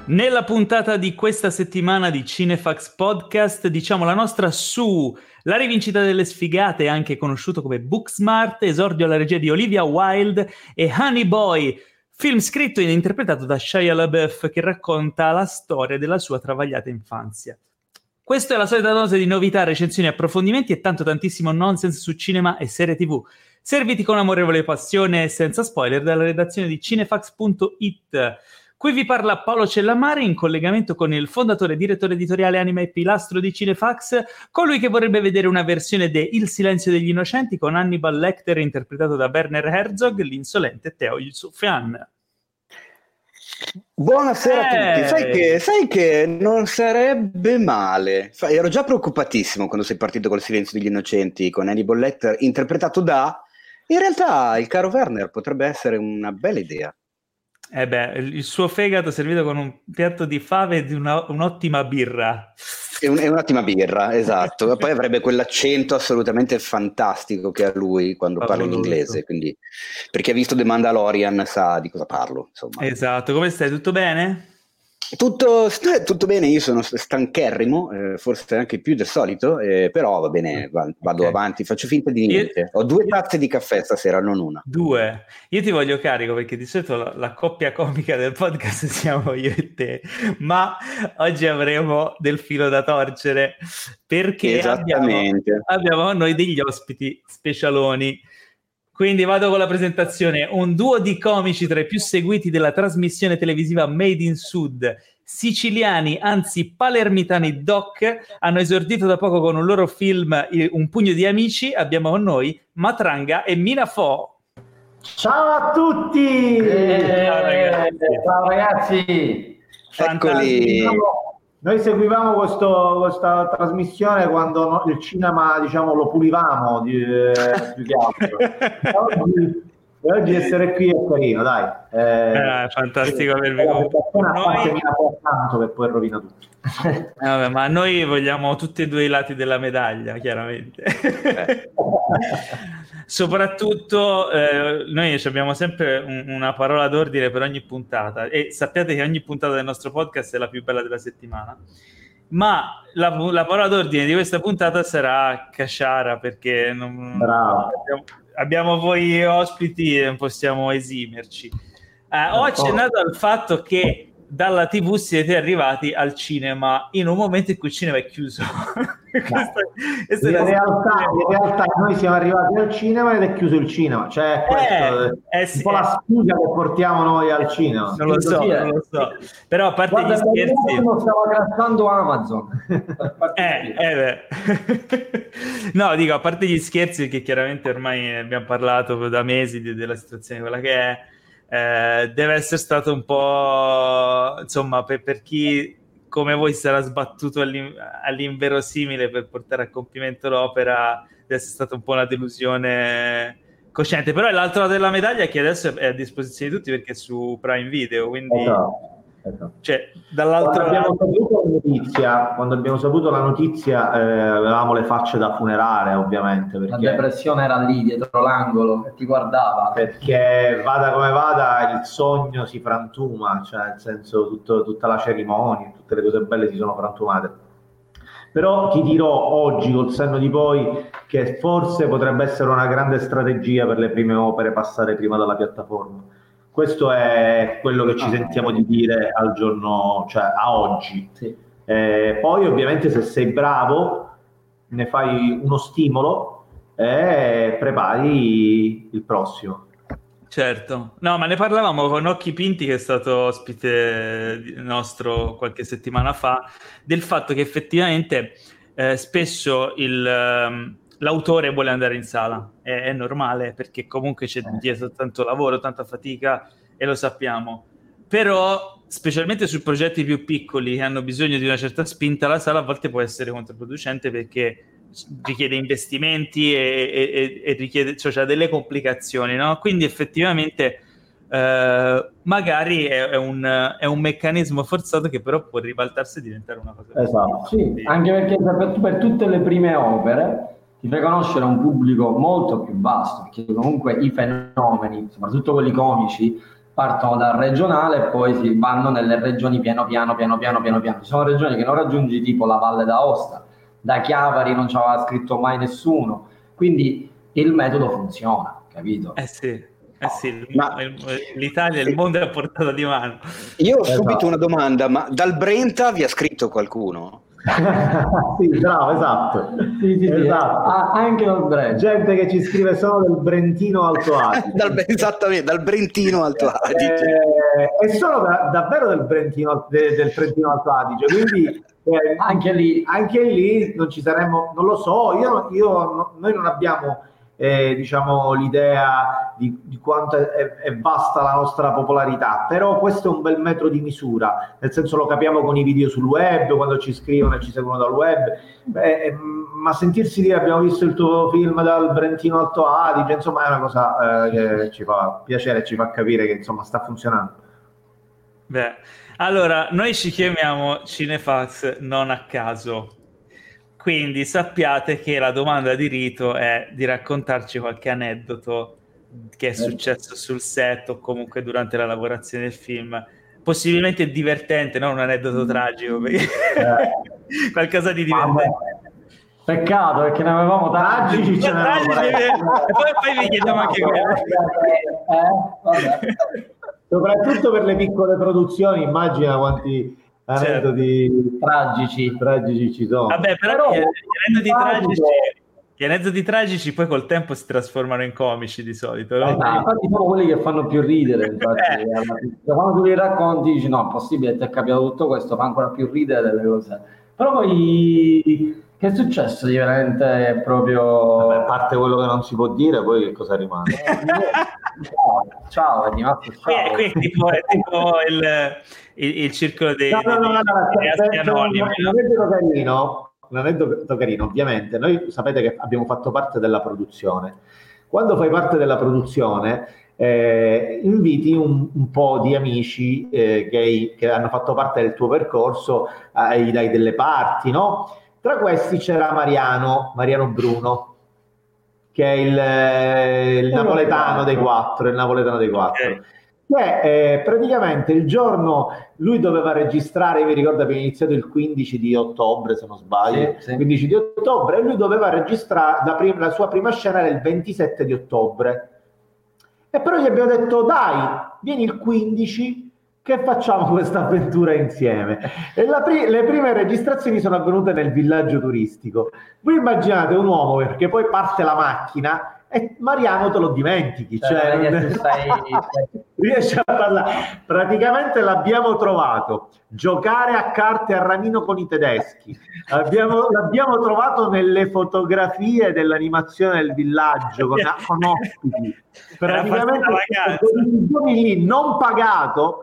Nella puntata di questa settimana di Cinefax Podcast diciamo la nostra su La rivincita delle sfigate, anche conosciuto come Booksmart, esordio alla regia di Olivia Wilde, e Honey Boy, film scritto e interpretato da Shia LaBeouf che racconta la storia della sua travagliata infanzia. Questa è la solita dose di novità, recensioni, approfondimenti e tantissimo nonsense su cinema e serie TV. Serviti con amorevole passione e senza spoiler dalla redazione di cinefax.it. Qui vi parla Paolo Cellamare in collegamento con il fondatore e direttore editoriale anima e pilastro di Cinefax, colui che vorrebbe vedere una versione de Il silenzio degli innocenti con Hannibal Lecter interpretato da Werner Herzog, l'insolente Teo Yusufian. Buonasera a tutti. Sai che non sarebbe male. Ero già preoccupatissimo quando sei partito col silenzio degli innocenti con Hannibal Lecter interpretato da... In realtà il caro Werner potrebbe essere una bella idea. Il suo fegato servito con un piatto di fave e di un'ottima birra. È un'ottima birra, esatto. Poi avrebbe quell'accento assolutamente fantastico che ha lui quando parla in inglese, quindi per chi ha visto The Mandalorian sa di cosa parlo, insomma. Esatto, come stai? Tutto bene? Tutto bene, io sono stancherrimo, forse anche più del solito, però va bene, vado avanti, faccio finta di niente. Ho 2 tazze di caffè stasera, non una. 2. Io ti voglio carico perché di solito la coppia comica del podcast siamo io e te, ma oggi avremo del filo da torcere perché abbiamo noi degli ospiti specialoni. Quindi vado con la presentazione. Un duo di comici tra i più seguiti della trasmissione televisiva Made in Sud, siciliani, anzi palermitani doc, hanno esordito da poco con un loro film Un pugno di amici. Abbiamo con noi Matranga e Mina Fo. Ciao a tutti! Ciao ragazzi! Eccoli! Noi seguivamo questa trasmissione quando il cinema, diciamo, lo pulivamo più che altro. Oggi essere qui è carino, dai. È fantastico avervi con noi. Mi ha tanto per poi rovina tutto. Ma noi vogliamo tutti e 2 i lati della medaglia, chiaramente. Soprattutto noi abbiamo sempre una parola d'ordine per ogni puntata e sappiate che ogni puntata del nostro podcast è la più bella della settimana, ma la parola d'ordine di questa puntata sarà Casciara, perché abbiamo voi ospiti e non possiamo esimerci. Ho accennato al fatto che dalla TV siete arrivati al cinema in un momento in cui il cinema è chiuso. In realtà noi siamo arrivati al cinema ed è chiuso il cinema, cioè questo un po' la sfiga che portiamo noi al cinema. Non lo so. Però a parte gli scherzi, stavo grattando Amazon. No, dico, a parte gli scherzi, perché chiaramente ormai abbiamo parlato da mesi della situazione quella che è. Deve essere stato un po', insomma, per chi come voi sarà sbattuto all'inverosimile per portare a compimento l'opera, deve essere stata un po' una delusione cosciente. Però l'altro lato della medaglia è che adesso è a disposizione di tutti perché è su Prime Video, quindi cioè, dall'altro quando abbiamo saputo la notizia avevamo le facce da funerale, ovviamente, perché la depressione era lì dietro l'angolo e ti guardava, perché vada come vada il sogno si frantuma, cioè nel senso tutta la cerimonia, tutte le cose belle si sono frantumate. Però ti dirò oggi col senno di poi che forse potrebbe essere una grande strategia per le prime opere passare prima dalla piattaforma. Questo è quello che ci sentiamo di dire al giorno, cioè a oggi. Sì. Poi ovviamente se sei bravo ne fai uno stimolo e prepari il prossimo. Certo, no, ma ne parlavamo con Occhi Pinti, che è stato ospite nostro qualche settimana fa, del fatto che effettivamente spesso l'autore vuole andare in sala, è normale, perché comunque c'è dietro tanto lavoro, tanta fatica, e lo sappiamo. Però, specialmente su progetti più piccoli che hanno bisogno di una certa spinta, la sala a volte può essere controproducente perché richiede investimenti e richiede, cioè c'ha delle complicazioni, no? Quindi effettivamente magari è un meccanismo forzato che però può ribaltarsi e diventare una cosa. Esatto, sì, anche perché per tutte le prime opere ti fai conoscere a un pubblico molto più vasto, perché comunque i fenomeni, soprattutto quelli comici, partono dal regionale e poi si vanno nelle regioni piano piano. Ci sono regioni che non raggiungi, tipo la Valle d'Aosta, da Chiavari non ci aveva scritto mai nessuno, quindi il metodo funziona, capito? Sì, l'Italia, il mondo è a portata di mano. Io ho subito una domanda, ma dal Brenta vi ha scritto qualcuno? Sì, bravo, esatto. Sì. Esatto. Anche dal Brenta. Gente che ci scrive solo del Brentino Alto Adige. Esattamente, dal Brentino Alto Adige. E sono davvero del Trentino Alto Adige, quindi anche lì non ci saremmo, non lo so, noi non abbiamo diciamo l'idea di quanto è vasta la nostra popolarità, però questo è un bel metro di misura, nel senso lo capiamo con i video sul web, quando ci scrivono e ci seguono dal web, ma sentirsi dire abbiamo visto il tuo film dal Brentino Alto Adige, insomma è una cosa che ci fa piacere, ci fa capire che insomma sta funzionando. Beh, allora noi ci chiamiamo Cinefax non a caso. Quindi sappiate che la domanda di rito è di raccontarci qualche aneddoto che è successo sul set o comunque durante la lavorazione del film, possibilmente divertente, non un aneddoto tragico, perché qualcosa di divertente. Peccato, perché ne avevamo tragici. Poi vi chiediamo anche quello. Soprattutto per le piccole produzioni, immagina quanti aneddoti tragici ci sono. Vabbè, però gli aneddoti tragici poi col tempo si trasformano in comici di solito, no? Infatti sono quelli che fanno più ridere, infatti. Quando tu li racconti dici no, è possibile, ti è capitato tutto questo, fa ancora più ridere delle cose. Però poi che è successo di veramente proprio... Vabbè, a parte quello che non si può dire, poi che cosa rimane? Ciao, è rimasto ciao. Qui è tipo il circolo dei anonimi. Un aneddoto carino, ovviamente. Noi sapete che abbiamo fatto parte della produzione. Quando fai parte della produzione, inviti un po' di amici che hanno fatto parte del tuo percorso, gli dai delle parti, no? Tra questi c'era Mariano Bruno, che è il napoletano dei quattro, Okay. Che praticamente il giorno lui doveva registrare, io mi ricordo che è iniziato il 15 di ottobre, se non sbaglio, Sì. 15 di ottobre, e lui doveva registrare la sua prima scena era il 27 di ottobre. E però gli abbiamo detto dai, vieni il 15 che facciamo questa avventura insieme. E le prime registrazioni sono avvenute nel villaggio turistico. Voi immaginate un uomo perché poi parte la macchina e Mariano te lo dimentichi, riesce a parlare. Praticamente l'abbiamo trovato giocare a carte a Ramino con i tedeschi, l'abbiamo trovato nelle fotografie dell'animazione del villaggio con ospiti, praticamente lì non pagato,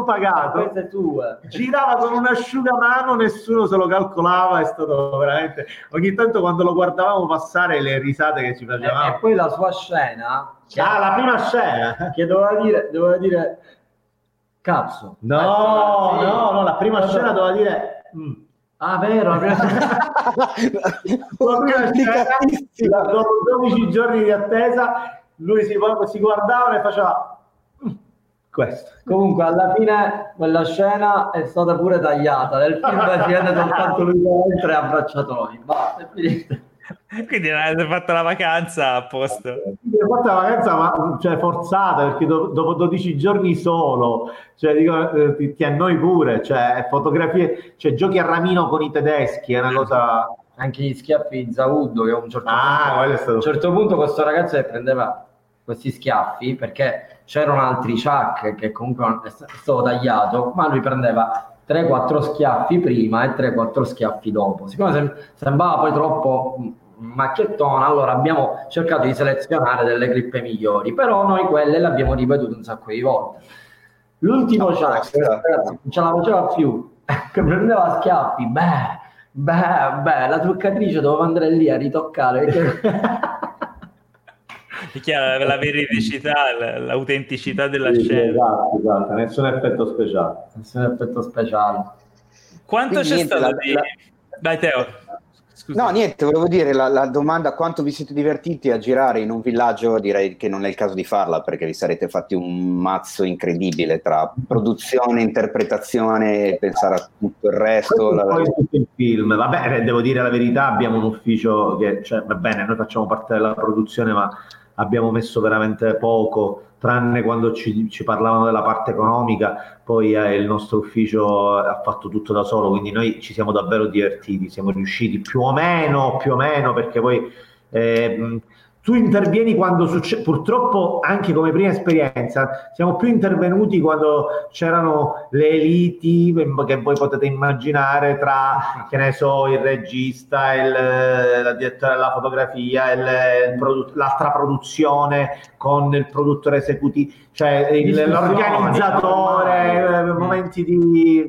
girava con un asciugamano, nessuno se lo calcolava, è stato veramente, ogni tanto quando lo guardavamo passare le risate che ci facevamo. E poi la sua scena, la prima scena che doveva dire cazzo. No, la prima scena doveva dire vero, la prima scena, dopo 12 giorni di attesa lui si guardava e faceva questo. Comunque alla fine quella scena è stata pure tagliata, nel film si vede soltanto lui dentro e abbracciato noi, basta, è finito. Quindi avete fatto la vacanza a posto. Abbiamo fatto la vacanza ma forzata, perché dopo 12 giorni solo, cioè dico, ti annoi pure, cioè fotografie, cioè giochi a Ramino con i tedeschi, è una cosa. Anche gli schiaffi di Zauddo, che a un certo punto questo ragazzo che prendeva questi schiaffi, perché c'erano altri Chuck che comunque è stato tagliato, ma lui prendeva 3-4 schiaffi prima e 3-4 schiaffi dopo. Siccome sembrava poi troppo macchiettona, allora abbiamo cercato di selezionare delle clip migliori, però noi quelle le abbiamo ripetute un sacco di volte. L'ultimo Chuck non ce la faceva più, che prendeva schiaffi, la truccatrice doveva andare lì a ritoccare È chiaro, la veridicità, l'autenticità della scena. Esatto, nessun effetto speciale. Quanto Quindi c'è stato di... Dai Teo. No, niente, volevo dire, la domanda quanto vi siete divertiti a girare in un villaggio, direi che non è il caso di farla, perché vi sarete fatti un mazzo incredibile tra produzione, interpretazione e pensare a tutto il resto. Poi tutto il film, vabbè, devo dire la verità, abbiamo un ufficio che, cioè, va bene, noi facciamo parte della produzione, ma abbiamo messo veramente poco, tranne quando ci parlavano della parte economica, poi il nostro ufficio ha fatto tutto da solo, quindi noi ci siamo davvero divertiti, siamo riusciti più o meno, perché poi tu intervieni quando succede, purtroppo anche come prima esperienza, siamo più intervenuti quando c'erano le liti che voi potete immaginare tra, che ne so, il regista, la direttore della fotografia, l'altra produzione con il produttore esecutivo, cioè l'organizzatore, momenti di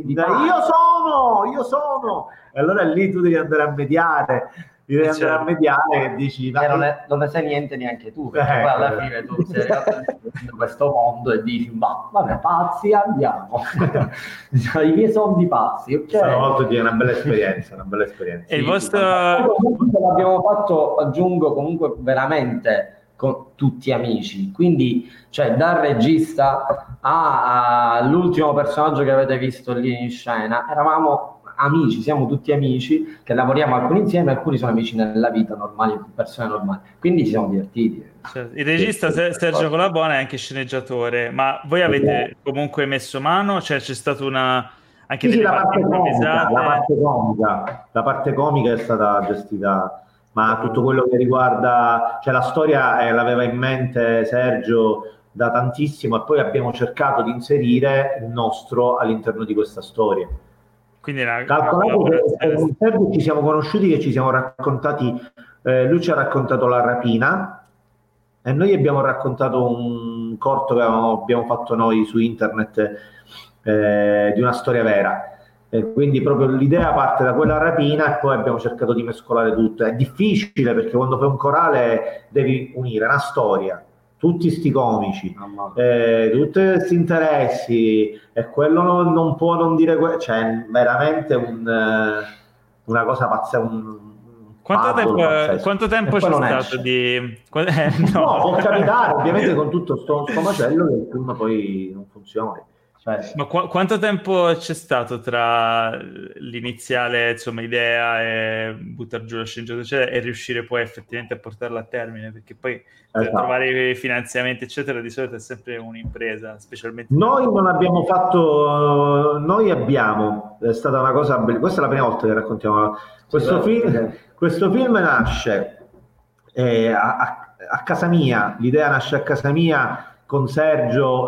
io sono, e allora lì tu devi andare a mediare. Andare a mediare e dici non ne sai niente neanche tu, perché poi alla fine tu sei arrivato in questo mondo e dici vabbè, pazzi, andiamo. I miei soldi pazzi, okay. Stavolta è una bella esperienza, E il vostro l'abbiamo fatto, aggiungo, comunque veramente con tutti amici, quindi cioè dal regista all'ultimo personaggio che avete visto lì in scena eravamo amici, siamo tutti amici che lavoriamo alcuni insieme, alcuni sono amici nella vita normali, persone normali, quindi ci siamo divertiti. Il regista Sergio Colabona è anche sceneggiatore, ma voi avete comunque messo mano? Cioè c'è stata anche delle parti improvvisate? La parte comica è stata gestita, ma tutto quello che riguarda, cioè la storia l'aveva in mente Sergio da tantissimo, e poi abbiamo cercato di inserire il nostro all'interno di questa storia. Quindi calcolato che con Sergio ci siamo conosciuti, che ci siamo raccontati, lui ci ha raccontato La rapina e noi abbiamo raccontato un corto che abbiamo fatto noi su internet di una storia vera, quindi proprio l'idea parte da quella rapina e poi abbiamo cercato di mescolare tutto. È difficile perché quando fai un corale devi unire una storia, tutti sti comici, tutti questi interessi, e quello non può non dire cioè veramente una cosa pazzesca. Quanto tempo c'è stato di no, può capitare ovviamente con tutto sto macello che il film poi non funzioni. Ma quanto tempo c'è stato tra l'iniziale, insomma, idea e buttare giù la sceneggiatura e riuscire poi effettivamente a portarla a termine? Perché poi per trovare i finanziamenti, eccetera, di solito è sempre un'impresa, specialmente. Noi non abbiamo fatto, è stata una cosa, questa è la prima volta che raccontiamo questo film nasce a casa mia, l'idea nasce a casa mia con Sergio,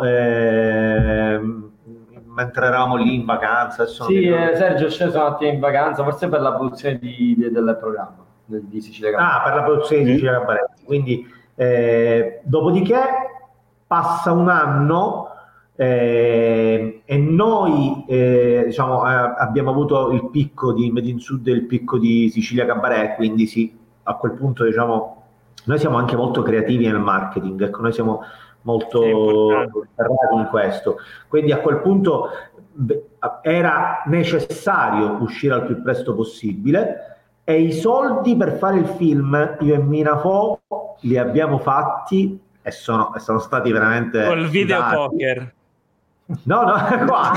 mentre eravamo lì in vacanza. Sergio è sceso un attimo in vacanza, forse per la produzione del programma di Sicilia Cabaret. Per la produzione di Sicilia Cabaret. Quindi dopodiché passa un anno e noi abbiamo avuto il picco di Made in Sud e il picco di Sicilia Cabaret, quindi sì, a quel punto noi siamo anche molto creativi nel marketing, ecco, noi siamo molto ferrati in questo, quindi a quel punto era necessario uscire al più presto possibile, e i soldi per fare il film io e Mina Fo li abbiamo fatti e sono stati veramente col videopoker. No, qua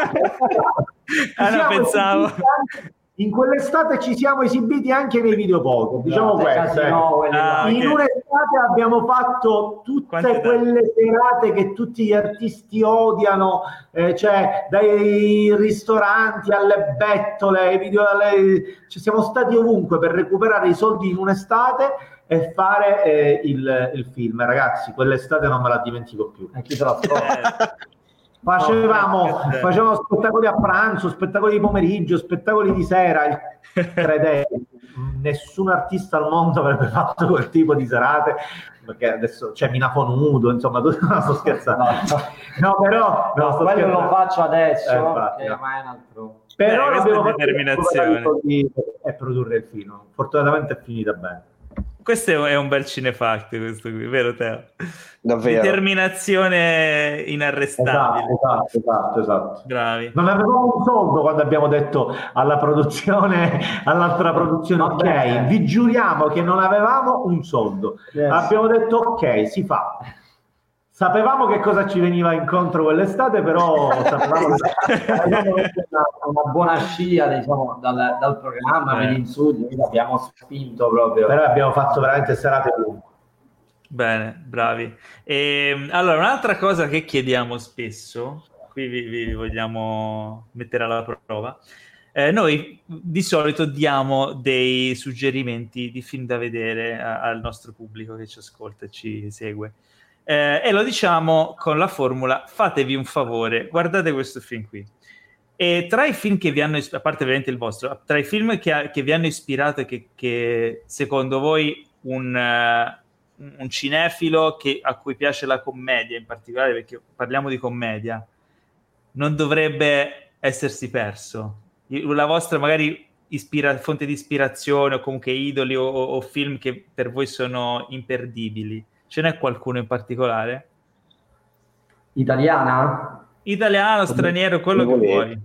pensavo in quell'estate ci siamo esibiti anche nei videopoker, diciamo questo. In un'estate abbiamo fatto tutte quelle serate che tutti gli artisti odiano, cioè dai ristoranti alle bettole, siamo stati ovunque per recuperare i soldi in un'estate e fare il film. Ragazzi, quell'estate non me la dimentico più. Chi se la Facevamo spettacoli a pranzo, spettacoli di pomeriggio, spettacoli di sera. Credete, nessun artista al mondo avrebbe fatto quel tipo di serate, perché adesso c'è Minafo nudo, insomma, non sto scherzando. Però quello lo faccio adesso, che ormai è un altro. Però abbiamo fatto determinazione e produrre il film. Fortunatamente è finita bene. Questo è un bel cinefact, questo qui, vero Teo? Davvero. Determinazione inarrestabile. Esatto. Bravi. Non avevamo un soldo quando abbiamo detto all'altra produzione, ok, vi giuriamo che non avevamo un soldo. Yes. Abbiamo detto ok, si fa. Sapevamo che cosa ci veniva incontro quell'estate, però sapevamo una buona scia, diciamo, dal programma in su, abbiamo spinto proprio. Però abbiamo fatto veramente serate lunghe. Bene, bravi. Allora, un'altra cosa che chiediamo spesso, qui vi vogliamo mettere alla prova, noi di solito diamo dei suggerimenti di film da vedere al nostro pubblico che ci ascolta e ci segue. E lo diciamo con la formula: fatevi un favore, guardate questo film qui. E tra i film che vi hanno a parte ovviamente il vostro, tra i film che vi hanno ispirato e che secondo voi un cinefilo a cui piace la commedia in particolare, perché parliamo di commedia, non dovrebbe essersi perso, la vostra magari fonte di ispirazione o comunque idoli o film che per voi sono imperdibili, ce n'è qualcuno in particolare? Italiano, straniero, quello che vuoi,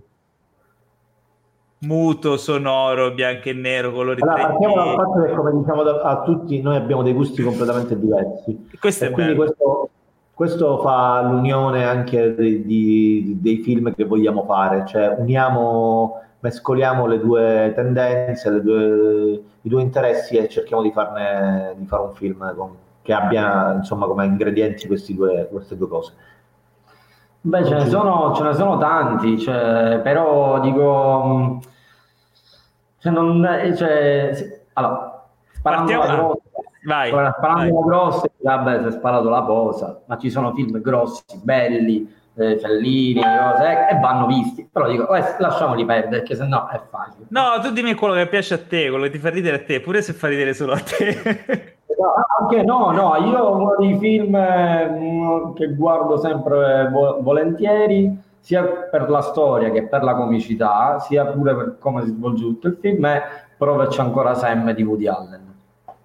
muto, sonoro, bianco e nero, colori. Allora, partiamo dal fatto che, come diciamo a tutti, noi abbiamo dei gusti completamente diversi. Questo è quindi questo fa l'unione anche dei film che vogliamo fare, cioè mescoliamo le due tendenze, i due interessi e cerchiamo di fare un film che abbia, insomma, come ingredienti queste due cose. Beh, ce ne sono tanti, però dico, allora, sparando la grossa, vabbè, si è sparato la posa, ma ci sono film grossi, belli, Fellini, cose, e vanno visti, però dico, lasciamoli perdere, perché sennò è facile. No, tu dimmi quello che piace a te, quello che ti fa ridere a te, pure se fa ridere solo a te. Anche no, io uno dei film che guardo sempre volentieri, sia per la storia che per la comicità, sia pure per come si svolge tutto il film, è Provaci ancora Sam di Woody Allen.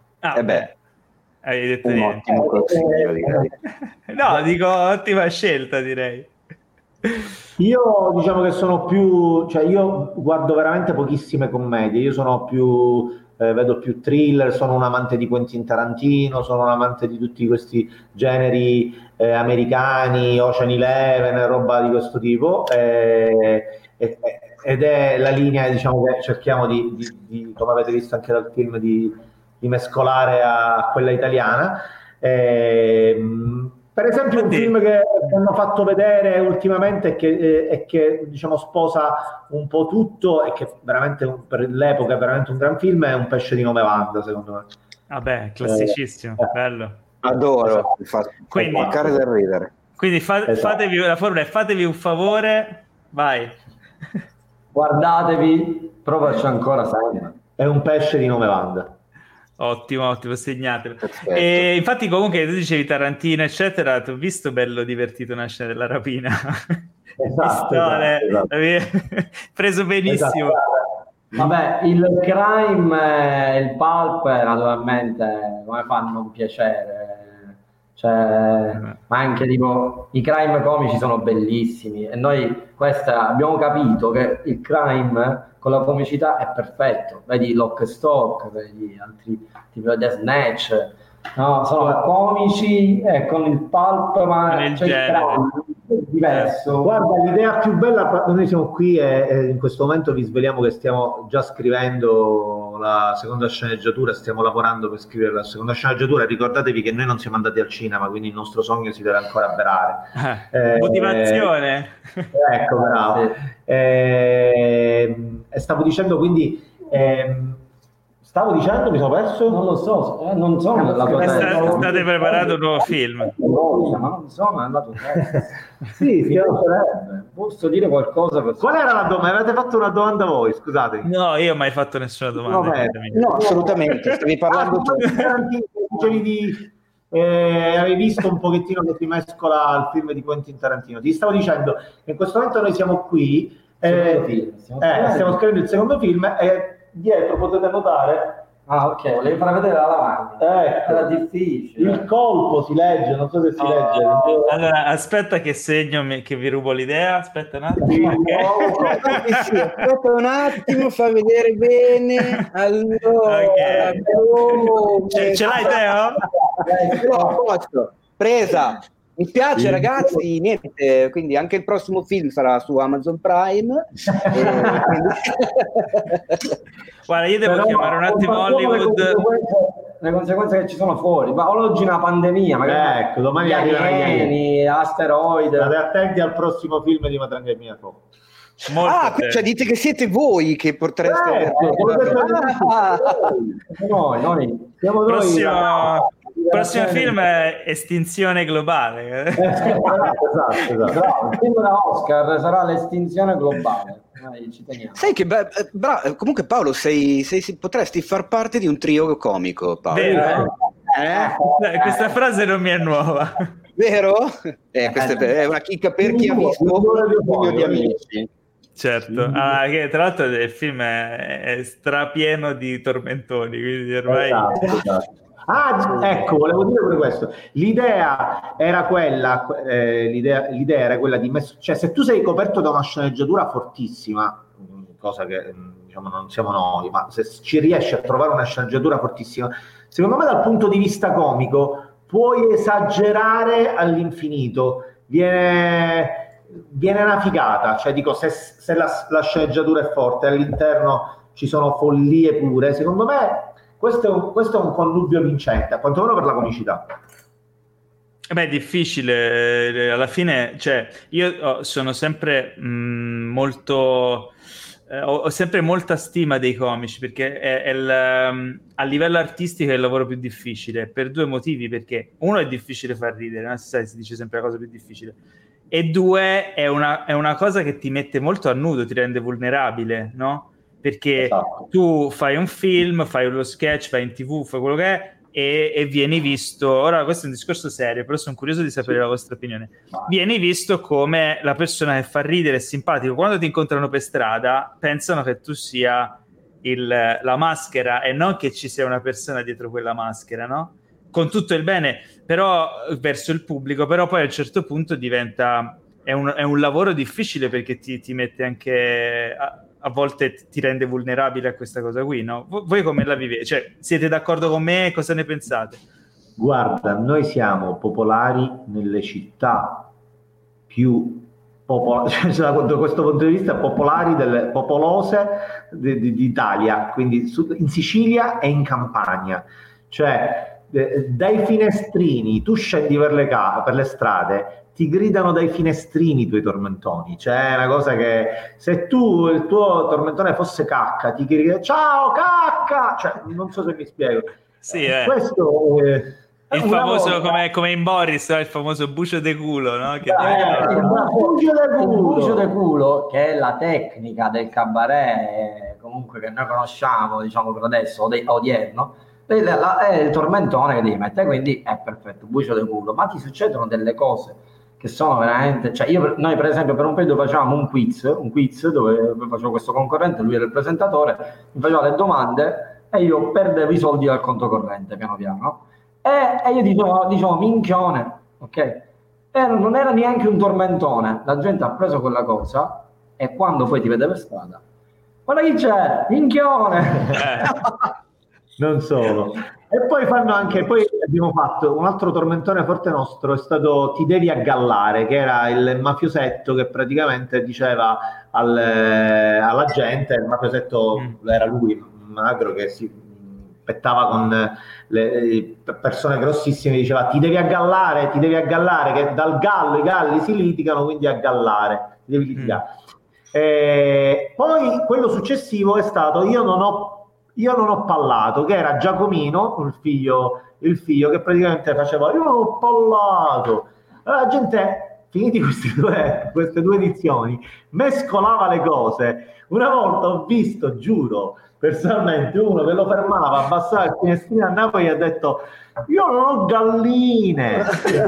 Hai detto niente. No, dico ottima scelta, direi. Io diciamo che sono più, io guardo veramente pochissime commedie, io sono più vedo più thriller, sono un amante di Quentin Tarantino, sono un amante di tutti questi generi americani, Ocean Eleven, roba di questo tipo, ed è la linea, diciamo, che cerchiamo di come avete visto anche dal film, di mescolare a quella italiana. Per esempio un film che hanno fatto vedere ultimamente e che diciamo sposa un po' tutto e che veramente per l'epoca è veramente un gran film, è Un pesce di nome Wanda, secondo me. Vabbè, classicissimo, bello. Adoro, quindi del ridere. Quindi fatevi la formula, fatevi un favore, vai. Guardatevi, Provaci ancora Sam. È Un pesce di nome Wanda. Ottimo, segnatelo. E infatti comunque tu dicevi Tarantino eccetera, ti ho visto bello divertito una scena della rapina. Esatto. Preso benissimo. Esatto. Vabbè, il crime, il pulp naturalmente come fa a non piacere, ma anche tipo i crime comici sono bellissimi e noi abbiamo capito che il crime con la comicità è perfetto, vedi Lock and Stock, vedi altri tipo The Snatch, no? Sono comici e con il pulp, ma c'è il diverso. Guarda, l'idea più bella, noi siamo qui e in questo momento vi sveliamo che stiamo già scrivendo la seconda sceneggiatura, stiamo lavorando per scrivere la seconda sceneggiatura. Ricordatevi che noi non siamo andati al cinema, quindi il nostro sogno si deve ancora avverare. Motivazione. Ecco, bravo. Stavo dicendo, quindi mi sono perso? Non lo so, non so. State preparando un nuovo film? Non so, ma è andato Sì, posso dire qualcosa? Qual era la domanda? Avete fatto una domanda voi, scusate. No, io non ho mai fatto nessuna domanda. No, assolutamente, stavi parlando tu. Avevi visto un pochettino che si mescola al film di Quentin Tarantino. Ti stavo dicendo che in questo momento noi siamo qui, stiamo scrivendo il secondo film e dietro potete notare Ah, ok, volevi far vedere la lavagna. Ecco. Era difficile. Il colpo si legge, non so se si legge. Allora, aspetta che segno che vi rubo l'idea. Aspetta un attimo. Aspetta un attimo, fa vedere bene. Allora, ce l'hai, Teo? Posto. Presa. Mi piace, ragazzi, niente, quindi anche il prossimo film sarà su Amazon Prime. Guarda, io devo chiamare un attimo Hollywood. Le conseguenze che ci sono fuori, ma oggi una pandemia, magari ecco, domani arrivano asteroidi. State attenti al prossimo film di Matranga e Mia Fo. Cioè dite che siete voi che potreste noi siamo prossimo film è Estinzione Globale. Esatto. Il film da Oscar sarà L'estinzione globale. Ci teniamo. Sai che comunque Paolo potresti far parte di un trio comico, Paolo. Questa frase non mi è nuova. Vero? Questa è una chicca per chi ha visto Pugno di Amici. Certo, che tra l'altro il film è strapieno di tormentoni, quindi ormai... Esatto. Ecco, volevo dire pure questo. L'idea era quella di cioè, se tu sei coperto da una sceneggiatura fortissima, cosa che diciamo non siamo noi, ma se ci riesci a trovare una sceneggiatura fortissima, secondo me dal punto di vista comico puoi esagerare all'infinito, viene una figata, cioè dico, se la sceneggiatura è forte, all'interno ci sono follie pure, secondo me questo è un connubio vincente, a quanto meno per la comicità. Beh, è difficile, alla fine, cioè, io sono sempre molto... ho sempre molta stima dei comici, perché a livello artistico è il lavoro più difficile, per due motivi, perché uno è difficile far ridere, no? Si dice sempre la cosa più difficile, e due è una cosa che ti mette molto a nudo, ti rende vulnerabile, no? Perché tu fai un film, fai lo sketch, fai in TV, fai quello che è, e vieni visto, ora questo è un discorso serio, però sono curioso di sapere la vostra opinione, vieni visto come la persona che fa ridere, è simpatico, quando ti incontrano per strada pensano che tu sia la maschera e non che ci sia una persona dietro quella maschera, no? Con tutto il bene, però verso il pubblico, però poi a un certo punto diventa, è un lavoro difficile, perché ti mette anche... a volte ti rende vulnerabile a questa cosa qui, no? Voi come la vivete? Cioè, siete d'accordo con me? Cosa ne pensate? Guarda, noi siamo popolari nelle città più popolose, cioè, da questo punto di vista popolari, popolose d'Italia, quindi in Sicilia e in Campania. Cioè, dai finestrini, tu scendi per le strade, ti gridano dai finestrini i tuoi tormentoni, cioè è una cosa che se il tuo tormentone fosse cacca, ti grida ciao cacca, cioè non so se mi spiego. Sì, questo il famoso come in Boris, il famoso bucio de culo, no? Che il bucio de culo, che è la tecnica del cabaret, comunque che noi conosciamo, diciamo per adesso, odierno, è il tormentone che devi mettere, quindi è perfetto, bucio de culo, ma ti succedono delle cose che sono veramente, cioè noi per esempio per un periodo facevamo un quiz dove facevo questo concorrente, lui era il presentatore, mi faceva le domande e io perdevo i soldi dal conto corrente piano piano, e io dicevo minchione, ok? E non era neanche un tormentone, la gente ha preso quella cosa e quando poi ti vede per strada, guarda chi c'è, minchione! Non solo. E poi abbiamo fatto un altro tormentone forte nostro, è stato Ti devi aggallare, che era il mafiosetto che praticamente diceva alla gente, il mafiosetto era lui, magro, che si pettava con le persone grossissime, diceva ti devi aggallare, che dal gallo i galli si litigano, quindi aggallare, ti devi litigare. Poi quello successivo è stato Io non ho pallato, che era Giacomino, il figlio che praticamente faceva io non ho pallato. Allora la gente, finiti queste due edizioni, mescolava le cose. Una volta ho visto, giuro, personalmente, uno che lo fermava, abbassava il finestrino a Napoli e ha detto io non ho galline.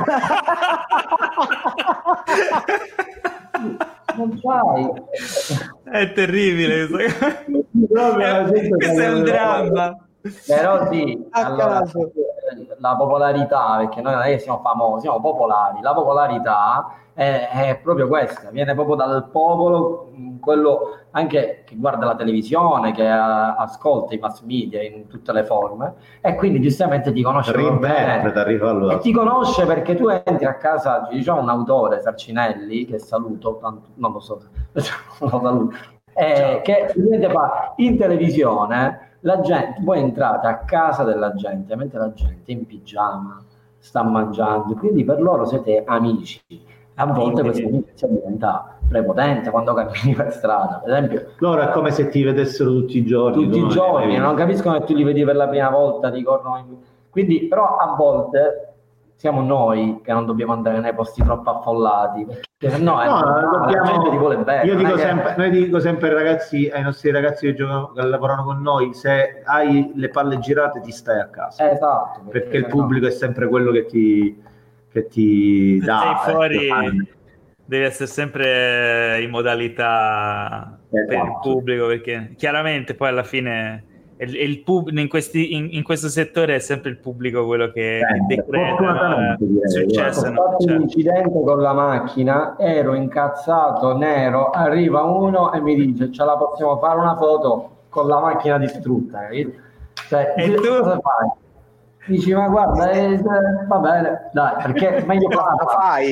Non fai. È terribile questo è un dramma. Però sì, allora, la popolarità, perché noi non è che siamo famosi, siamo popolari, la popolarità è proprio questa, viene proprio dal popolo, quello anche che guarda la televisione, che ascolta i mass media in tutte le forme, e quindi giustamente ti conosce bene, e ti conosce perché tu entri a casa, diciamo un autore, Sarcinelli, che saluto, non lo so, lo saluto, che fa in televisione. La gente, voi entrate a casa della gente, mentre la gente è in pigiama, sta mangiando, quindi per loro siete amici. A volte questa amicizia diventa prepotente quando cammini per strada, per esempio. Loro è come se ti vedessero tutti i giorni. Tutti i giorni, non capiscono che tu li vedi per la prima volta, ti corrono. Quindi, però a volte siamo noi che non dobbiamo andare nei posti troppo affollati, perché no, la gente ti vuole bene. Io dico sempre ai nostri ragazzi che lavorano con noi, se hai le palle girate ti stai a casa. Esatto. Perché il pubblico è sempre quello che ti dà. Sei fuori, devi essere sempre in modalità per il pubblico, perché chiaramente poi alla fine il in questo settore è sempre il pubblico quello che decreta il successo. Ho fatto un incidente con la macchina, ero incazzato, nero, arriva uno e mi dice ce la possiamo fare una foto con la macchina distrutta, capito? Cioè, e tu cosa fai? Dici ma guarda, va bene, dai, perché meglio fai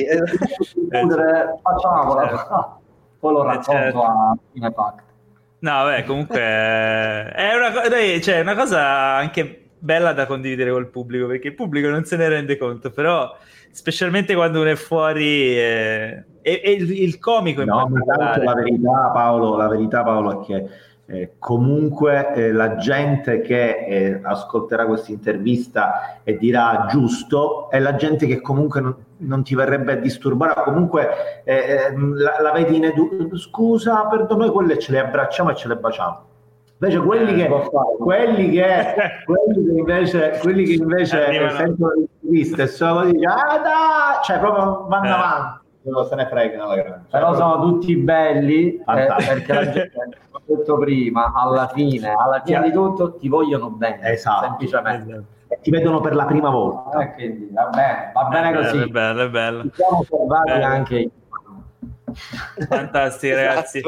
facciamola, poi lo racconto a fine fact. No, beh, comunque è una cosa anche bella da condividere col pubblico, perché il pubblico non se ne rende conto, però specialmente quando uno è fuori e il comico in particolare. La verità Paolo è che comunque la gente che ascolterà questa intervista e dirà giusto è la gente che comunque non ti verrebbe a disturbare, comunque la vedi in scusa, per noi quelle ce le abbracciamo e ce le baciamo. Invece quelli che invece sentono le interviste e sono così, cioè proprio vanno avanti. Non se ne fregano, però sono tutti belli perché la gente, come ho detto prima, alla fine di tutto ti vogliono bene, semplicemente, e ti vedono per la prima volta, quindi va bene così, è bello. siamo salvati anche fantastico, ragazzi.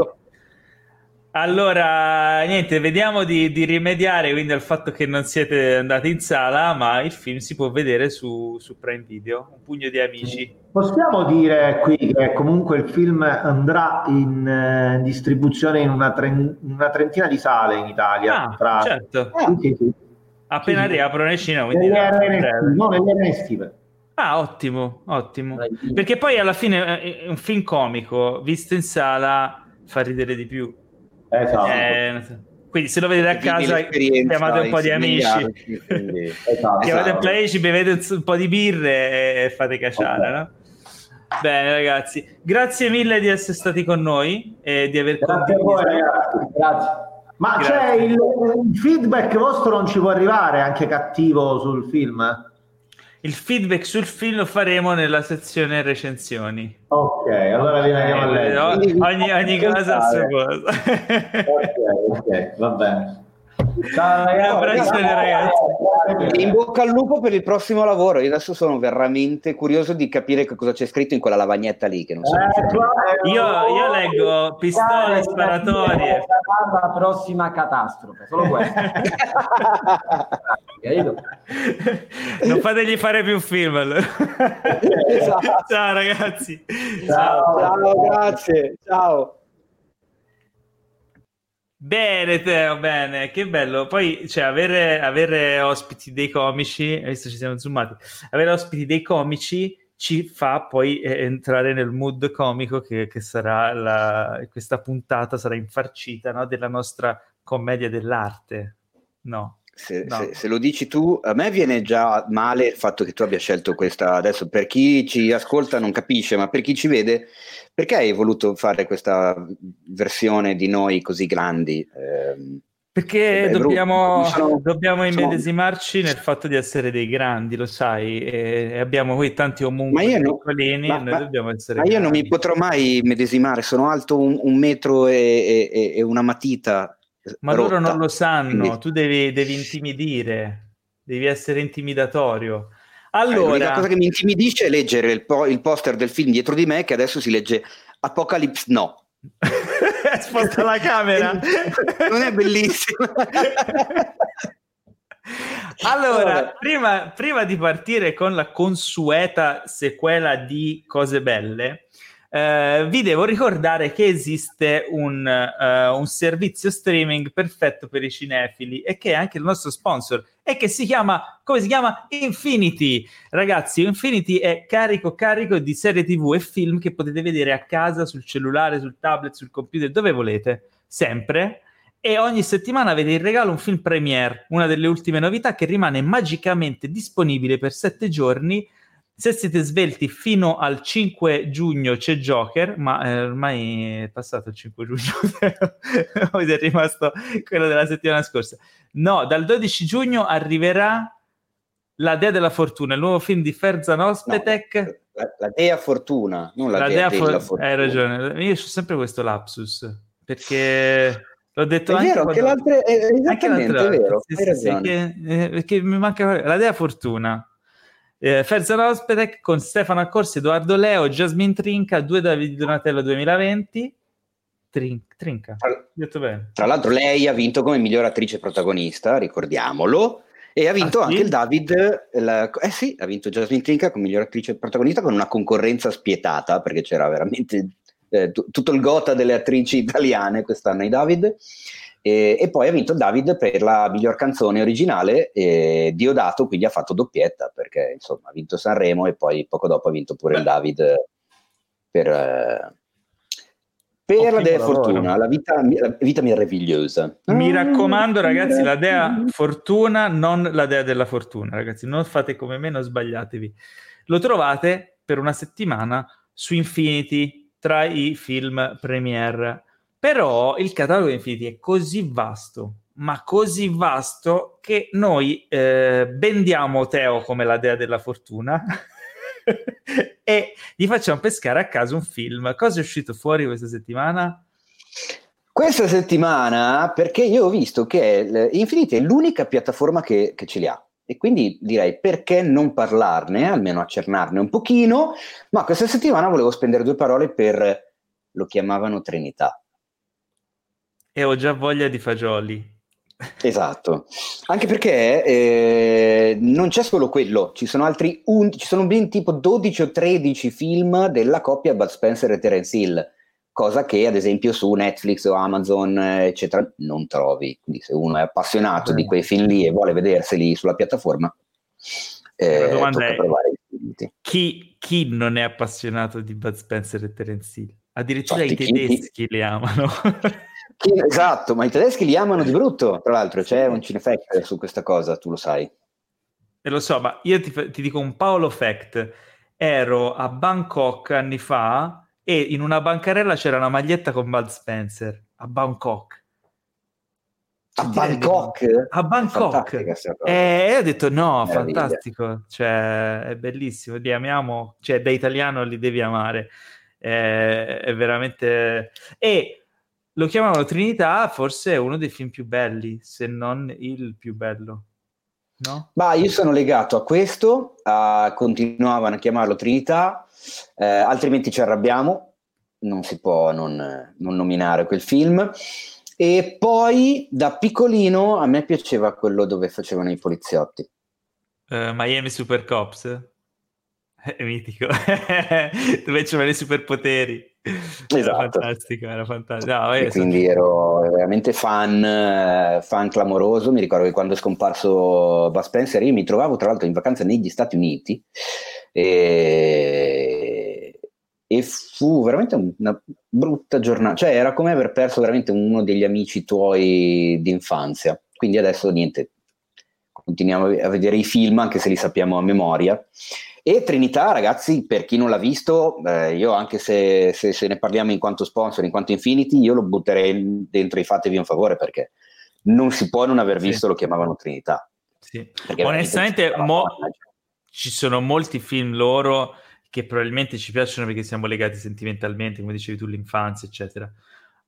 Allora, niente, vediamo di rimediare quindi al fatto che non siete andati in sala, ma il film si può vedere su Prime Video, Un pugno di amici. Possiamo dire qui che comunque il film andrà in distribuzione in una trentina di sale in Italia. Certo. Sì. Appena riaprono i cinema. Nelle estive. Ottimo. Perché poi alla fine un film comico visto in sala fa ridere di più. Esatto. Quindi se lo vedete a casa chiamate un po' di amici, chiamate un po' di amici, bevete un po' di birre e fate cacciare, no? Bene ragazzi, grazie mille di essere stati con noi e di aver condiviso. Grazie a voi ragazzi, grazie. Ma c'è il feedback vostro, non ci può arrivare anche cattivo sul film? Il feedback sul film lo faremo nella sezione recensioni. Ok, allora li vediamo a leggere. Ogni cosa a sua cosa. Ok, va bene. Ciao ragazzi. In bocca al lupo per il prossimo lavoro. Io adesso sono veramente curioso di capire che cosa c'è scritto in quella lavagnetta lì, che non so. Io leggo pistole sparatorie. La prossima catastrofe, solo questo. Non fategli fare più film allora. Esatto. Ciao ragazzi. Ciao, grazie. Ciao. Bene Teo, bene, che bello. Poi avere ospiti dei comici, visto ci siamo zoomati, avere ospiti dei comici ci fa poi entrare nel mood comico che sarà questa puntata sarà infarcita, no? Della nostra commedia dell'arte, no? Se lo dici tu, a me viene già male il fatto che tu abbia scelto questa. Adesso per chi ci ascolta non capisce, ma per chi ci vede, perché hai voluto fare questa versione di noi così grandi? Perché dobbiamo immedesimarci nel fatto di essere dei grandi, lo sai, e abbiamo qui tanti omuncoli piccolini e noi dobbiamo essere grandi. Io non mi potrò mai immedesimare, sono alto un metro e una matita. Ma rotta. loro non lo sanno, Quindi... tu devi intimidire, devi essere intimidatorio. Allora, l'unica cosa che mi intimidisce è leggere il poster del film dietro di me, che adesso si legge Apocalypse No. Sposta la camera. Non è bellissimo. Allora, prima di partire con la consueta sequela di Cose Belle, vi devo ricordare che esiste un servizio streaming perfetto per i cinefili e che è anche il nostro sponsor e che si chiama, come si chiama? Infinity. Ragazzi, Infinity è carico di serie TV e film che potete vedere a casa, sul cellulare, sul tablet, sul computer, dove volete, sempre. E ogni settimana avete in regalo un film premiere, una delle ultime novità che rimane magicamente disponibile per 7 giorni. Se siete svelti fino al 5 giugno c'è Joker, ma ormai è passato il 5 giugno, poi è rimasto quello della settimana scorsa. No, dal 12 giugno arriverà La Dea della Fortuna, il nuovo film di Ferzan Özpetek. No, la Dea Fortuna, non la Dea della Fortuna. Hai ragione, io ho sempre questo lapsus, perché... L'ho detto è anche vero, quando... che l'altra esattamente, è vero, sì, hai ragione. Perché mi manca La Dea Fortuna. Ferzan Özpetek con Stefano Accorsi, Edoardo Leo, Jasmine Trinca, 2 Davide Donatello 2020. Trinca, detto bene. Tra l'altro lei ha vinto come miglior attrice protagonista, ricordiamolo, e ha vinto anche il David, sì, ha vinto Jasmine Trinca come miglior attrice protagonista con una concorrenza spietata, perché c'era veramente tutto il gotha delle attrici italiane quest'anno ai David, e poi ha vinto il David per la miglior canzone originale, Diodato, quindi ha fatto doppietta, perché insomma ha vinto Sanremo e poi poco dopo ha vinto pure il David per la Dea Fortuna, la vita meravigliosa. Mi raccomando, ragazzi, la Dea Fortuna, non la Dea della Fortuna, ragazzi, non fate come me, non sbagliatevi. Lo trovate per una settimana su Infinity tra i film premiere. Però il catalogo di Infinity è così vasto, ma così vasto, che noi bendiamo Teo come la Dea della Fortuna e gli facciamo pescare a caso un film. Cosa è uscito fuori questa settimana? Questa settimana, perché io ho visto che Infinity è l'unica piattaforma che ce li ha, e quindi direi perché non parlarne, almeno accennarne un pochino, ma questa settimana volevo spendere 2 parole per Lo chiamavano Trinità. E ho già voglia di fagioli. Esatto, anche perché non c'è solo quello, ci sono altri ci sono ben tipo 12 o 13 film della coppia Bud Spencer e Terence Hill, cosa che ad esempio su Netflix o Amazon eccetera non trovi. Quindi se uno è appassionato di quei film lì e vuole vederseli sulla piattaforma, la domanda è provare chi non è appassionato di Bud Spencer e Terence Hill? Addirittura infatti, i tedeschi li amano. Esatto, ma i tedeschi li amano di brutto, tra l'altro c'è un cinefact su questa cosa, tu lo sai. E lo so, ma io ti dico un Paolo fact. Ero a Bangkok anni fa e in una bancarella c'era una maglietta con Bud Spencer a Bangkok. A Bangkok? A Bangkok. E ho detto no, meraviglia. Fantastico, cioè è bellissimo, li amiamo, cioè da italiano li devi amare, è veramente... E Lo chiamavano Trinità, forse è uno dei film più belli, se non il più bello, no? Ma io sono legato a questo, continuavano a chiamarlo Trinità, altrimenti ci arrabbiamo, non si può non nominare quel film. E poi da piccolino a me piaceva quello dove facevano i poliziotti. Miami Super Cops? È mitico. Dove c'erano i superpoteri. Esatto. Era fantastico. No, e quindi ero veramente fan clamoroso. Mi ricordo che quando è scomparso Bud Spencer io mi trovavo tra l'altro in vacanza negli Stati Uniti e fu veramente una brutta giornata, cioè era come aver perso veramente uno degli amici tuoi d'infanzia. Quindi adesso niente, continuiamo a vedere i film anche se li sappiamo a memoria. E Trinità, ragazzi, per chi non l'ha visto, io anche se ne parliamo in quanto sponsor, in quanto Infinity, io lo butterei dentro i fatevi un favore, perché non si può non aver visto. Lo chiamavano Trinità. Sì. Onestamente ci sono molti film loro che probabilmente ci piacciono perché siamo legati sentimentalmente, come dicevi tu, l'infanzia eccetera,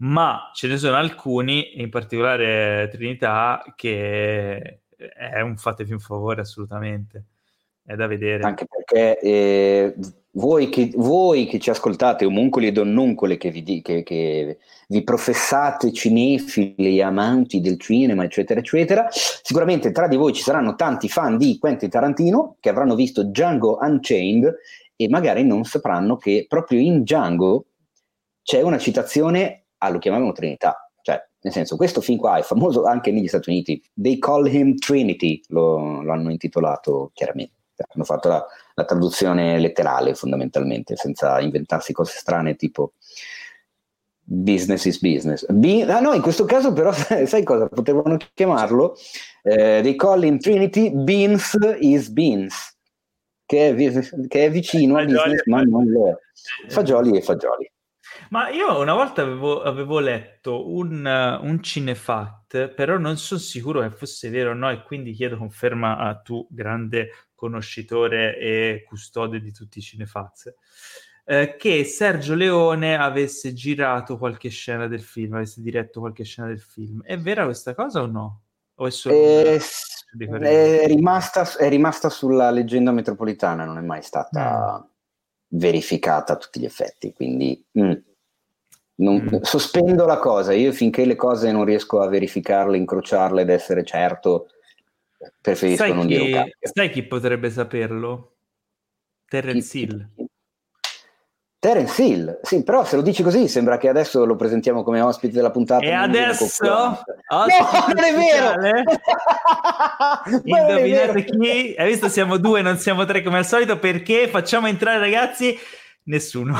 ma ce ne sono alcuni, in particolare Trinità, che è un fatevi un favore assolutamente, è da vedere. Anche perché voi che ci ascoltate, omuncoli e donnuncole, che vi professate cinefili, amanti del cinema, eccetera, eccetera, sicuramente tra di voi ci saranno tanti fan di Quentin Tarantino che avranno visto Django Unchained e magari non sapranno che proprio in Django c'è una citazione lo chiamavano Trinità. Cioè, nel senso, questo film qua è famoso anche negli Stati Uniti. They call him Trinity, lo hanno intitolato chiaramente. Hanno fatto la traduzione letterale, fondamentalmente, senza inventarsi cose strane tipo business is business. No, in questo caso però, sai cosa? Potevano chiamarlo They call him Trinity, beans is beans, che è vicino a business, ma non lo è. Fagioli e fagioli. Ma io una volta avevo letto un cinefact, però non sono sicuro che fosse vero o no, e quindi chiedo conferma a tu, grande conoscitore e custode di tutti i cinefacts, che Sergio Leone avesse girato qualche scena del film, avesse diretto qualche scena del film. È vera questa cosa o no? O è solo è rimasta sulla leggenda metropolitana, non è mai stata verificata a tutti gli effetti, quindi sospendo la cosa. Io finché le cose non riesco a verificarle, incrociarle ed essere certo, preferisco non dire un cazzo. Sai chi potrebbe saperlo? Terence Hill. Terence Hill, sì, però se lo dici così sembra che adesso lo presentiamo come ospite della puntata. E adesso? No, non è vero! Indovinate chi? Hai visto, siamo due, non siamo tre come al solito, perché facciamo entrare, ragazzi, nessuno.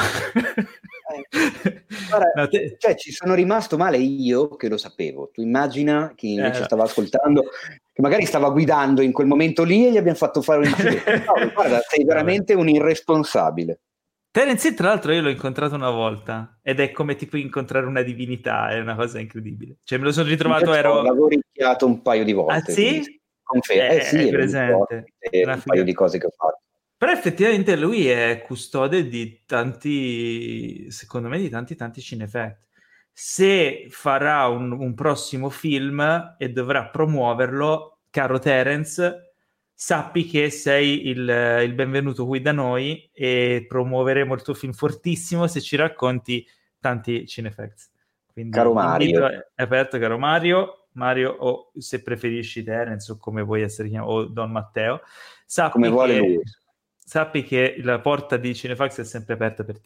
Guarda, cioè, ci sono rimasto male io che lo sapevo. Tu immagina chi invece stava ascoltando, che magari stava guidando in quel momento lì e gli abbiamo fatto fare un incidente. No, guarda, sei veramente un irresponsabile. Terence Hill, tra l'altro, io l'ho incontrato una volta ed è come tipo incontrare una divinità, è una cosa incredibile. Cioè, me lo sono ritrovato, l'avevo ricchiato un paio di volte. Ah, sì? Sì, è presente. Un paio di cose che ho fatto. Però effettivamente lui è custode di tanti, secondo me, di tanti cinefact. Se farà un prossimo film e dovrà promuoverlo, caro Terence, sappi che sei il benvenuto qui da noi e promuoveremo il tuo film fortissimo se ci racconti tanti cinefacts. Quindi caro Mario. È aperto, caro Mario, o se preferisci Terence o come vuoi essere chiamato, o Don Matteo, come vuole lui. Sappi che la porta di Cinefax è sempre aperta per te.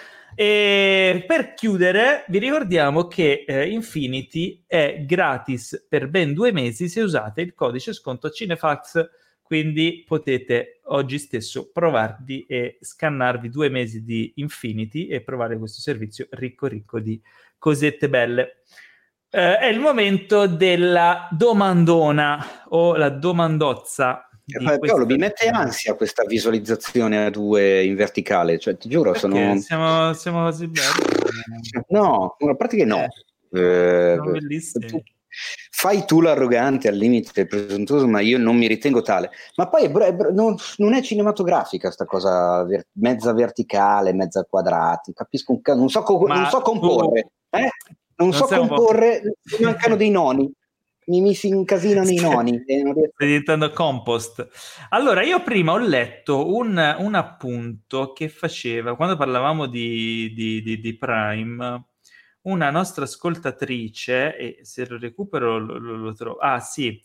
E per chiudere, vi ricordiamo che Infinity è gratis per ben 2 mesi se usate il codice sconto Cinefax, quindi potete oggi stesso provarvi e scannarvi 2 mesi di Infinity e provare questo servizio ricco di cosette belle. È il momento della domandona o la domandozza. Paolo, mi mette ansia questa visualizzazione a 2 in verticale, cioè ti giuro. Perché siamo così belli. No, a parte che no. Sono bellissimi. Fai tu l'arrogante, al limite presuntuoso, ma io non mi ritengo tale. Ma poi non è cinematografica sta cosa, mezza verticale, mezza quadrati. Capisco non so comporre. Non so comporre, mi mancano dei noni. Mi si incasinano i noni. Stai diventando compost. Allora, io prima ho letto un appunto che faceva, quando parlavamo di Prime, una nostra ascoltatrice, e se lo recupero lo trovo. Ah, sì.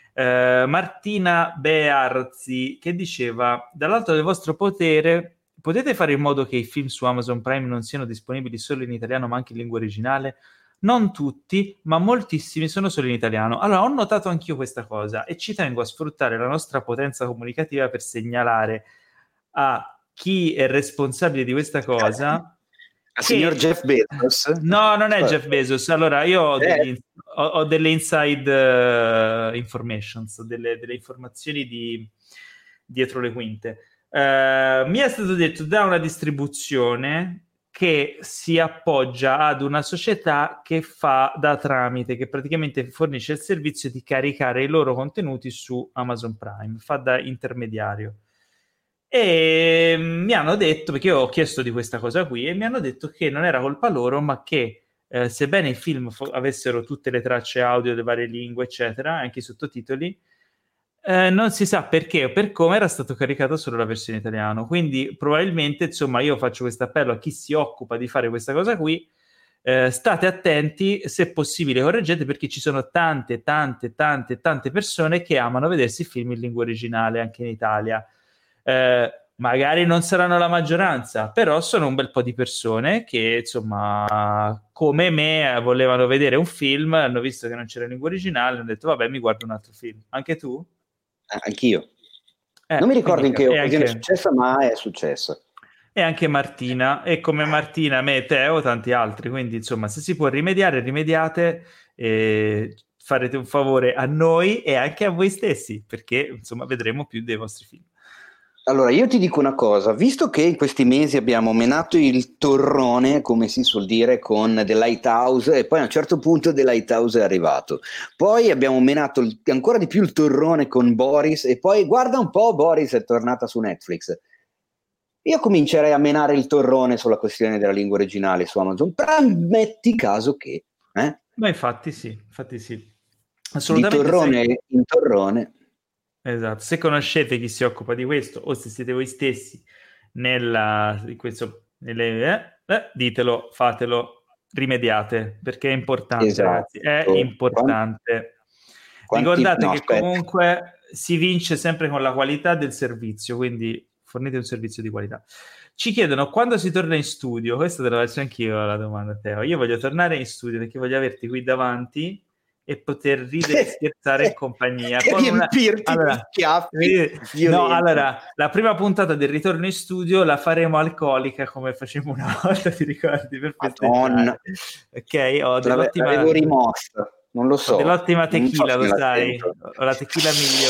Martina Bearzi, che diceva: dall'alto del vostro potere potete fare in modo che i film su Amazon Prime non siano disponibili solo in italiano ma anche in lingua originale? Non tutti, ma moltissimi sono solo in italiano. Allora, ho notato anch'io questa cosa e ci tengo a sfruttare la nostra potenza comunicativa per segnalare a chi è responsabile di questa cosa. Signor Jeff Bezos? No, non è Jeff Bezos. Allora, io ho delle inside informations, delle informazioni dietro le quinte. Mi è stato detto da una distribuzione che si appoggia ad una società che fa da tramite, che praticamente fornisce il servizio di caricare i loro contenuti su Amazon Prime, fa da intermediario. E mi hanno detto, perché io ho chiesto di questa cosa qui, e mi hanno detto che non era colpa loro, ma che sebbene i film avessero tutte le tracce audio delle varie lingue, eccetera, anche i sottotitoli, non si sa perché o per come era stato caricato solo la versione italiana. Quindi probabilmente, insomma, io faccio questo appello a chi si occupa di fare questa cosa qui: state attenti, se possibile correggete, perché ci sono tante persone che amano vedersi il film in lingua originale anche in Italia. Magari non saranno la maggioranza, però sono un bel po' di persone che, insomma, come me, volevano vedere un film, hanno visto che non c'era lingua originale, hanno detto vabbè, mi guardo un altro film. Anche tu? Anch'io. Non mi ricordo in che occasione è successa, ma è successo. E anche Martina, e come Martina, me, Teo, tanti altri. Quindi, insomma, se si può rimediare, rimediate, e farete un favore a noi e anche a voi stessi, perché, insomma, vedremo più dei vostri film. Allora, io ti dico una cosa, visto che in questi mesi abbiamo menato il torrone, come si suol dire, con The Lighthouse, e poi a un certo punto The Lighthouse è arrivato, poi abbiamo menato ancora di più il torrone con Boris, e poi guarda un po', Boris è tornata su Netflix. Io comincerei a menare il torrone sulla questione della lingua originale su Amazon, però metti caso che... Ma infatti sì. Assolutamente. Di torrone in torrone... Esatto, se conoscete chi si occupa di questo o se siete voi stessi ditelo, fatelo, rimediate, perché è importante, esatto, ragazzi, è importante. Ricordate che comunque si vince sempre con la qualità del servizio, quindi fornite un servizio di qualità. Ci chiedono quando si torna in studio, questa te la faccio anch'io la domanda, Teo. Io voglio tornare in studio perché voglio averti qui davanti e poter ridere e scherzare in compagnia. Allora, la prima puntata del ritorno in studio la faremo alcolica come facevamo una volta, ti ricordi? Per festeggiare. Ok, ho dell'ottima... l'avevo rimossa, non lo so. Ho dell'ottima tequila, lo sai? Ho la tequila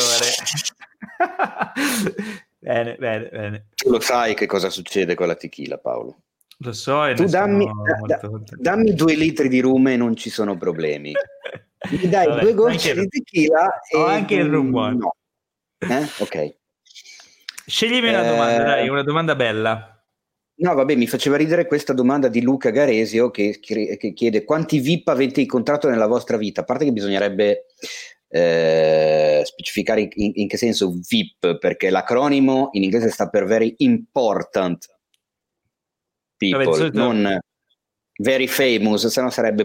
migliore. Bene. Tu lo sai che cosa succede con la tequila, Paolo? Lo so, e tu dammi 2 litri di rum e non ci sono problemi. Mi dai 2 gocce di tequila e anche il rum buono. No. Ok. Sceglimi una domanda, dai, una domanda bella. No, vabbè, mi faceva ridere questa domanda di Luca Garesio che chiede quanti VIP avete incontrato nella vostra vita. A parte che bisognerebbe specificare in che senso VIP, perché l'acronimo in inglese sta per Very Important People, non Very Famous, se no sarebbe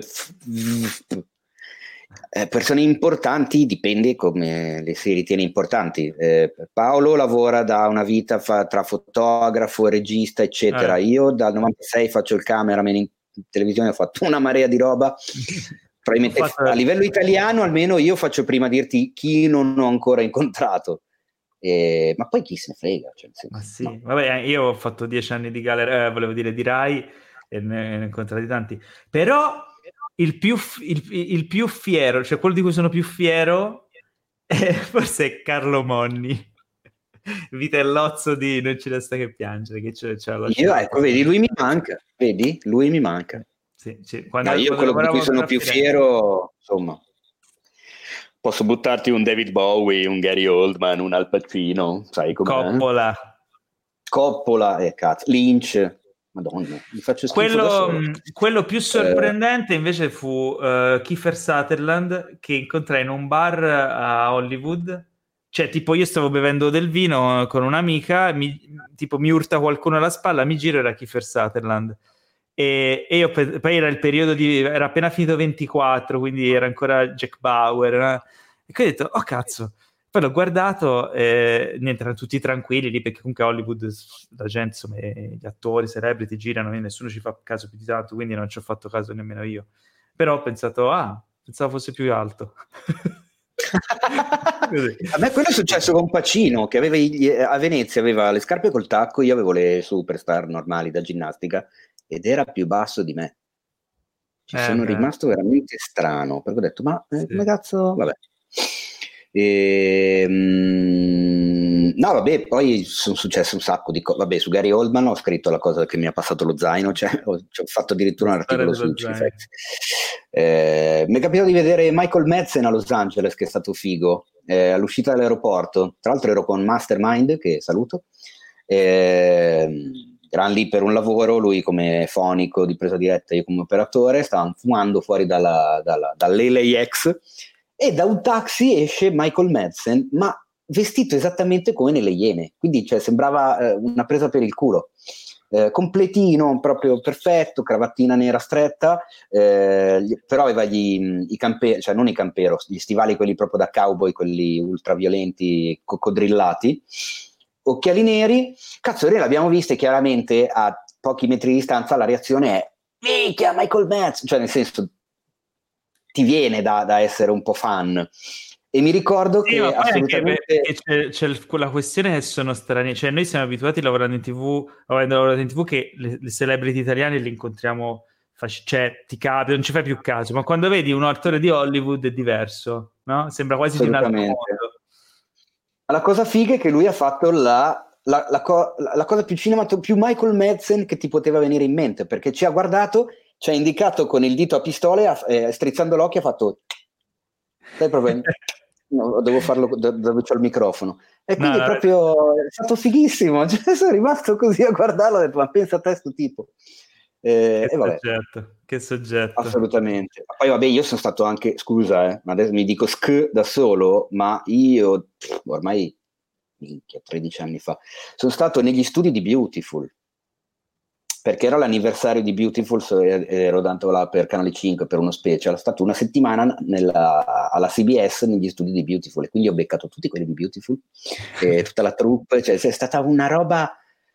persone importanti, dipende come le si ritiene importanti. Paolo lavora da una vita tra fotografo, regista, eccetera. Io dal 96 faccio il cameraman in televisione, ho fatto una marea di roba. Probabilmente a livello italiano almeno io faccio prima dirti chi non ho ancora incontrato. Ma poi chi se ne frega, cioè, ma sì, no. Vabbè, io ho fatto 10 anni di galera, volevo dire di Rai, e ne ho incontrati tanti, però il più fiero, cioè quello di cui sono più fiero forse è Carlo Monni, vitellozzo di Non ci resta che piangere, che io, ecco, vedi, lui mi manca, sì. Io quello di cui sono più fiero, insomma, posso buttarti un David Bowie, un Gary Oldman, un Al Pacino, sai come Coppola, cazzo, Lynch. Madonna, mi faccio schifo quello più sorprendente invece fu Kiefer Sutherland, che incontrai in un bar a Hollywood. Cioè, tipo, io stavo bevendo del vino con un'amica, mi urta qualcuno alla spalla, mi giro, era Kiefer Sutherland. E io poi era il periodo era appena finito 24, quindi era ancora Jack Bauer, e quindi ho detto, oh cazzo. Poi l'ho guardato, niente, erano tutti tranquilli lì, perché comunque a Hollywood la gente, insomma, gli attori, celebrity girano, e nessuno ci fa caso più di tanto, quindi non ci ho fatto caso nemmeno io. Però ho pensato, pensavo fosse più alto. A me quello è successo con Pacino, che a Venezia aveva le scarpe col tacco, io avevo le superstar normali da ginnastica, ed era più basso di me. Sono rimasto veramente strano, perché ho detto, ma come cazzo, vabbè. No, vabbè, poi sono successe un sacco di cose. Vabbè, su Gary Oldman ho scritto la cosa che mi ha passato lo zaino, cioè ho fatto addirittura un articolo su Cinefx. Mi è capitato di vedere Michael Madsen a Los Angeles, che è stato figo, all'uscita dall'aeroporto. Tra l'altro ero con Mastermind, che saluto, erano lì per un lavoro, lui come fonico di presa diretta, io come operatore, stavano fumando fuori dall'LAX e da un taxi esce Michael Madsen, ma vestito esattamente come nelle Iene, quindi cioè, sembrava una presa per il culo. Completino, proprio perfetto, cravattina nera stretta, però aveva i camperi, cioè non i campero, gli stivali quelli proprio da cowboy, quelli ultraviolenti, coccodrillati, occhiali neri. Cazzo, noi l'abbiamo vista e chiaramente a pochi metri di distanza la reazione è minchia Michael Madsen, cioè nel senso ti viene da essere un po' fan. E mi ricordo che assolutamente c'è quella questione che sono strani, cioè noi siamo abituati lavorando in TV, avendo lavorato in TV, che le celebrity italiane le incontriamo, cioè ti capita, non ci fai più caso, ma quando vedi un attore di Hollywood è diverso, no? Sembra quasi di un altro mondo. La cosa figa è che lui ha fatto la cosa più Michael Madsen che ti poteva venire in mente, perché ci ha guardato, ci ha indicato con il dito a pistola, strizzando l'occhio ha fatto sai proprio no, devo farlo dove c'ho il microfono e quindi proprio è stato fighissimo, cioè, sono rimasto così a guardarlo e ho detto ma pensa a te sto tipo che soggetto assolutamente. Poi vabbè, io sono stato anche, scusa ma adesso mi dico da solo, ma io ormai minchia 13 anni fa sono stato negli studi di Beautiful, perché era l'anniversario di Beautiful, ero andato là per Canale 5 per uno special, è stato una settimana alla CBS negli studi di Beautiful e quindi ho beccato tutti quelli di Beautiful e tutta la troupe, cioè è stata una roba,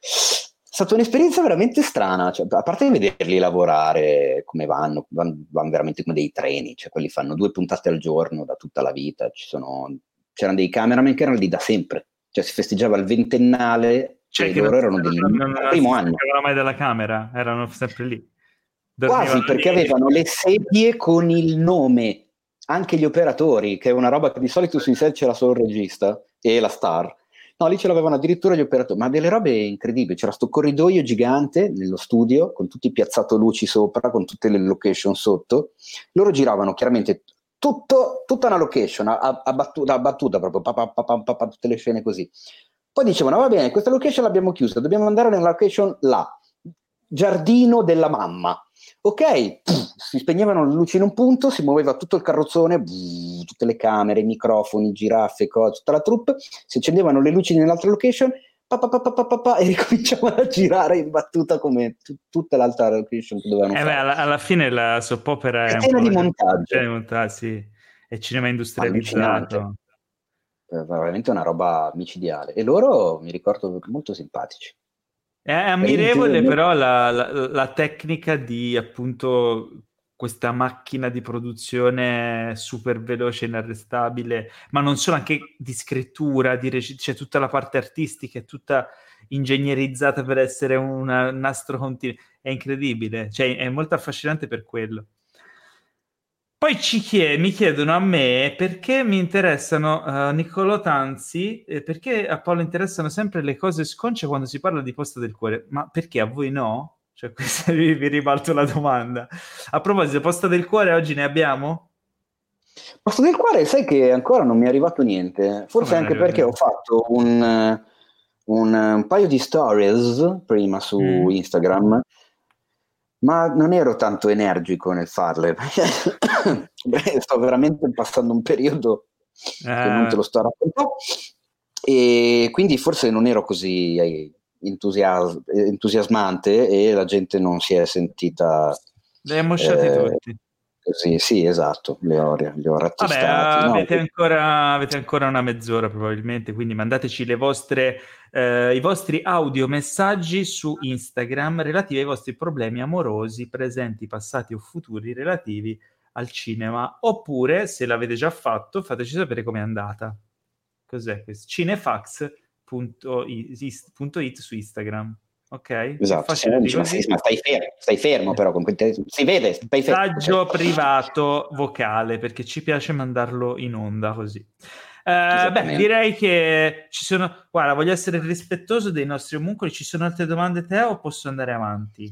è stata un'esperienza veramente strana, cioè, a parte vederli lavorare come vanno veramente come dei treni, cioè quelli fanno 2 puntate al giorno da tutta la vita, c'erano dei cameraman che erano lì da sempre, cioè si festeggiava il ventennale. Cioè che loro erano non primo anno. Non mai dalla camera, erano sempre lì. Quasi, perché avevano le sedie con il nome, anche gli operatori, che è una roba che di solito sui set c'era solo il regista e la star. No, lì ce l'avevano addirittura gli operatori, ma delle robe incredibili. C'era sto corridoio gigante nello studio, con tutti piazzato luci sopra, con tutte le location sotto. Loro giravano chiaramente tutta una location, a battuta proprio, tutte le scene così. Poi dicevano, va bene, questa location l'abbiamo chiusa, dobbiamo andare nella location là, giardino della mamma. Ok, si spegnevano le luci in un punto, si muoveva tutto il carrozzone, tutte le camere, i microfoni, giraffe, tutta la troupe, si accendevano le luci nell'altra location, e ricominciavano a girare in battuta come tutta l'altra location che dovevano fare. Alla fine la soap opera è piena di montaggio. Sì. È cinema industrializzato. È veramente una roba micidiale. E loro mi ricordo molto simpatici. È ammirevole però la tecnica di appunto questa macchina di produzione super veloce e inarrestabile, ma non solo, anche di scrittura, c'è tutta la parte artistica, è tutta ingegnerizzata per essere un nastro continuo. È incredibile, cioè è molto affascinante per quello. Poi mi chiedono a me perché mi interessano Niccolò Tanzi, perché a Paolo interessano sempre le cose sconce quando si parla di Posta del Cuore, ma perché a voi no? Cioè, questa vi ribalto la domanda. A proposito, Posta del Cuore oggi ne abbiamo? Posta del Cuore, sai che ancora non mi è arrivato niente, forse anche perché ho fatto un paio di stories prima su Instagram, ma non ero tanto energico nel farle. Sto veramente passando un periodo che non te lo sto raccontando e quindi forse non ero così entusiasmante e la gente non si è sentita. Le hai mosciati tutti. Sì, esatto, li ho rattostati. Vabbè, avete ancora una mezz'ora probabilmente, quindi mandateci i vostri audio messaggi su Instagram relativi ai vostri problemi amorosi, presenti, passati o futuri relativi al cinema, oppure se l'avete già fatto fateci sapere com'è andata. Cos'è questo? cinefax.it su Instagram. Ok? Esatto, ma stai fermo però, si vede, stai fermo. Messaggio privato vocale, perché ci piace mandarlo in onda così. Direi che ci sono, guarda, voglio essere rispettoso dei nostri omuncoli, ci sono altre domande te o posso andare avanti?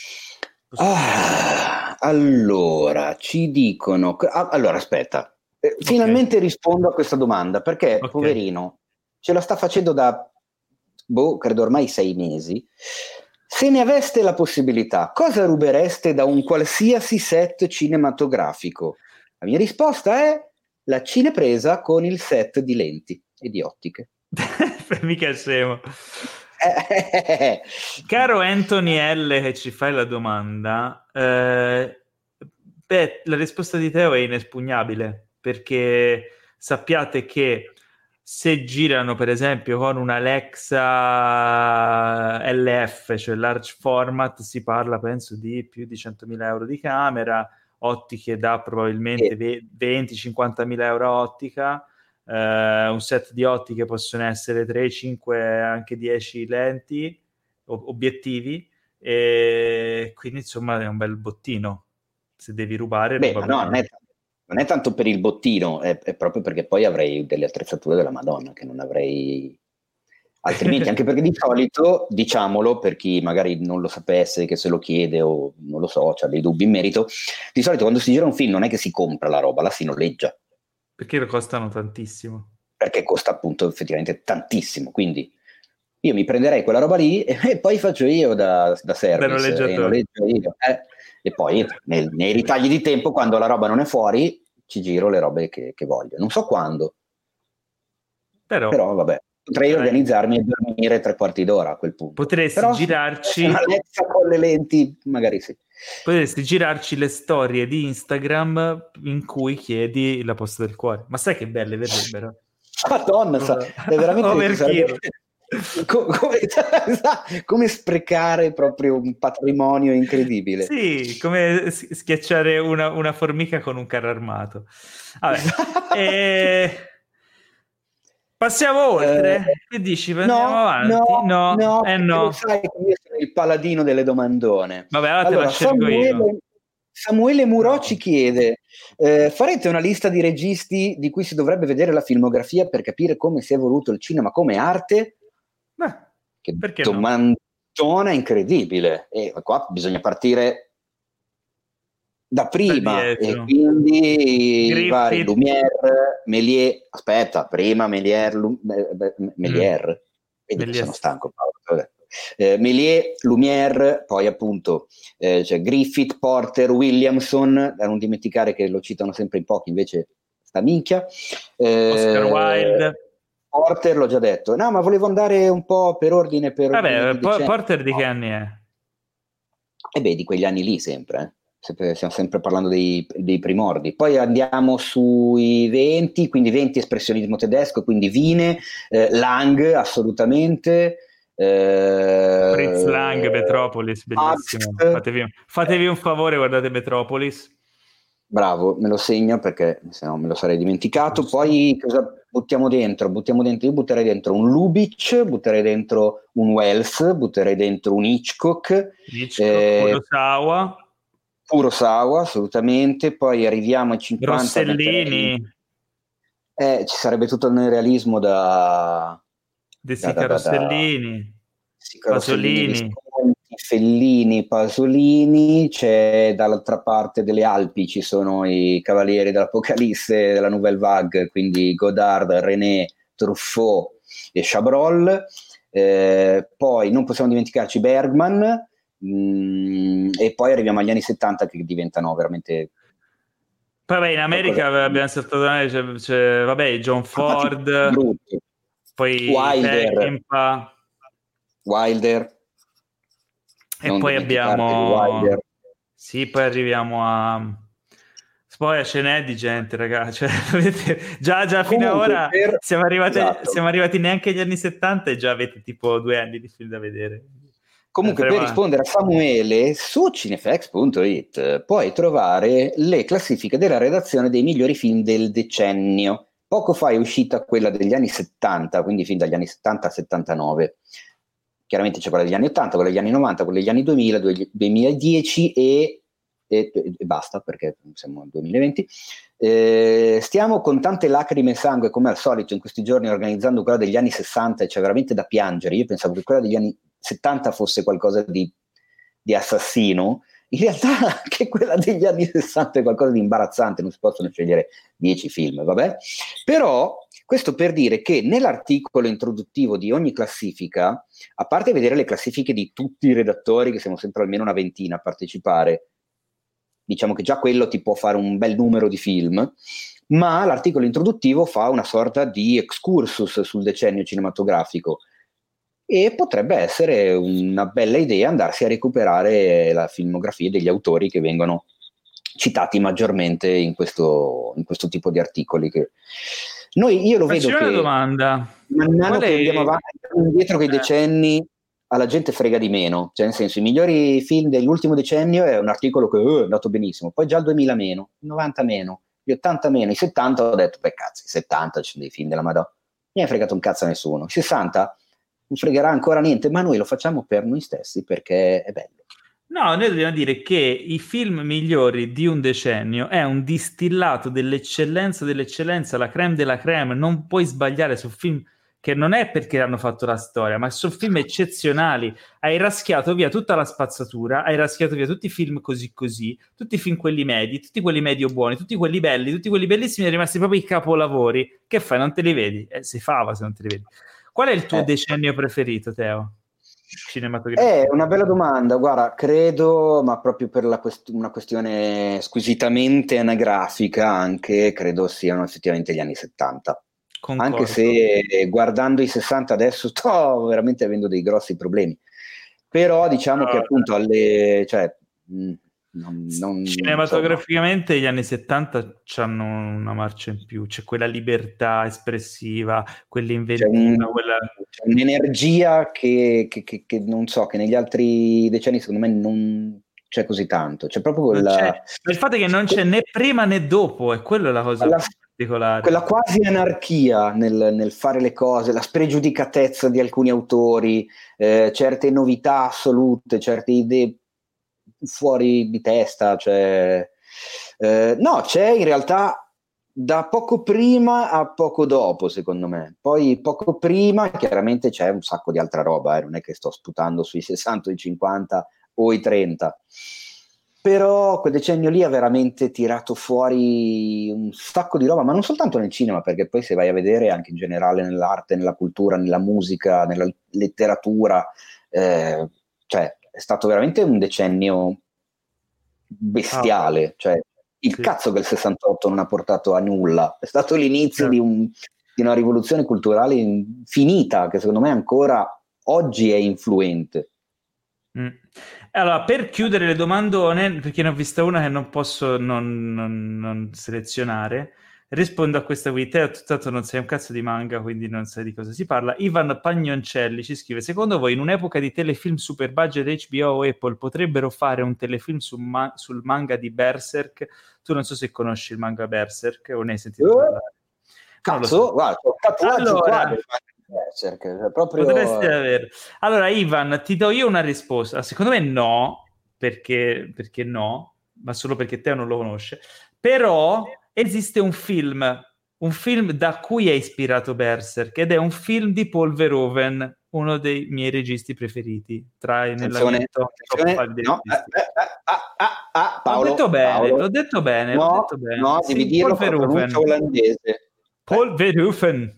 Allora, ci dicono, allora aspetta, finalmente rispondo a questa domanda, perché poverino ce la sta facendo da credo ormai 6 mesi, Se ne aveste la possibilità, cosa rubereste da un qualsiasi set cinematografico? La mia risposta è la cinepresa con il set di lenti e di ottiche. Mica scemo. Caro Anthony L, che ci fai la domanda, la risposta di Teo è inespugnabile, perché sappiate che se girano per esempio con un Alexa LF, cioè large format, si parla penso di più di 100.000 euro di camera, ottiche da probabilmente 20-50.000 euro ottica. Un set di ottiche possono essere 3, 5, anche 10 lenti, obiettivi, e quindi insomma è un bel bottino. Se devi rubare, no, non è tanto per il bottino, è proprio perché poi avrei delle attrezzature della Madonna che non avrei altrimenti, anche perché di solito, diciamolo per chi magari non lo sapesse, che se lo chiede o non lo so, ha dei dubbi in merito, di solito quando si gira un film non è che si compra la roba, la si noleggia. Perché costano tantissimo. Perché costa appunto effettivamente tantissimo, quindi io mi prenderei quella roba lì e poi faccio io da service e noleggio io. E poi nei ritagli di tempo, quando la roba non è fuori, ci giro le robe che voglio. Non so quando, però vabbè, potrei organizzarmi e dormire 3/4 d'ora a quel punto. Potresti girarci una Alexa con le lenti, magari sì. Potresti girarci le storie di Instagram in cui chiedi la posta del cuore. Ma sai che belle verrebbero? Madonna, è veramente come sprecare proprio un patrimonio incredibile. Sì, come schiacciare una formica con un carro armato. Vabbè. Passiamo oltre? Che dici? Andiamo avanti? No. Sai che io sono il paladino delle domandone. Vabbè, allora te la scelgo io. Samuele Murò ci chiede: farete una lista di registi di cui si dovrebbe vedere la filmografia per capire come si è evoluto il cinema come arte? Che domandona incredibile. E qua bisogna partire da prima, e quindi i vari Lumière, Méliès, vedi che sono stanco, Paolo. Méliès, Lumière, poi appunto c'è Griffith, Porter, Williamson, da non dimenticare che lo citano sempre in pochi, invece sta minchia. Oscar Wilde. Porter l'ho già detto. No, ma volevo andare un po' per ordine. Porter di che anni è? Di quegli anni lì sempre, stiamo sempre parlando dei primordi. Poi andiamo sui 20, quindi 20 espressionismo tedesco, quindi Wien, Lang assolutamente, Fritz Lang, Metropolis, bellissimo. Fatevi un favore, guardate Metropolis. Bravo, me lo segno perché se no me lo sarei dimenticato. Poi cosa buttiamo dentro? Io butterei dentro un Lubitsch, butterei dentro un Wells, butterei dentro un Hitchcock, Kurosawa, assolutamente. Poi arriviamo ai 50. Rossellini. Ci sarebbe tutto il neorealismo De Sica Rossellini, Pasolini, Fellini, Pasolini. C'è dall'altra parte delle Alpi, ci sono i Cavalieri dell'Apocalisse, della Nouvelle Vague, quindi Godard, René, Truffaut e Chabrol. Poi non possiamo dimenticarci Bergman, e poi arriviamo agli anni 70 che diventano veramente... Poi in America abbiamo saltato, c'è John Ford, poi Wilder. E poi abbiamo poi arriviamo a poi ce n'è di gente, ragazzi, già fino ad ora siamo arrivati neanche agli anni 70 e già avete tipo 2 anni di film da vedere. Comunque, per rispondere a Samuele, su cinefax.it puoi trovare le classifiche della redazione dei migliori film del decennio. Poco fa è uscita quella degli anni 70, quindi film dagli anni 70 a 79. Chiaramente c'è quella degli anni 80, quella degli anni 90, quella degli anni 2000, 2010 e basta, perché siamo nel 2020. Stiamo con tante lacrime e sangue, come al solito, in questi giorni organizzando quella degli anni 60 e c'è veramente da piangere. Io pensavo che quella degli anni 70 fosse qualcosa di assassino. In realtà anche quella degli anni 60 è qualcosa di imbarazzante, non si possono scegliere 10 film, vabbè. Però Questo per dire che nell'articolo introduttivo di ogni classifica, a parte vedere le classifiche di tutti i redattori, che siamo sempre almeno una ventina a partecipare, diciamo che già quello ti può fare un bel numero di film, ma l'articolo introduttivo fa una sorta di excursus sul decennio cinematografico e potrebbe essere una bella idea andarsi a recuperare la filmografia degli autori che vengono citati maggiormente in questo tipo di articoli. Io lo vedo che una domanda. man mano che andiamo avanti indietro che i decenni, alla gente frega di meno, cioè nel senso i migliori film dell'ultimo decennio è un articolo che è andato benissimo, poi già il 2000 meno, il 90 meno, gli 80 meno, i 70 ho detto beh cazzo, i 70 ci sono dei film della Madonna, mi ha fregato un cazzo a nessuno, i 60 non fregherà ancora niente, ma noi lo facciamo per noi stessi perché è bello. No, noi dobbiamo dire che i film migliori di un decennio è un distillato dell'eccellenza dell'eccellenza, la crème della crème. Non puoi sbagliare su film che non è perché hanno fatto la storia, ma sono film eccezionali. Hai raschiato via tutta la spazzatura, hai raschiato via tutti i film così, tutti i film quelli medi, tutti quelli medio buoni, tutti quelli belli, tutti quelli bellissimi, è rimasti proprio i capolavori. Che fai? Non te li vedi? Si fava se non te li vedi. Qual è il tuo decennio preferito, Teo? È una bella domanda, guarda, credo, ma proprio per una questione squisitamente anagrafica anche, credo siano effettivamente gli anni 70. Concordo. Anche se guardando i 60 adesso sto veramente avendo dei grossi problemi. Però diciamo che appunto cinematograficamente insomma, gli anni 70 hanno una marcia in più, c'è quella libertà espressiva, quell'inventiva, c'è un'energia che non so, che negli altri decenni secondo me non c'è così tanto, c'è proprio quella... Il fatto è che non c'è né prima né dopo, e quello è la cosa particolare. Quella quasi anarchia nel fare le cose, la spregiudicatezza di alcuni autori, certe novità assolute, certe idee fuori di testa, cioè no, c'è in realtà da poco prima a poco dopo, secondo me. Poi poco prima chiaramente c'è un sacco di altra roba, non è che sto sputando sui 60, i 50 o i 30, però quel decennio lì ha veramente tirato fuori un sacco di roba, ma non soltanto nel cinema, perché poi se vai a vedere anche in generale nell'arte, nella cultura, nella musica, nella letteratura, cioè è stato veramente un decennio bestiale, cioè il cazzo che il 68 non ha portato a nulla, è stato l'inizio di una rivoluzione culturale infinita che secondo me ancora oggi è influente. Allora, per chiudere le domandone, perché ne ho vista una che non posso non selezionare, rispondo a questa qui. Te, tanto non sei un cazzo di manga, quindi non sai di cosa si parla. Ivan Pagnoncelli ci scrive: secondo voi in un'epoca di telefilm super budget HBO o Apple potrebbero fare un telefilm sul manga di Berserk? Tu non so se conosci il manga Berserk o ne hai sentito parlare. Cazzo, guarda, ho tatuaggio qua Berserk, proprio... Potresti avere. Allora Ivan, ti do io una risposta. Secondo me no, perché no, ma solo perché te non lo conosce. Però esiste un film da cui è ispirato Berserk, ed è un film di Paul Verhoeven, uno dei miei registi preferiti. Paolo, l'ho detto bene. No, devi dirlo con pronuncia olandese. Paul Verhoeven.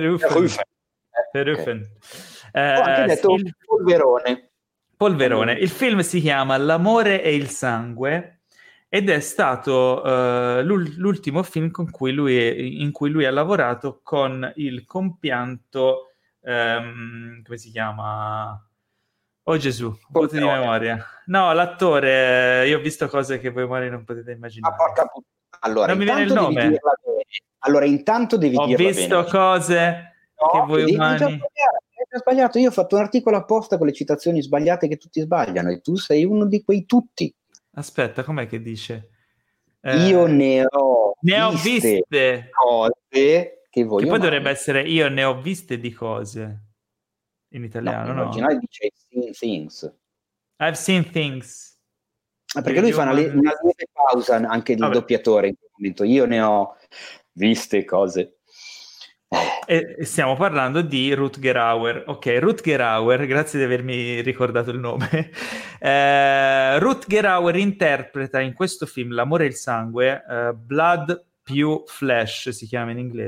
Ho anche detto Polverone. Il film si chiama L'amore e il sangue ed è stato l'ultimo film in cui lui ha lavorato con il compianto come si chiama? Oh Gesù, voto di memoria. No, l'attore, io ho visto cose che voi magari non potete immaginare. Allora, non mi viene il nome. Intanto devi dirla bene. Ho visto cose che voi umani... Hai sbagliato, io ho fatto un articolo apposta con le citazioni sbagliate che tutti sbagliano e tu sei uno di quei tutti. Aspetta, com'è che dice? Io ne ho viste cose che voglio. Che poi dovrebbe essere io ne ho viste di cose in italiano, no? In originale dice I've seen things. I've seen things. Perché lui fa una lieve pausa anche di doppiatore in quel momento. Io ne ho viste cose. E stiamo parlando di Rutger Hauer. Ok, Rutger Hauer, grazie di avermi ricordato il nome. Rutger Hauer interpreta in questo film L'amore e il sangue, Blood più Flesh si chiama in inglese,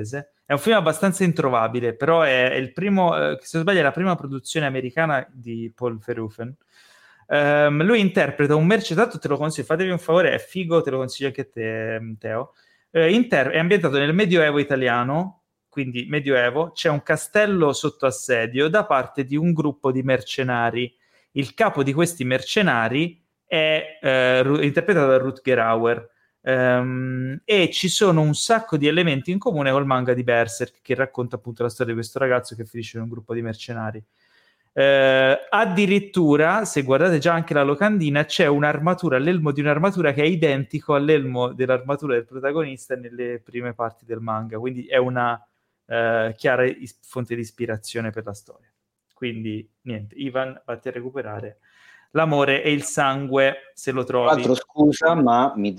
È un film abbastanza introvabile, però è il primo, se non sbaglio, è la prima produzione americana di Paul Verhoeven. Lui interpreta un mercenario, tanto te lo consiglio, fatevi un favore, è figo, te lo consiglio anche a te, Teo. È ambientato nel Medioevo italiano, quindi Medioevo, c'è un castello sotto assedio da parte di un gruppo di mercenari. Il capo di questi mercenari è interpretato da Rutger Hauer. E ci sono un sacco di elementi in comune col manga di Berserk, che racconta appunto la storia di questo ragazzo che finisce in un gruppo di mercenari. Addirittura, se guardate già anche la locandina, c'è un'armatura, l'elmo di un'armatura che è identico all'elmo dell'armatura del protagonista nelle prime parti del manga, quindi è una chiara fonte di ispirazione per la storia. Quindi niente, Ivan, vatti a recuperare L'amore e il sangue, se lo trovi. Tra l'altro, scusa, ma mi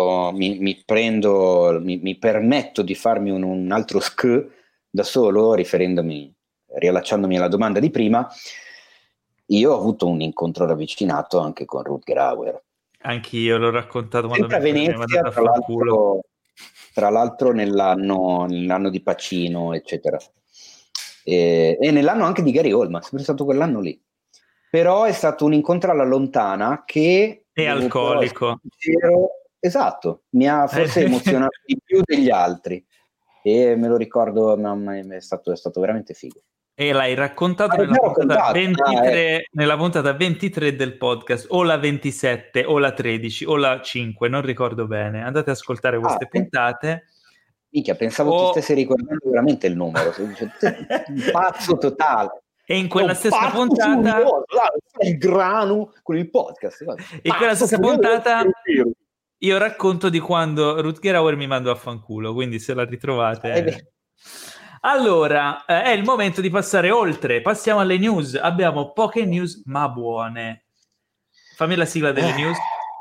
permetto di farmi un altro da solo, riallacciandomi alla domanda di prima. Io ho avuto un incontro ravvicinato anche con Rutger Hauer. Anch'io l'ho raccontato sempre a Venezia, tra l'altro nell'anno di Pacino, eccetera. E nell'anno anche di Gary Oldman, è sempre stato quell'anno lì. Però è stato un incontro alla lontana che... È alcolico. Esatto, mi ha forse emozionato di più degli altri. E me lo ricordo, è stato veramente figo. E l'hai raccontato nella puntata 23 del podcast, o la 27, o la 13, o la 5, non ricordo bene. Andate ad ascoltare queste puntate. Minchia, pensavo ti stessi ricordando veramente il numero. Un pazzo totale. E in quella stessa puntata... il grano con il podcast. In quella stessa puntata... Io racconto di quando Rutger Hauer mi mandò a fanculo, quindi se la ritrovate... Allora, è il momento di passare oltre. Passiamo alle news. Abbiamo poche news, ma buone. Fammi la sigla delle news.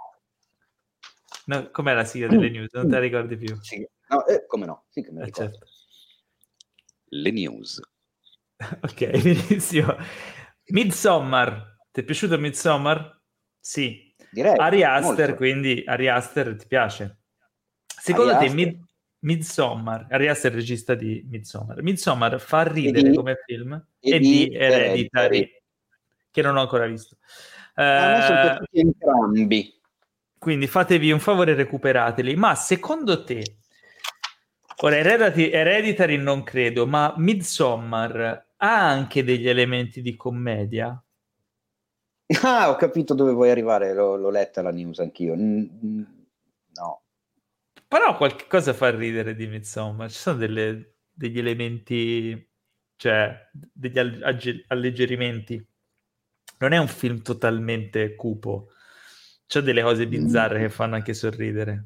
No, com'è la sigla delle news? Non te la ricordi più? Sì. No, come no? Sì che me la ricordo. Certo. Le news. Ok, benissimo. Midsommar. Ti è piaciuto Midsommar? Sì. Direi. Ari Aster, quindi Ari Aster ti piace? Secondo te Midsommar, Ari Aster è il regista di Midsommar. Midsommar fa ridere come film e di Hereditary, che non ho ancora visto. A me sono piaciuti entrambi. Quindi fatevi un favore e recuperateli. Ma secondo te, ora Hereditary non credo, ma Midsommar ha anche degli elementi di commedia? Ah, ho capito dove vuoi arrivare, l'ho letta la news anch'io. No. Però qualche cosa fa ridere di Midsommar. Ci sono degli elementi, cioè degli alleggerimenti. Non è un film totalmente cupo. C'è delle cose bizzarre che fanno anche sorridere.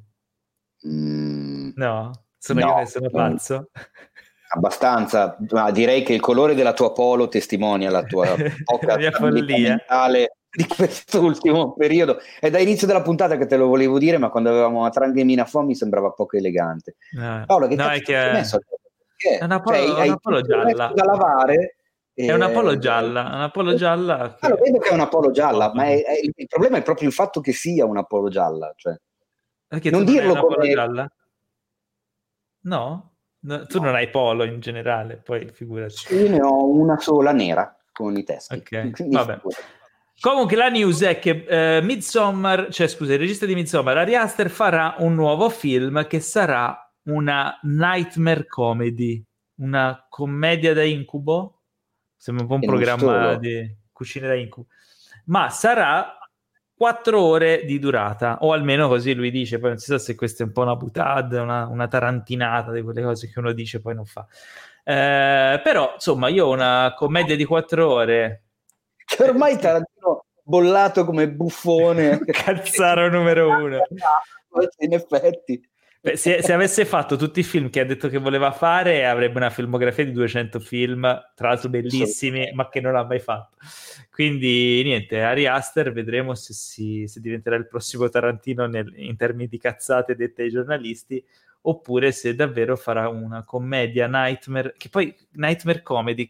No? Sono io che sono pazzo? Abbastanza. Ma direi che il colore della tua polo testimonia la tua poca follia mentale di quest'ultimo periodo. È da inizio della puntata che te lo volevo dire, ma quando avevamo una Tranghemina Fo mi sembrava poco elegante. Paolo, che è che è una polo gialla da lavare. È una polo gialla, che... lo vedo che è una polo gialla, ma il problema è proprio il fatto che sia una polo gialla, cioè. Perché non dirlo come polo gialla? No? Tu non hai polo in generale, poi figurati. Io ne ho una sola nera con i teschi. Ok, vabbè. Comunque la news è che il regista di Midsommar, Ari Aster, farà un nuovo film che sarà una nightmare comedy, una commedia da incubo. Sembra un po' un programma di cucine da incubo. Ma sarà 4 ore di durata, o almeno così lui dice. Poi non si sa se questa è un po' una butade, una tarantinata di quelle cose che uno dice poi non fa. Però, insomma, io ho una commedia di 4 ore... Che ormai Tarantino bollato come buffone. Cazzaro numero 1. In effetti. Beh, se avesse fatto tutti i film che ha detto che voleva fare, avrebbe una filmografia di 200 film, tra l'altro bellissimi, ma che non ha mai fatto. Quindi niente, Ari Aster, vedremo se diventerà il prossimo Tarantino in termini di cazzate dette ai giornalisti, oppure se davvero farà una commedia nightmare, che poi nightmare comedy,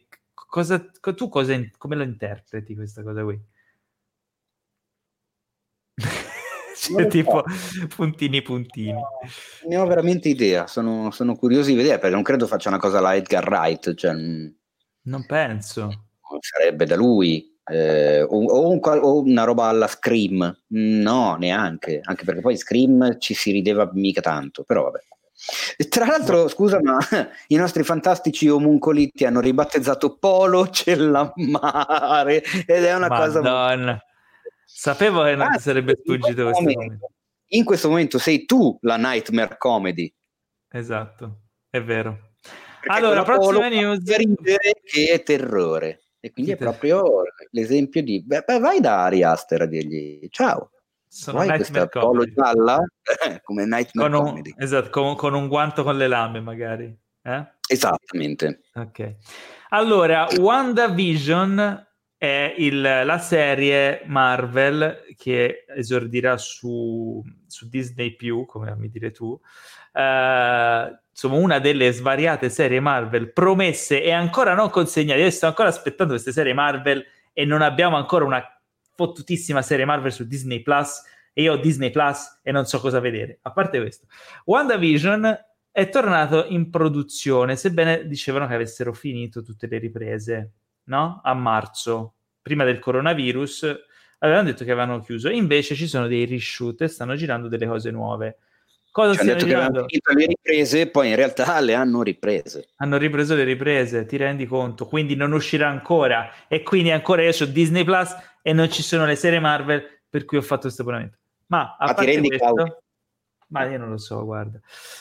come la interpreti questa cosa qui? Cioè, tipo puntini puntini. Ne ho veramente idea, sono curioso di vedere, perché non credo faccia una cosa alla Edgar Wright, cioè, non penso. Sarebbe da lui. O una roba alla Scream, no, neanche, anche perché poi Scream ci si rideva mica tanto, però vabbè. Tra l'altro, scusa, ma i nostri fantastici omuncoli ti hanno ribattezzato Polo Cellammare ed è una cosa Madonna. Sapevo che non ti sarebbe sfuggito questo momento. In questo momento sei tu la Nightmare Comedy. Esatto, è vero. Perché allora, prossima news. Ridere che è terrore. E quindi è proprio l'esempio di... vai da Ari Aster a dirgli ciao. Sono vuoi questa polo gialla? Come Nightmare Comedy. Esatto, con un guanto con le lame magari. Esattamente. Ok. Allora, WandaVision è la serie Marvel che esordirà su Disney+, come mi dire tu. Insomma, una delle svariate serie Marvel promesse e ancora non consegnate. Io sto ancora aspettando queste serie Marvel e non abbiamo ancora una fottutissima serie Marvel su Disney Plus e io ho Disney Plus e non so cosa vedere. A parte questo, WandaVision è tornato in produzione, sebbene dicevano che avessero finito tutte le riprese, no? A marzo, prima del coronavirus, avevano detto che avevano chiuso. Invece ci sono dei reshoot e stanno girando delle cose nuove. Cosa hanno detto girando? Che avevano finito le riprese, poi in realtà le hanno riprese. Hanno ripreso le riprese, ti rendi conto? Quindi non uscirà ancora. E quindi ancora io su Disney Plus e non ci sono le serie Marvel, per cui ho fatto questo abbonamento. Ma a parte questo... Ma io non lo so, guarda.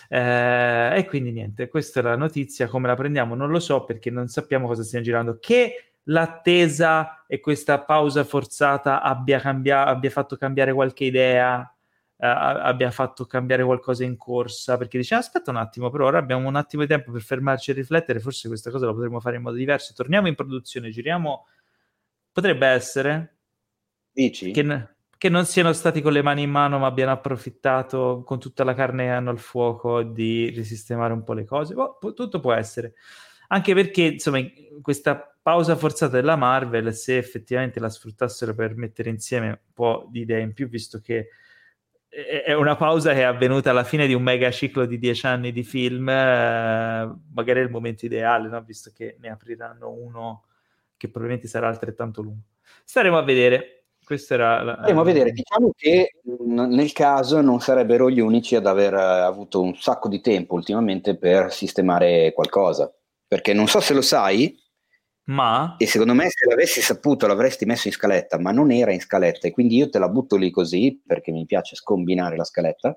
E quindi niente, questa è la notizia. Come la prendiamo non lo so, perché non sappiamo cosa stia girando. Che l'attesa e questa pausa forzata abbia fatto cambiare qualche idea, abbia fatto cambiare qualcosa in corsa, perché diciamo aspetta un attimo, però ora abbiamo un attimo di tempo per fermarci e riflettere, forse questa cosa la potremmo fare in modo diverso. Torniamo in produzione, giriamo. Potrebbe essere... Dici? Che non siano stati con le mani in mano, ma abbiano approfittato con tutta la carne che hanno al fuoco di risistemare un po' le cose. Tutto può essere. Anche perché, insomma, questa pausa forzata della Marvel, se effettivamente la sfruttassero per mettere insieme un po' di idee in più, visto che è una pausa che è avvenuta alla fine di un mega ciclo di 10 anni di film, magari è il momento ideale, no? Visto che ne apriranno uno che probabilmente sarà altrettanto lungo. Staremo a vedere. Questa era Andiamo a vedere, diciamo che nel caso non sarebbero gli unici ad aver avuto un sacco di tempo ultimamente per sistemare qualcosa, perché non so se lo sai, ma e secondo me se l'avessi saputo l'avresti messo in scaletta, ma non era in scaletta e quindi io te la butto lì così perché mi piace scombinare la scaletta.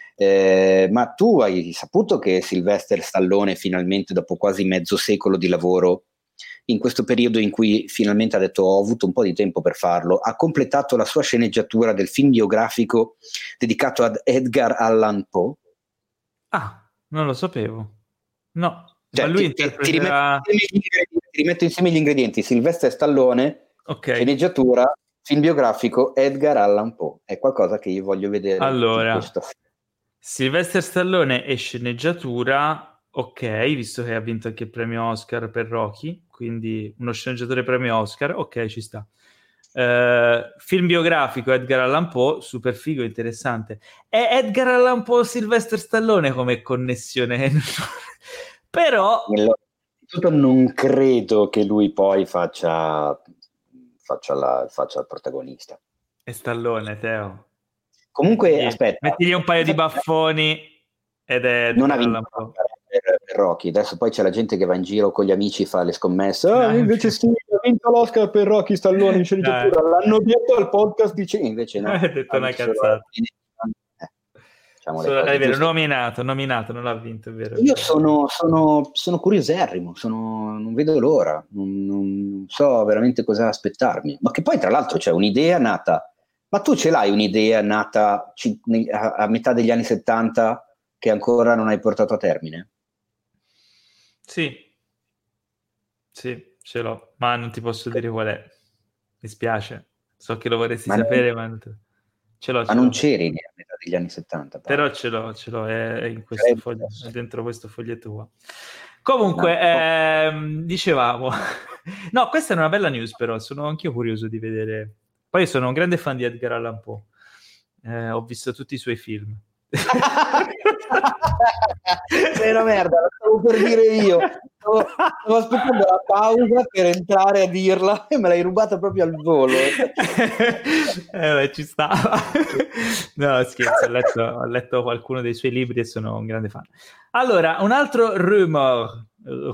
Ma tu hai saputo che Sylvester Stallone finalmente dopo quasi mezzo secolo di lavoro, in questo periodo in cui finalmente ha detto ho avuto un po' di tempo per farlo, ha completato la sua sceneggiatura del film biografico dedicato ad Edgar Allan Poe? Ah, non lo sapevo. No, cioè, ma lui ti rimetto insieme gli ingredienti: Sylvester Stallone, sceneggiatura, film biografico, Edgar Allan Poe. È qualcosa che io voglio vedere. Allora, Sylvester Stallone e sceneggiatura... Ok, visto che ha vinto anche il premio Oscar per Rocky, quindi uno sceneggiatore premio Oscar, ok, ci sta. Film biografico Edgar Allan Poe, super figo, interessante. È Edgar Allan Poe Sylvester Stallone come connessione, però... Non credo che lui poi faccia il protagonista. È Stallone, Teo. Comunque, aspetta. Mettigli un paio di baffoni ed è Edgar non ha vinto Allan Poe. Per Rocky, adesso poi c'è la gente che va in giro con gli amici, fa le scommesse. Invece sì, ha vinto l'Oscar per Rocky Stallone in sceneggiatura. L'hanno detto al podcast, dice invece no. Hai detto una cazzata. È vero, nominato, non l'ha vinto, è vero. Io sono curioserrimo, non vedo l'ora, non so veramente cosa aspettarmi. Ma che poi tra l'altro c'è un'idea nata, ma tu ce l'hai un'idea nata a metà degli anni 70 che ancora non hai portato a termine? Sì, ce l'ho, ma non ti posso dire qual è. Mi spiace, so che lo vorresti sapere, ma ce l'ho. Ma non c'eri a metà degli anni 70. Però ce l'ho, è in questo foglio, è dentro questo foglietto qua. Comunque, dicevamo... no, questa è una bella news, però sono anch'io curioso di vedere. Poi sono un grande fan di Edgar Allan Poe. ho visto tutti i suoi film. Sei una merda, lo stavo per dire io. Stavo aspettando la pausa per entrare a dirla e me l'hai rubata proprio al volo. Ci stava. No, scherzo, ho letto qualcuno dei suoi libri e sono un grande fan. Allora, un altro rumor.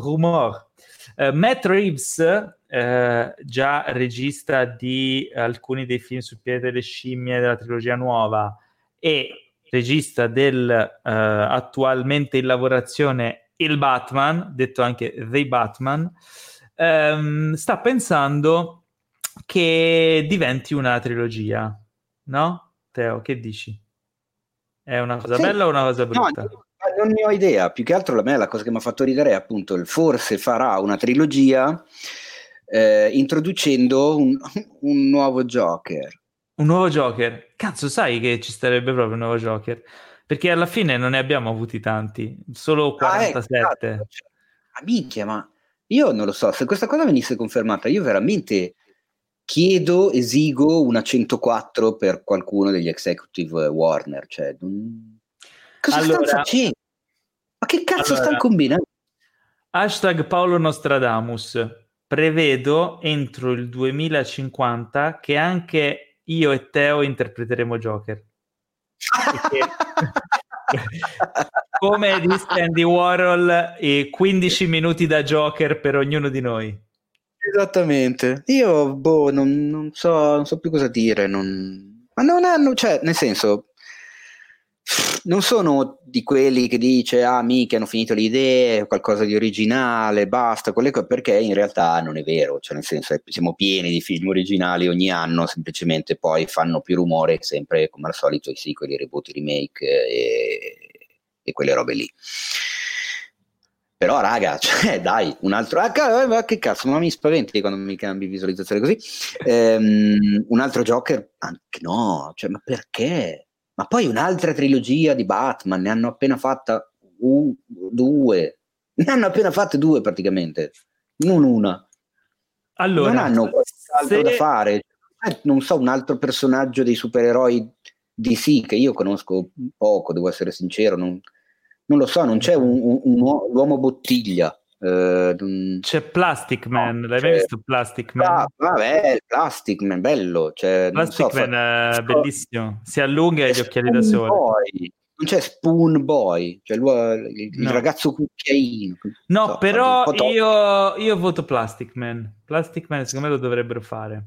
Matt Reeves, già regista di alcuni dei film sul pianeta delle scimmie della trilogia nuova e regista del attualmente in lavorazione Il Batman, detto anche The Batman, sta pensando che diventi una trilogia, no? Teo, che dici? È una cosa bella o una cosa brutta? No, non ne ho idea, più che altro a me la cosa che mi ha fatto ridere è appunto il forse farà una trilogia introducendo un nuovo Joker. Un nuovo Joker? Cazzo, sai che ci starebbe proprio un nuovo Joker? Perché alla fine non ne abbiamo avuti tanti, solo 47. Minchia, ma io non lo so, se questa cosa venisse confermata, io veramente esigo una 104 per qualcuno degli executive Warner, cioè cosa stanno facendo? Ma che cazzo stanno combinando? Hashtag Paolo Nostradamus. Prevedo entro il 2050 che anche io e Teo interpreteremo Joker. Come disse Andy Warhol, 15 minuti da Joker per ognuno di noi. Esattamente. Io non so più cosa dire. Ma non hanno, cioè, nel senso, non sono di quelli che dice mica hanno finito le idee, qualcosa di originale, basta, perché in realtà non è vero, cioè nel senso siamo pieni di film originali ogni anno, semplicemente poi fanno più rumore sempre come al solito i sequel, i reboot, i remake e quelle robe lì. Però raga, cioè dai, un altro che cazzo, ma mi spaventi quando mi cambi visualizzazione così. Un altro Joker? Anche no, cioè ma perché? Ma poi un'altra trilogia di Batman, ne hanno appena fatta due. Ne hanno appena fatte due praticamente, non una. Allora, non hanno altro da fare. Non so, un altro personaggio dei supereroi DC che io conosco poco, devo essere sincero, non lo so, non c'è l'uomo bottiglia. C'è Plastic Man, l'hai mai visto Plastic Man? Vabbè, Plastic Man, bello. Cioè, Plastic Man, bellissimo, si allunga e gli occhiali da sole. Non c'è Spoon Boy, cioè il ragazzo cucchiaino. No, però io voto Plastic Man. Plastic Man secondo me lo dovrebbero fare.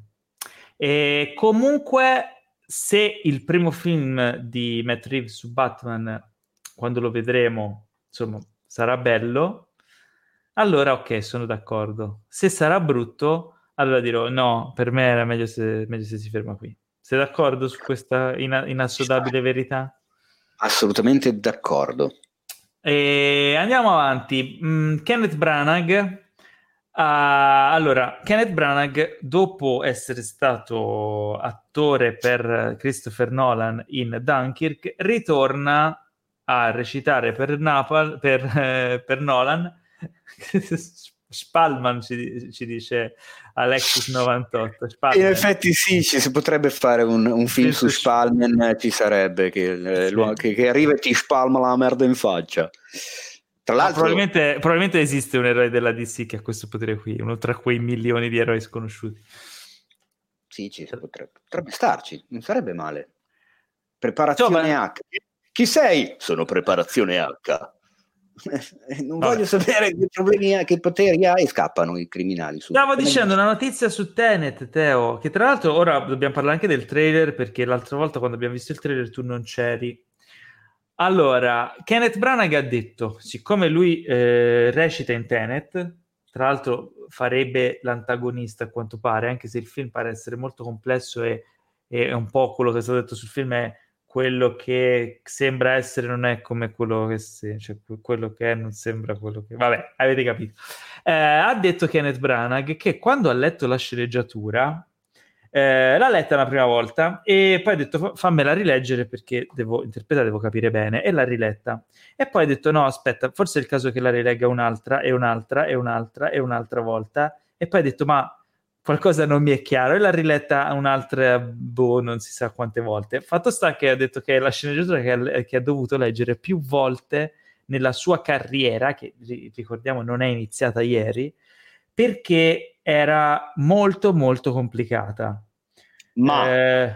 E comunque, se il primo film di Matt Reeves su Batman, quando lo vedremo, insomma, sarà bello, allora ok, sono d'accordo. Se sarà brutto, allora dirò no, per me era meglio se si ferma qui. Sei d'accordo su questa inassodabile verità? Assolutamente d'accordo. E andiamo avanti. Kenneth Branagh. Allora, Kenneth Branagh, dopo essere stato attore per Christopher Nolan in Dunkirk, ritorna a recitare per Nolan. Spallman ci dice Alexis 98. In effetti sì, ci si potrebbe fare un film su Spallman, ci sarebbe che arriva e ti spalma la merda in faccia. Tra l'altro, probabilmente esiste un eroe della DC che ha questo potere qui, uno tra quei milioni di eroi sconosciuti. Sì, potrebbe starci, non sarebbe male. Preparazione H. Chi sei? Sono Preparazione H. Non voglio sapere che problemi, che poteri hai, scappano i criminali. Stavo dicendo una notizia su Tenet, Teo, che tra l'altro ora dobbiamo parlare anche del trailer, perché l'altra volta quando abbiamo visto il trailer tu non c'eri. Allora, Kenneth Branagh ha detto, siccome lui recita in Tenet, tra l'altro farebbe l'antagonista a quanto pare, anche se il film pare essere molto complesso e un po' quello che è stato detto sul film è quello che sembra essere non è come quello che cioè quello che è non sembra quello che... Vabbè, avete capito. Ha detto Kenneth Branagh che quando ha letto la sceneggiatura l'ha letta la prima volta e poi ha detto fammela rileggere perché devo interpretare, devo capire bene, e l'ha riletta e poi ha detto no aspetta, forse è il caso che la rilegga un'altra volta e poi ha detto ma qualcosa non mi è chiaro, e l'ha riletta un'altra, non si sa quante volte. Fatto sta che ha detto che è la sceneggiatura che ha dovuto leggere più volte nella sua carriera, che ricordiamo non è iniziata ieri, perché era molto molto complicata. Ma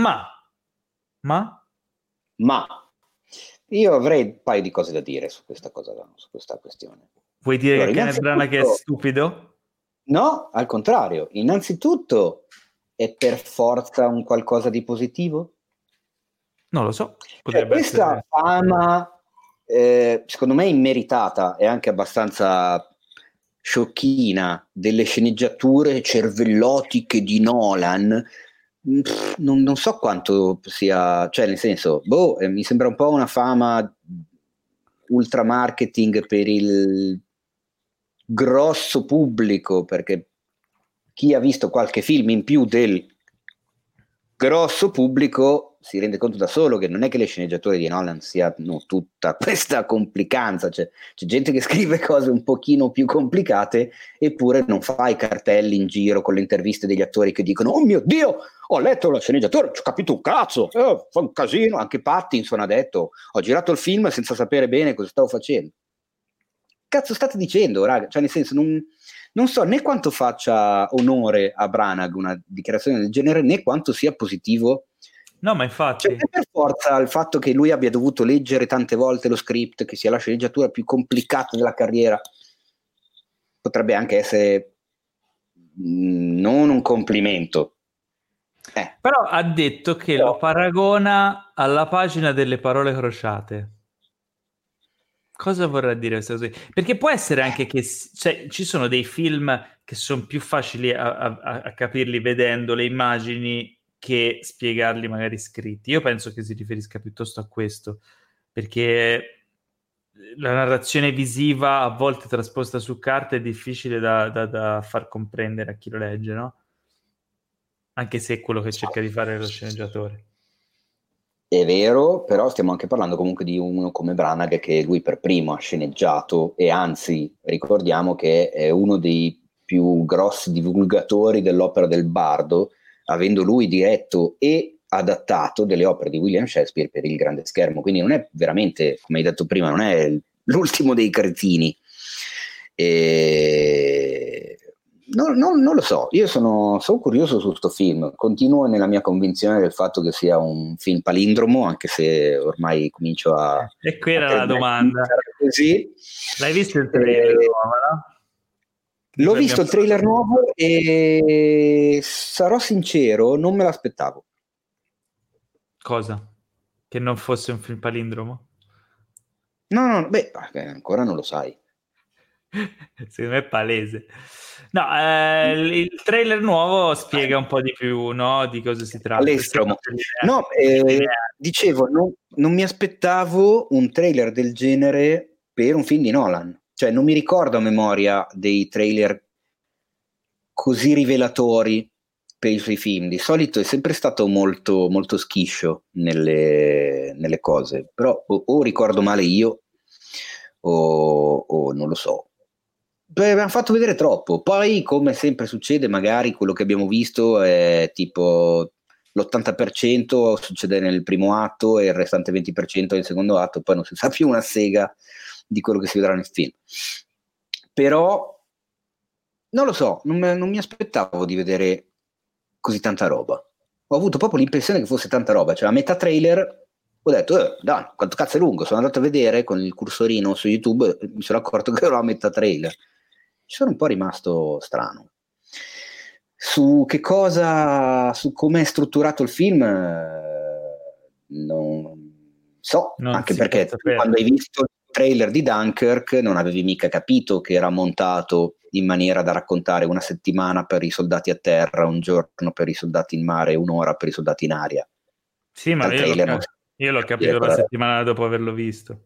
io avrei un paio di cose da dire su questa cosa, su questa questione. Vuoi dire allora, che Kenneth Branagh è stupido? No, al contrario. Innanzitutto è per forza un qualcosa di positivo? Non lo so. Cioè, questa fama, secondo me immeritata e anche abbastanza sciocchina delle sceneggiature cervellotiche di Nolan, non so quanto sia, cioè nel senso, mi sembra un po' una fama ultra marketing per il grosso pubblico, perché chi ha visto qualche film in più del grosso pubblico si rende conto da solo che non è che le sceneggiature di Nolan siano tutta questa complicanza, c'è gente che scrive cose un pochino più complicate eppure non fa i cartelli in giro con le interviste degli attori che dicono oh mio Dio, ho letto la sceneggiatura, ci ho capito un cazzo, fa un casino. Anche Pattinson ha detto ho girato il film senza sapere bene cosa stavo facendo. Cazzo state dicendo, raga? Cioè nel senso non so né quanto faccia onore a Branagh una dichiarazione del genere, né quanto sia positivo. No, ma infatti... Cioè, per forza il fatto che lui abbia dovuto leggere tante volte lo script, che sia la sceneggiatura più complicata della carriera, potrebbe anche essere non un complimento. Però ha detto che lo paragona alla pagina delle parole crociate. Cosa vorrà dire questa cosa? Perché può essere anche che ci sono dei film che sono più facili a capirli vedendo le immagini che spiegarli magari scritti. Io penso che si riferisca piuttosto a questo, perché la narrazione visiva a volte trasposta su carta è difficile da far comprendere a chi lo legge, no? Anche se è quello che cerca di fare lo sceneggiatore. È vero, però stiamo anche parlando comunque di uno come Branagh che lui per primo ha sceneggiato e anzi ricordiamo che è uno dei più grossi divulgatori dell'opera del bardo, avendo lui diretto e adattato delle opere di William Shakespeare per il grande schermo, quindi non è veramente, come hai detto prima, non è l'ultimo dei cretini. Non lo so, io sono curioso su questo film, continuo nella mia convinzione del fatto che sia un film palindromo, anche se ormai comincio a... E qui era la domanda. Così. L'hai visto il trailer nuovo, no? L'ho visto il trailer nuovo e sarò sincero, non me l'aspettavo. Cosa? Che non fosse un film palindromo? No, beh, ancora non lo sai. Secondo me è palese. No, il trailer nuovo spiega un po' di più, no? Di cosa si tratta. No, dicevo, non mi aspettavo un trailer del genere per un film di Nolan. Cioè, non mi ricordo a memoria dei trailer così rivelatori per i suoi film. Di solito è sempre stato molto, molto schiscio nelle cose. Però o ricordo male io o non lo so. Abbiamo fatto vedere troppo, poi come sempre succede magari quello che abbiamo visto è tipo l'80% succede nel primo atto e il restante 20% nel secondo atto, poi non si sa più una sega di quello che si vedrà nel film. Però non lo so, non mi aspettavo di vedere così tanta roba, ho avuto proprio l'impressione che fosse tanta roba, cioè a metà trailer ho detto dai, quanto cazzo è lungo, sono andato a vedere con il cursorino su YouTube, mi sono accorto che ero a metà trailer. Ci sono un po' rimasto strano su che cosa, su come è strutturato il film, non so, non anche perché quando hai visto il trailer di Dunkirk non avevi mica capito che era montato in maniera da raccontare una settimana per i soldati a terra, un giorno per i soldati in mare, un'ora per i soldati in aria. Sì, ma io l'ho capito la settimana dopo averlo visto.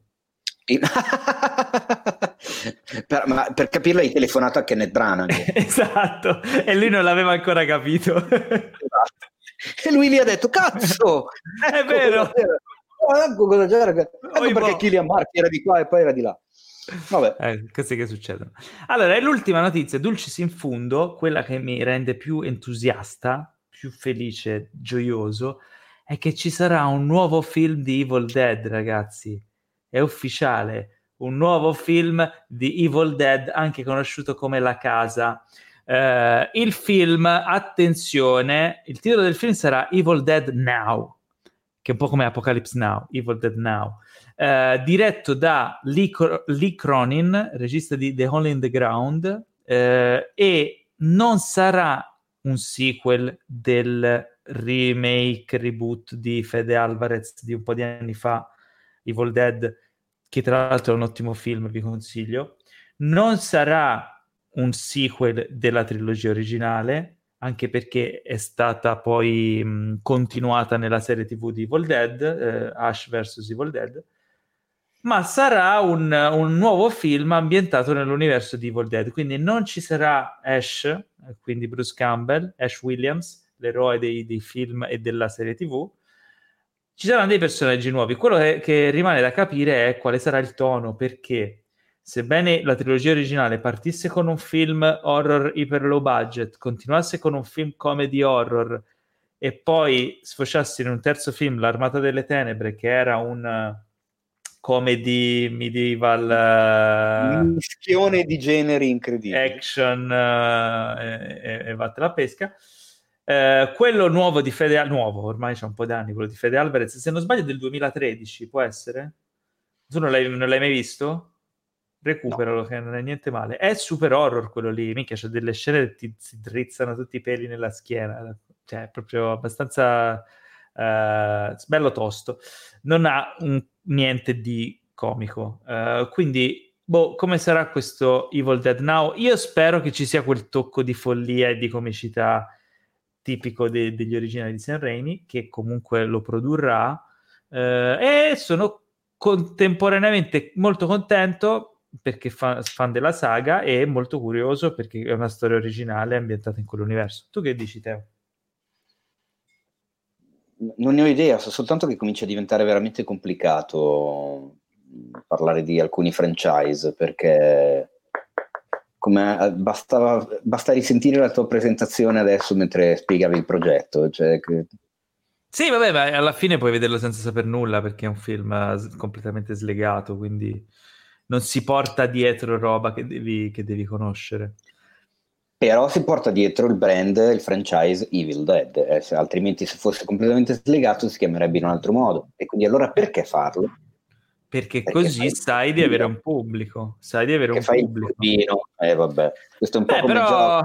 Per capirlo hai telefonato a Kenneth Branagh. Esatto, e lui non l'aveva ancora capito. Esatto. E lui gli ha detto cazzo, è vero, ecco cosa c'era. Ecco perché Cillian Murphy era di qua e poi era di là. Vabbè. Cose che succedono. Allora, è l'ultima notizia, dulcis in fundo, quella che mi rende più entusiasta, più felice, gioioso, è che ci sarà un nuovo film di Evil Dead, ragazzi. È ufficiale, un nuovo film di Evil Dead, anche conosciuto come La Casa. Il film, attenzione, il titolo del film sarà Evil Dead Now, che è un po' come Apocalypse Now, Evil Dead Now. Diretto da Lee Cronin, regista di The Hole in the Ground, e non sarà un sequel del remake, reboot di Fede Alvarez di un po' di anni fa, Evil Dead, che tra l'altro è un ottimo film, vi consiglio. Non sarà un sequel della trilogia originale, anche perché è stata poi continuata nella serie TV di Evil Dead, Ash vs Evil Dead, ma sarà un nuovo film ambientato nell'universo di Evil Dead, quindi non ci sarà Ash, quindi Bruce Campbell, Ash Williams, l'eroe dei film e della serie TV. Ci saranno dei personaggi nuovi. Quello che rimane da capire è quale sarà il tono, perché sebbene la trilogia originale partisse con un film horror iper low budget, continuasse con un film comedy horror e poi sfociasse in un terzo film, L'Armata delle Tenebre, che era un comedy medieval mischione di generi incredibile, action e vatte la pesca. Quello nuovo di Fede nuovo, ormai c'è un po' di anni, quello di Fede Alvarez, se non sbaglio è del 2013, può essere? Tu non l'hai mai visto? Recuperalo, no, che non è niente male. È super horror quello lì, minchia, c'è delle scene che si drizzano tutti i peli nella schiena, cioè è proprio abbastanza bello tosto. Non ha niente di comico, quindi come sarà questo Evil Dead Now? Io spero che ci sia quel tocco di follia e di comicità tipico degli originali di Sam Raimi, che comunque lo produrrà, e sono contemporaneamente molto contento perché fan della saga e molto curioso perché è una storia originale ambientata in quell'universo. Tu che dici, Teo? Non ne ho idea, so soltanto che comincia a diventare veramente complicato parlare di alcuni franchise, perché basta risentire la tua presentazione adesso mentre spiegavi il progetto, cioè Sì, vabbè, ma alla fine puoi vederlo senza saper nulla perché è un film completamente slegato, quindi non si porta dietro roba che devi conoscere. Però si porta dietro il brand, il franchise Evil Dead, altrimenti se fosse completamente slegato si chiamerebbe in un altro modo. E quindi allora perché farlo? Perché così sai di avere un pubblico, sai di avere un pubblico. Vabbè, questo è un po' come però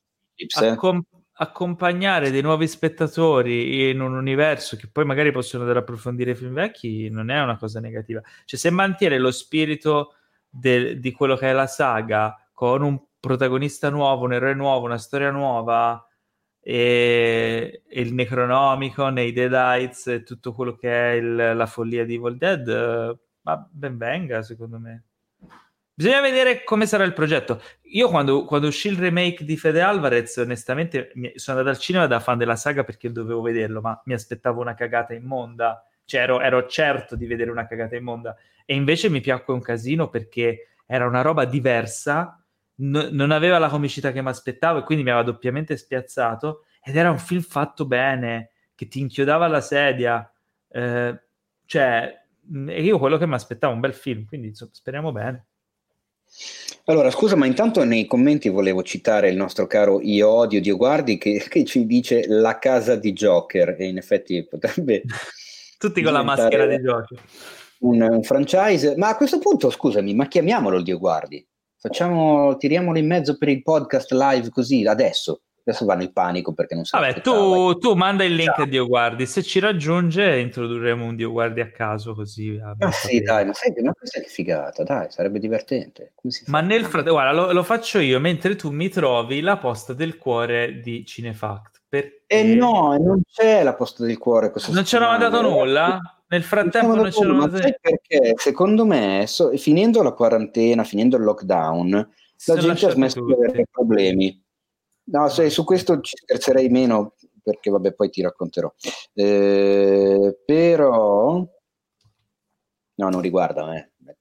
accompagnare dei nuovi spettatori in un universo che poi magari possono andare a approfondire i film vecchi non è una cosa negativa. Cioè, se mantiene lo spirito di quello che è la saga con un protagonista nuovo, un eroe nuovo, una storia nuova e il Necronomicon e i Deadites e tutto quello che è la follia di Evil Dead, ma ben venga, secondo me. Bisogna vedere come sarà il progetto. Io quando uscì il remake di Fede Alvarez, onestamente sono andato al cinema da fan della saga perché dovevo vederlo, ma mi aspettavo una cagata immonda. Cioè ero certo di vedere una cagata immonda. E invece mi piacque un casino perché era una roba diversa, non aveva la comicità che mi aspettavo e quindi mi aveva doppiamente spiazzato. Ed era un film fatto bene, che ti inchiodava alla sedia. Cioè, io quello che mi aspettavo, un bel film, quindi insomma, speriamo bene. Allora, scusa, ma intanto nei commenti volevo citare il nostro caro Io Odio Dio Guardi che ci dice La Casa di Joker, e in effetti potrebbe tutti con la maschera di Joker, un franchise. Ma a questo punto, scusami, ma chiamiamolo il Dio Guardi, tiriamolo in mezzo per il podcast live così adesso vanno in panico perché non sa. Vabbè, tu manda il link a Dio Guardi, se ci raggiunge introdurremo un Dio Guardi a caso così. Ma sì, dai, ma questa che figata, dai, sarebbe divertente. Come si fa? Ma nel frattempo, guarda, lo faccio io mentre tu mi trovi la posta del cuore di Cinefact. No, non c'è la posta del cuore. Non ci hanno mandato nulla? Nel frattempo non ci hanno mandato nulla. Perché secondo me, finendo la quarantena, finendo il lockdown, la gente ha smesso di avere problemi. No, su questo ci scherzerei meno perché vabbè poi ti racconterò. Però no, non riguarda me.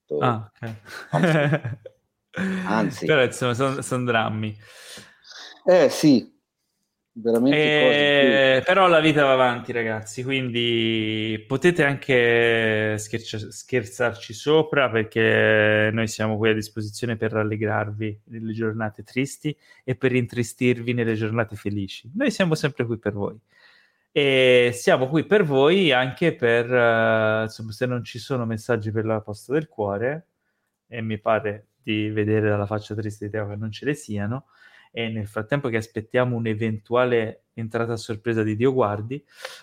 Okay. Anzi. Però insomma sono drammi. Sì, veramente però la vita va avanti, ragazzi, quindi potete anche scherzarci sopra, perché noi siamo qui a disposizione per rallegrarvi nelle giornate tristi e per intristirvi nelle giornate felici. Noi siamo sempre qui per voi. E siamo qui per voi anche per, insomma, se non ci sono messaggi per la posta del cuore, e mi pare di vedere dalla faccia triste di Teo che non ce ne siano, e nel frattempo che aspettiamo un'eventuale entrata a sorpresa di Dio guardi,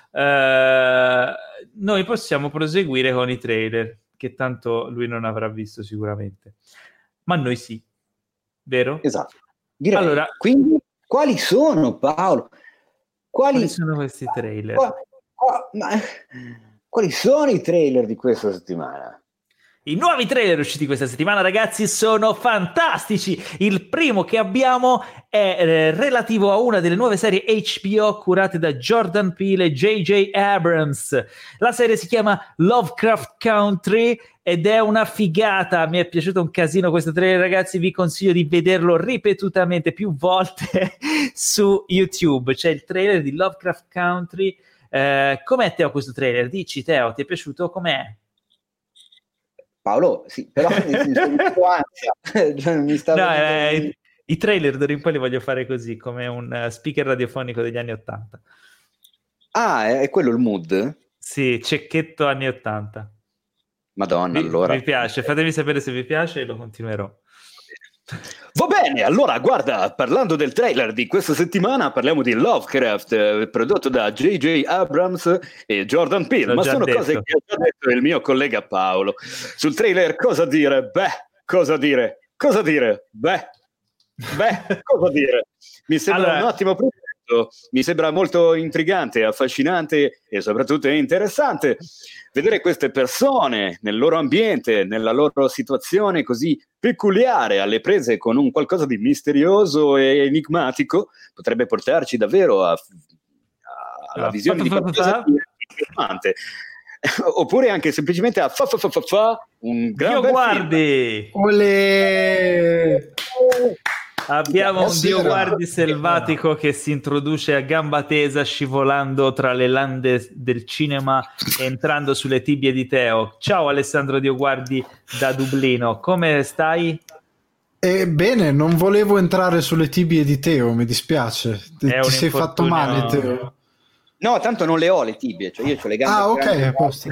noi possiamo proseguire con i trailer, che tanto lui non avrà visto sicuramente, ma noi sì, vero? Esatto. Direi. Allora, quindi quali sono, Paolo? Quali sono questi trailer? Quali sono i trailer di questa settimana? I nuovi trailer usciti questa settimana, ragazzi, sono fantastici. Il primo che abbiamo è relativo a una delle nuove serie HBO curate da Jordan Peele e J.J. Abrams. La serie si chiama Lovecraft Country ed è una figata. Mi è piaciuto un casino questo trailer, ragazzi. Vi consiglio di vederlo ripetutamente più volte su YouTube. C'è il trailer di Lovecraft Country. Com'è, Teo, questo trailer? Dici, Teo, ti è piaciuto? Com'è? Paolo, sì, però mi stava i trailer d'ora in poi li voglio fare così, come un speaker radiofonico degli anni '80. Ah, è quello il mood? Sì, cecchetto anni '80. Madonna, allora. Mi piace, fatemi sapere se vi piace e lo continuerò. Va bene, allora guarda, parlando del trailer di questa settimana, parliamo di Lovecraft, prodotto da J.J. Abrams e Jordan Peele, ma sono cose che ha già detto il mio collega Paolo. Sul trailer cosa dire? Cosa dire? Cosa dire? Cosa dire? Mi sembra un ottimo progetto, mi sembra molto intrigante, affascinante e soprattutto interessante vedere queste persone nel loro ambiente, nella loro situazione così peculiare, alle prese con un qualcosa di misterioso e enigmatico. Potrebbe portarci davvero alla visione di qualcosa di interessante. Oppure anche semplicemente a un gran bel guardi! Olè! Abbiamo un Dio guardi selvatico che si introduce a gamba tesa, scivolando tra le lande del cinema, entrando sulle tibie di Teo. Ciao Alessandro Dio guardi da Dublino, come stai? Bene, non volevo entrare sulle tibie di Teo, mi dispiace. Ti sei fatto male, Teo? No, tanto non le ho le tibie, cioè io ho le gambe. Ah, ok, a posto.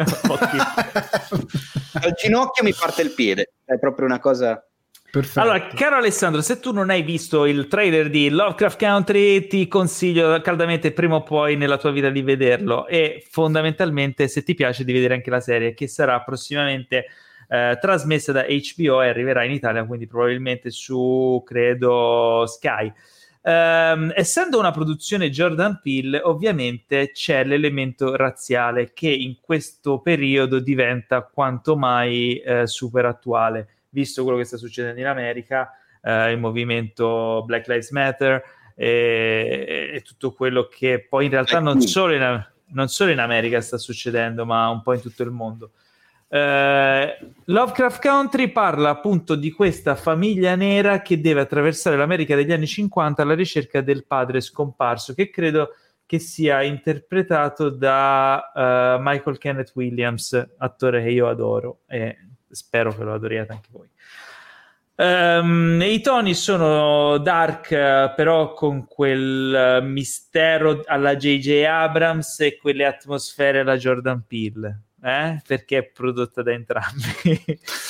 Al ginocchio mi parte il piede, è proprio una cosa. Perfetto. Allora, caro Alessandro, se tu non hai visto il trailer di Lovecraft Country, ti consiglio caldamente prima o poi nella tua vita di vederlo, e fondamentalmente, se ti piace, di vedere anche la serie, che sarà prossimamente trasmessa da HBO e arriverà in Italia, quindi probabilmente su, credo, Sky. Essendo una produzione Jordan Peele, ovviamente c'è l'elemento razziale che in questo periodo diventa quanto mai super attuale, visto quello che sta succedendo in America, il movimento Black Lives Matter e tutto quello che poi in realtà non solo in America sta succedendo, ma un po' in tutto il mondo. Lovecraft Country parla appunto di questa famiglia nera che deve attraversare l'America degli anni 50 alla ricerca del padre scomparso, che credo che sia interpretato da Michael Kenneth Williams, attore che io adoro e spero che lo adoriate anche voi. I toni sono dark, però con quel mistero alla J.J. Abrams e quelle atmosfere alla Jordan Peele, perché è prodotta da entrambi.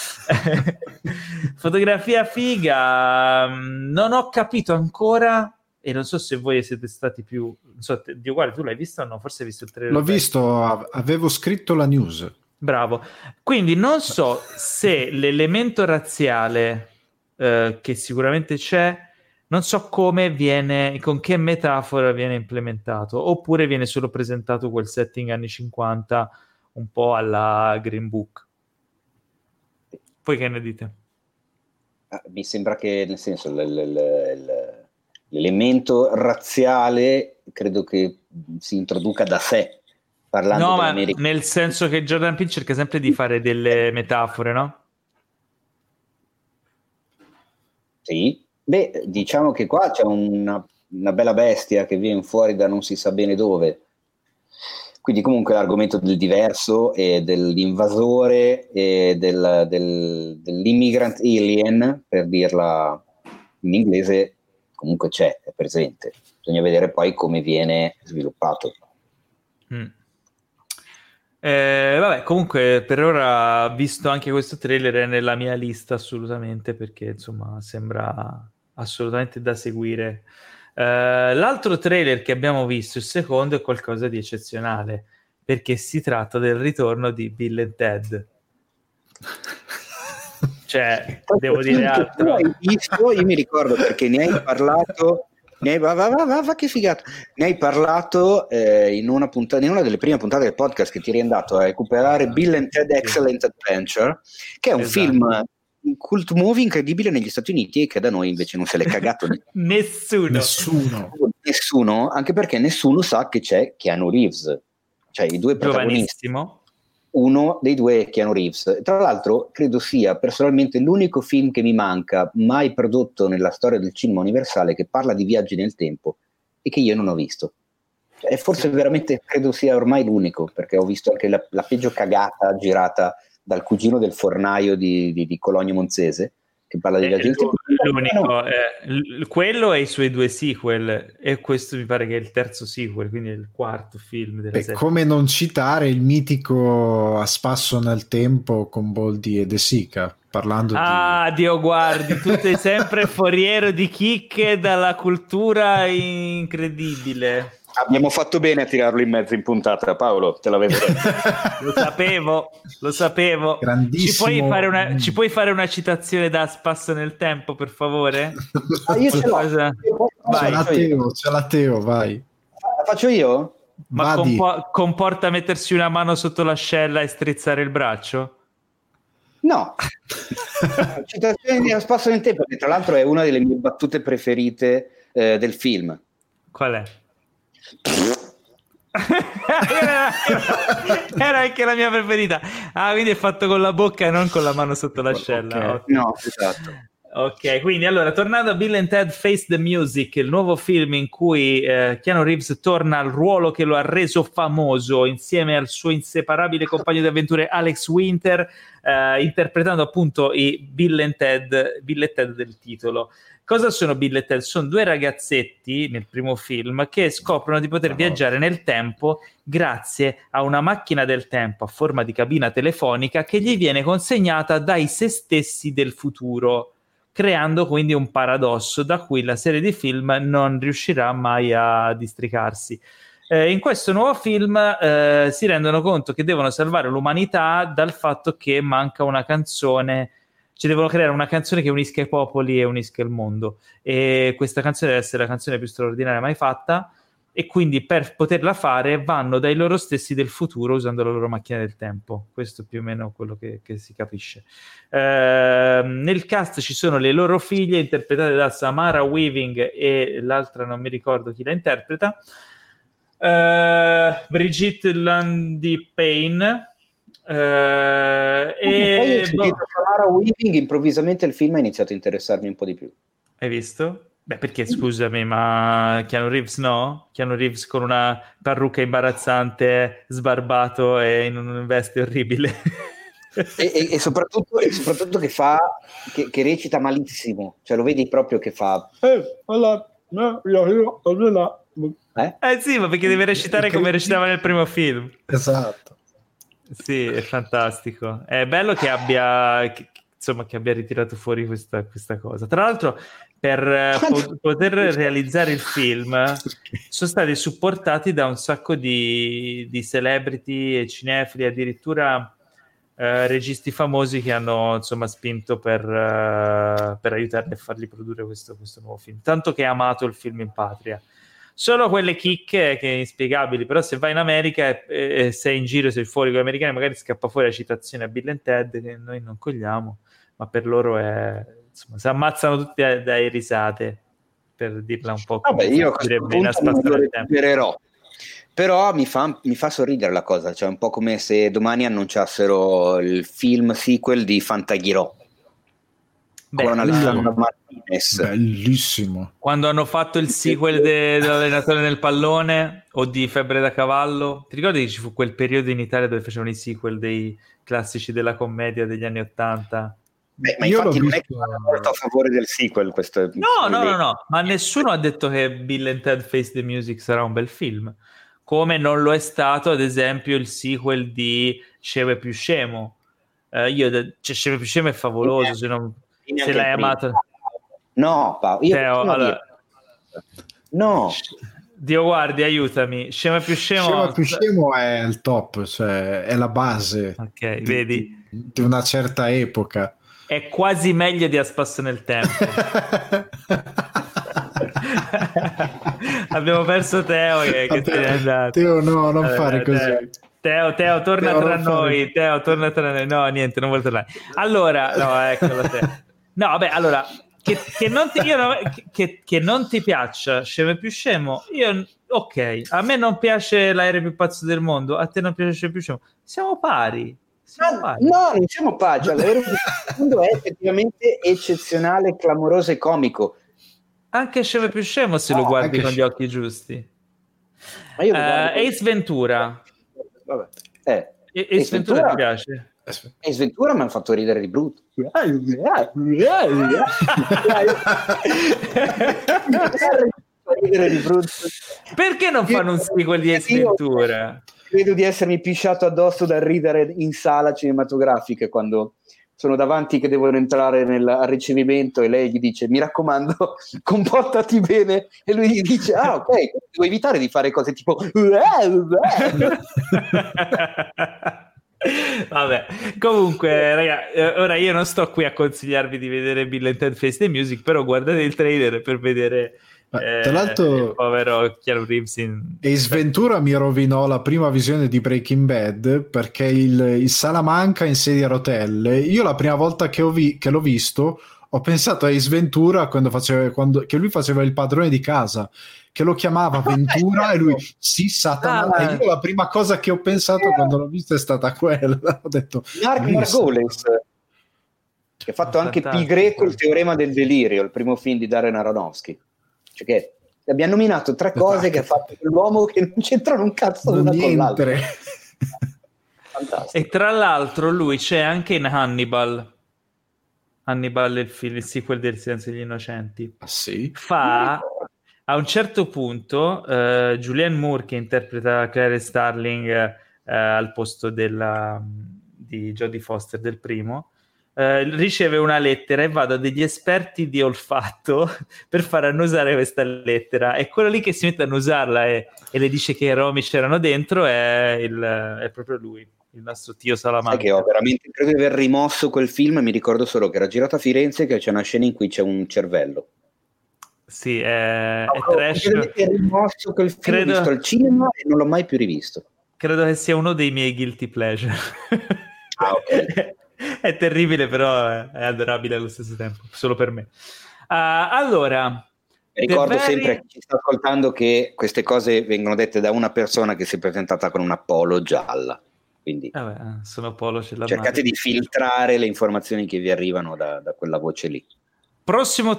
Fotografia figa. Non ho capito ancora, e non so se voi siete stati più, non so, guarda, tu l'hai visto o no? Forse hai visto il trailer? L'ho visto, avevo scritto la news. Bravo. Quindi non so se l'elemento razziale che sicuramente c'è, non so come viene, con che metafora viene implementato, oppure viene solo presentato quel setting anni 50 un po' alla Green Book. Voi che ne dite? Mi sembra che, nel senso, l'elemento razziale credo che si introduca da sé, parlando no, ma dell'America. nel senso che Jordan Peele cerca sempre di fare delle metafore, no? Sì, beh, diciamo che qua c'è una bella bestia che viene fuori da non si sa bene dove. Quindi comunque l'argomento del diverso e dell'invasore e dell'immigrant alien, per dirla in inglese, comunque è presente. Bisogna vedere poi come viene sviluppato. Vabbè, comunque per ora, visto anche questo trailer, è nella mia lista assolutamente, perché insomma sembra assolutamente da seguire. L'altro trailer che abbiamo visto, il secondo, è qualcosa di eccezionale, perché si tratta del ritorno di Bill e Ted. Devo dire altro. Tu hai visto, io mi ricordo perché ne hai parlato. Che figata! Ne hai parlato in una delle prime puntate del podcast che ti eri andato a recuperare, Bill and Ted Excellent Adventure, che è un film, un cult movie incredibile negli Stati Uniti e che da noi invece non se l'è cagato nessuno, anche perché nessuno sa che c'è Keanu Reeves, cioè i due protagonisti. Uno dei due è Keanu Reeves. Tra l'altro credo sia personalmente l'unico film che mi manca mai prodotto nella storia del cinema universale che parla di viaggi nel tempo e che io non ho visto. E forse veramente credo sia ormai l'unico, perché ho visto anche la peggio cagata girata dal cugino del fornaio di Cologno Monzese, che parla di viaggi nel tempo. L'unico, quello e i suoi 2 sequel, e questo mi pare che è il terzo sequel, quindi è il quarto film della serie. Come non citare il mitico A spasso nel tempo con Boldi e De Sica, parlando Dio, guardi, tu sei sempre foriero di chicche dalla cultura incredibile. Abbiamo fatto bene a tirarlo in mezzo in puntata, Paolo, te l'avevo detto. Lo sapevo. Grandissimo. Ci puoi fare una citazione da spasso nel tempo, per favore? Io ce l'ho. Ce l'ha Teo, vai. La faccio io? Ma comporta mettersi una mano sotto l'ascella e strizzare il braccio? No. Citazione di spasso nel tempo, che tra l'altro è una delle mie battute preferite del film. Qual è? Era anche la mia preferita. Quindi è fatto con la bocca e non con la mano sotto l'ascella. Okay. No, esatto. Ok, quindi allora, tornando a Bill and Ted Face the Music, il nuovo film in cui Keanu Reeves torna al ruolo che lo ha reso famoso insieme al suo inseparabile compagno di avventure Alex Winter, interpretando appunto i Bill e Ted del titolo. Cosa sono Bill e Ted? Sono 2 ragazzetti nel primo film che scoprono di poter viaggiare nel tempo grazie a una macchina del tempo a forma di cabina telefonica che gli viene consegnata dai se stessi del futuro, creando quindi un paradosso da cui la serie di film non riuscirà mai a districarsi. In questo nuovo film si rendono conto che devono salvare l'umanità dal fatto che manca una canzone. Devono creare una canzone che unisca i popoli e unisca il mondo, e questa canzone deve essere la canzone più straordinaria mai fatta, e quindi per poterla fare vanno dai loro stessi del futuro usando la loro macchina del tempo. Questo è più o meno quello che si capisce. Nel cast ci sono le loro figlie interpretate da Samara Weaving e l'altra non mi ricordo chi la interpreta, Brigitte Lundy Payne. E poi Samara Weaving, improvvisamente il film ha iniziato a interessarmi un po' di più. Hai visto? Beh, perché scusami, ma Keanu Reeves no? Keanu Reeves con una parrucca imbarazzante, sbarbato e in un veste orribile. e soprattutto che recita malissimo, cioè lo vedi proprio che fa sì, ma perché deve recitare come recitava nel primo film. Esatto. Sì, è fantastico. È bello che abbia ritirato fuori questa cosa. Tra l'altro, per poter realizzare il film sono stati supportati da un sacco di celebrity e cinefili, addirittura registi famosi che hanno spinto per aiutarli a fargli produrre questo nuovo film. Tanto che ha amato il film in patria. Solo quelle chicche che inspiegabili, però se vai in America e sei in giro, sei fuori con gli americani, magari scappa fuori la citazione a Bill and Ted che noi non cogliamo, ma per loro è, si ammazzano tutti dai risate, per dirla un po'. Vabbè, io a questo punto non lo recupererò, però mi fa sorridere la cosa, cioè un po' come se domani annunciassero il film sequel di Fantaghirò. con Alessandro Martinez. Bellissimo. Quando hanno fatto il sequel dell'allenatore nel pallone o di Febbre da cavallo, ti ricordi che ci fu quel periodo in Italia dove facevano i sequel dei classici della commedia degli anni '80? Beh, ma io infatti non è che vada molto a favore del sequel questo. No, ma nessuno ha detto che Bill and Ted Face the Music sarà un bel film, come non lo è stato ad esempio il sequel di Scemo e più scemo. Scemo e più scemo è favoloso, se l'hai amato. No, Paolo, io Teo, allora... no. Dio guardi, aiutami. Scemo e più scemo è il top, cioè è la base. Ok, vedi? Di una certa epoca. È quasi meglio di A spasso nel tempo. Abbiamo perso Teo che se n'è andato. Teo, no, non fare così. Teo, torna tra noi. Teo, torna tra noi. No, niente, non vuole tornare. Allora, no, eccolo te. No, vabbè, allora, che non ti piaccia Scemo e più scemo, ok, a me non piace l'aereo più pazzo del mondo, a te non piace Scemo e più scemo. Siamo pari. No, non siamo pari. L'aereo più pazzo del mondo è effettivamente eccezionale, clamoroso e comico. Anche Scemo e più scemo se lo guardi con gli occhi giusti. Ma io Ace Ventura. Vabbè. Ace Ventura ti piace? Ace Ventura mi hanno fatto ridere di brutto. Perché non fanno un sequel di Ace Ventura? Credo di essermi pisciato addosso dal ridere in sala cinematografica quando sono davanti che devono entrare al ricevimento e lei gli dice mi raccomando comportati bene e lui gli dice ok, devo evitare di fare cose tipo vabbè, comunque raga, ora io non sto qui a consigliarvi di vedere Bill and Ted Face the Music, però guardate il trailer per vedere tra l'altro il povero Keanu Reeves Ace Ventura mi rovinò la prima visione di Breaking Bad perché il Salamanca in sedia a rotelle, io la prima volta che l'ho visto ho pensato a Ace Ventura che lui faceva il padrone di casa, che lo chiamava Ventura e lui sì Satana, e io la prima cosa che ho pensato quando l'ho visto è stata quella, ho detto Mark Margolis, che ha fatto anche Pi Greco, il teorema del delirio, il primo film di Darren Aronofsky. Cioè che abbiamo nominato 3 cose che ha fatto quell'uomo che non c'entrano un cazzo l'una con l'altra. Fantastico. E tra l'altro lui c'è anche in Hannibal, il sequel del Silenzio degli Innocenti. Ah, sì? Fa a un certo punto Julianne Moore, che interpreta Claire Starling al posto di Jodie Foster del primo, riceve una lettera e va da degli esperti di olfatto per far annusare questa lettera, e quello lì che si mette a annusarla e le dice che i aromi c'erano dentro è proprio lui, il nostro Tio Salamanca. Sai che ho veramente credo di aver rimosso quel film, mi ricordo solo che era girato a Firenze, che c'è una scena in cui c'è un cervello. Sì, è trash. Credo che ho rimosso quel film, ho visto al cinema e non l'ho mai più rivisto. Credo che sia uno dei miei guilty pleasure. Ok. È terribile, però è adorabile allo stesso tempo, solo per me. Allora, ricordo sempre a chi ci sta ascoltando che queste cose vengono dette da una persona che si è presentata con una polo gialla, quindi sono polo, cercate di filtrare le informazioni che vi arrivano da quella voce lì. Il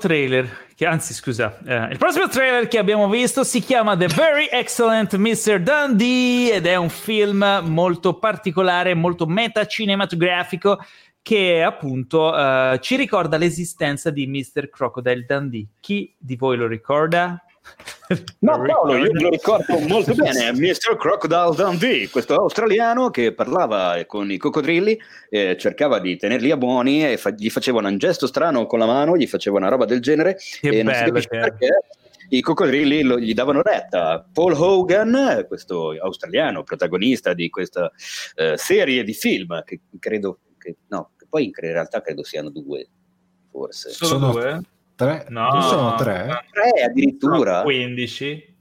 prossimo trailer che abbiamo visto si chiama The Very Excellent Mr. Dundee ed è un film molto particolare, molto metacinematografico, che appunto ci ricorda l'esistenza di Mr. Crocodile Dundee. Chi di voi lo ricorda? No, Paolo, io me lo ricordo molto bene. Mr. Crocodile Dundee, questo australiano che parlava con i coccodrilli, cercava di tenerli a buoni e gli facevano un gesto strano con la mano, gli faceva una roba del genere e non si capisce perché i coccodrilli gli davano retta. Paul Hogan, questo australiano protagonista di questa serie di film che credo che poi in realtà credo siano 2, forse. Sono 2? 3? No, sono 3? 3 addirittura. No, 15.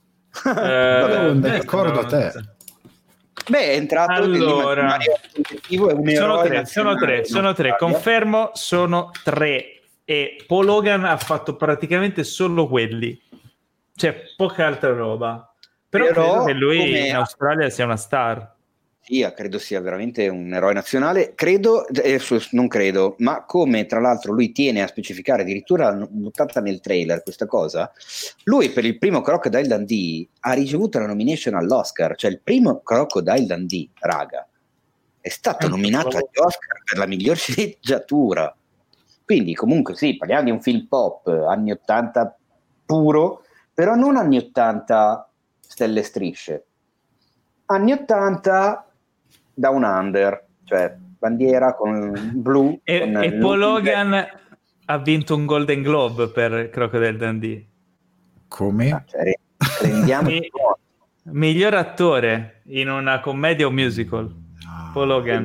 D'accordo a te. Beh, è entrato allora, collettivo, è un eroe. Sono 3, confermo, sono 3. E Paul Hogan ha fatto praticamente solo quelli. Cioè, poca altra roba. Però credo che lui in Australia sia una star. credo sia veramente un eroe nazionale. Non credo, ma come tra l'altro lui tiene a specificare, addirittura buttata nel trailer questa cosa, lui per il primo Crocodile Dundee ha ricevuto la nomination all'Oscar, cioè il primo Crocodile Dundee, raga, è stato nominato agli Oscar per la miglior sceneggiatura. Quindi comunque sì, parliamo di un film pop anni 80 puro, però non anni 80 stelle e strisce, anni 80 Down Under, cioè bandiera con blu. E Paul Hogan ha vinto un Golden Globe per Crocodile Dundee. Come? Cioè, rendiamo miglior attore in una commedia o musical. Paul Hogan.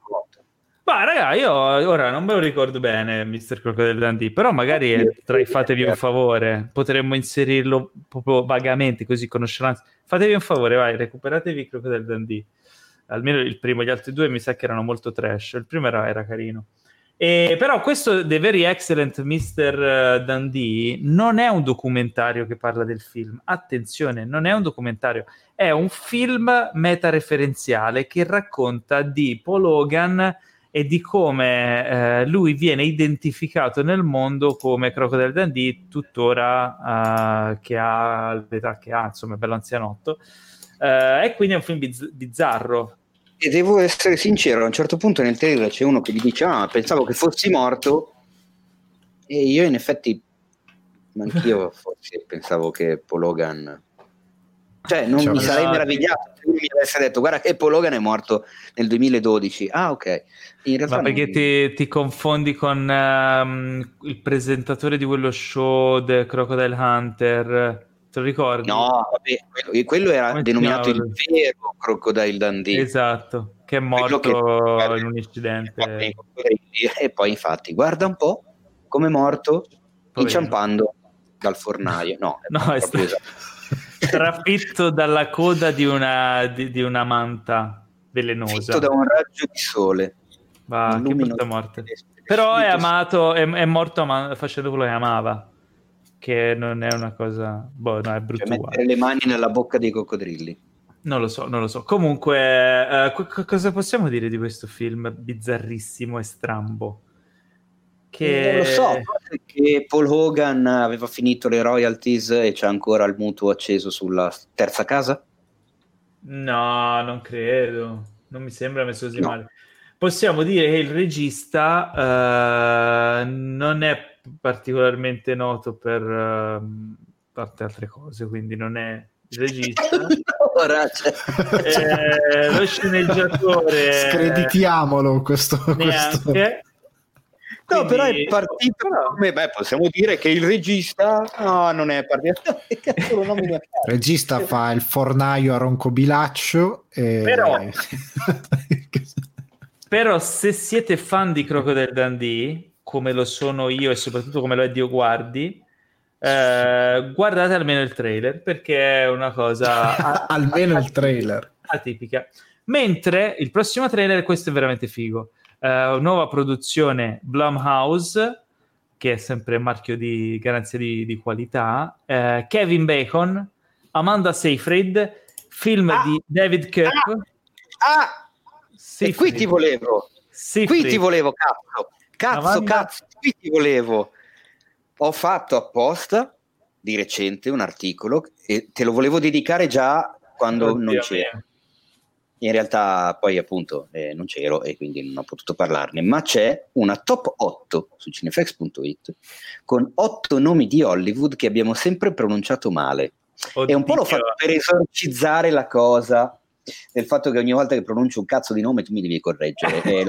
Ma raga, io ora non me lo ricordo bene Mr. Crocodile Dundee, però magari fatevi un favore, potremmo inserirlo proprio vagamente, così conosceranza. Fatevi un favore, vai, recuperatevi Crocodile Dundee. Almeno il primo, gli altri due mi sa che erano molto trash, il primo era carino. Però questo The Very Excellent Mr. Dundee non è un documentario che parla del film, attenzione, non è un documentario, è un film metareferenziale che racconta di Paul Hogan e di come lui viene identificato nel mondo come Crocodile Dundee tuttora, che ha l'età che ha, insomma è bello anzianotto, e quindi è un film bizzarro. E devo essere sincero, a un certo punto nel trailer c'è uno che gli dice pensavo che fossi morto, e io in effetti anch'io forse pensavo che Paul Hogan, cioè non mi sarei meravigliato se lui mi avesse detto guarda che Paul Hogan è morto nel 2012. Ok, in realtà ma perché ti confondi con il presentatore di quello show The Crocodile Hunter, te lo ricordi? No, vabbè, quello era denominato il vero Crocodile Dundee. Esatto, che è morto in un incidente. E poi infatti, guarda un po' come è morto, inciampando dal fornaio. No, è stato trafitto dalla coda di una manta velenosa. Fitto da un raggio di sole. Che brutta morte. Però è amato, è morto facendo quello che amava, che non è una cosa è brutto, cioè, mettere le mani nella bocca dei coccodrilli. Non lo so. Comunque cosa possiamo dire di questo film bizzarrissimo e strambo? Non lo so, che Paul Hogan aveva finito le royalties e c'è ancora il mutuo acceso sulla terza casa? No, non credo, non mi sembra messo così male. Possiamo dire che il regista non è particolarmente noto per tante altre cose, quindi non è il regista. Lo sceneggiatore screditiamolo questo. No, però è partito come possiamo dire che il regista non è partito. Il regista fa il fornaio a Roncobilaccio però se siete fan di Crocodile Dundee, come lo sono io e soprattutto come lo è Dio Guardi, guardate almeno il trailer, perché è una cosa almeno il trailer atipica. Mentre il prossimo trailer, questo è veramente figo, nuova produzione Blumhouse, che è sempre marchio di garanzia di qualità, Kevin Bacon, Amanda Seyfried, film di David Koepp. E qui ti volevo, cazzo, qui ti volevo. Ho fatto apposta di recente un articolo e te lo volevo dedicare già quando non c'era. In realtà poi appunto non c'ero e quindi non ho potuto parlarne, ma c'è una top 8 su cinefx.it con 8 nomi di Hollywood che abbiamo sempre pronunciato male. Oddio. E un po' l'ho fatto per esorcizzare la cosa del fatto che ogni volta che pronuncio un cazzo di nome tu mi devi correggere.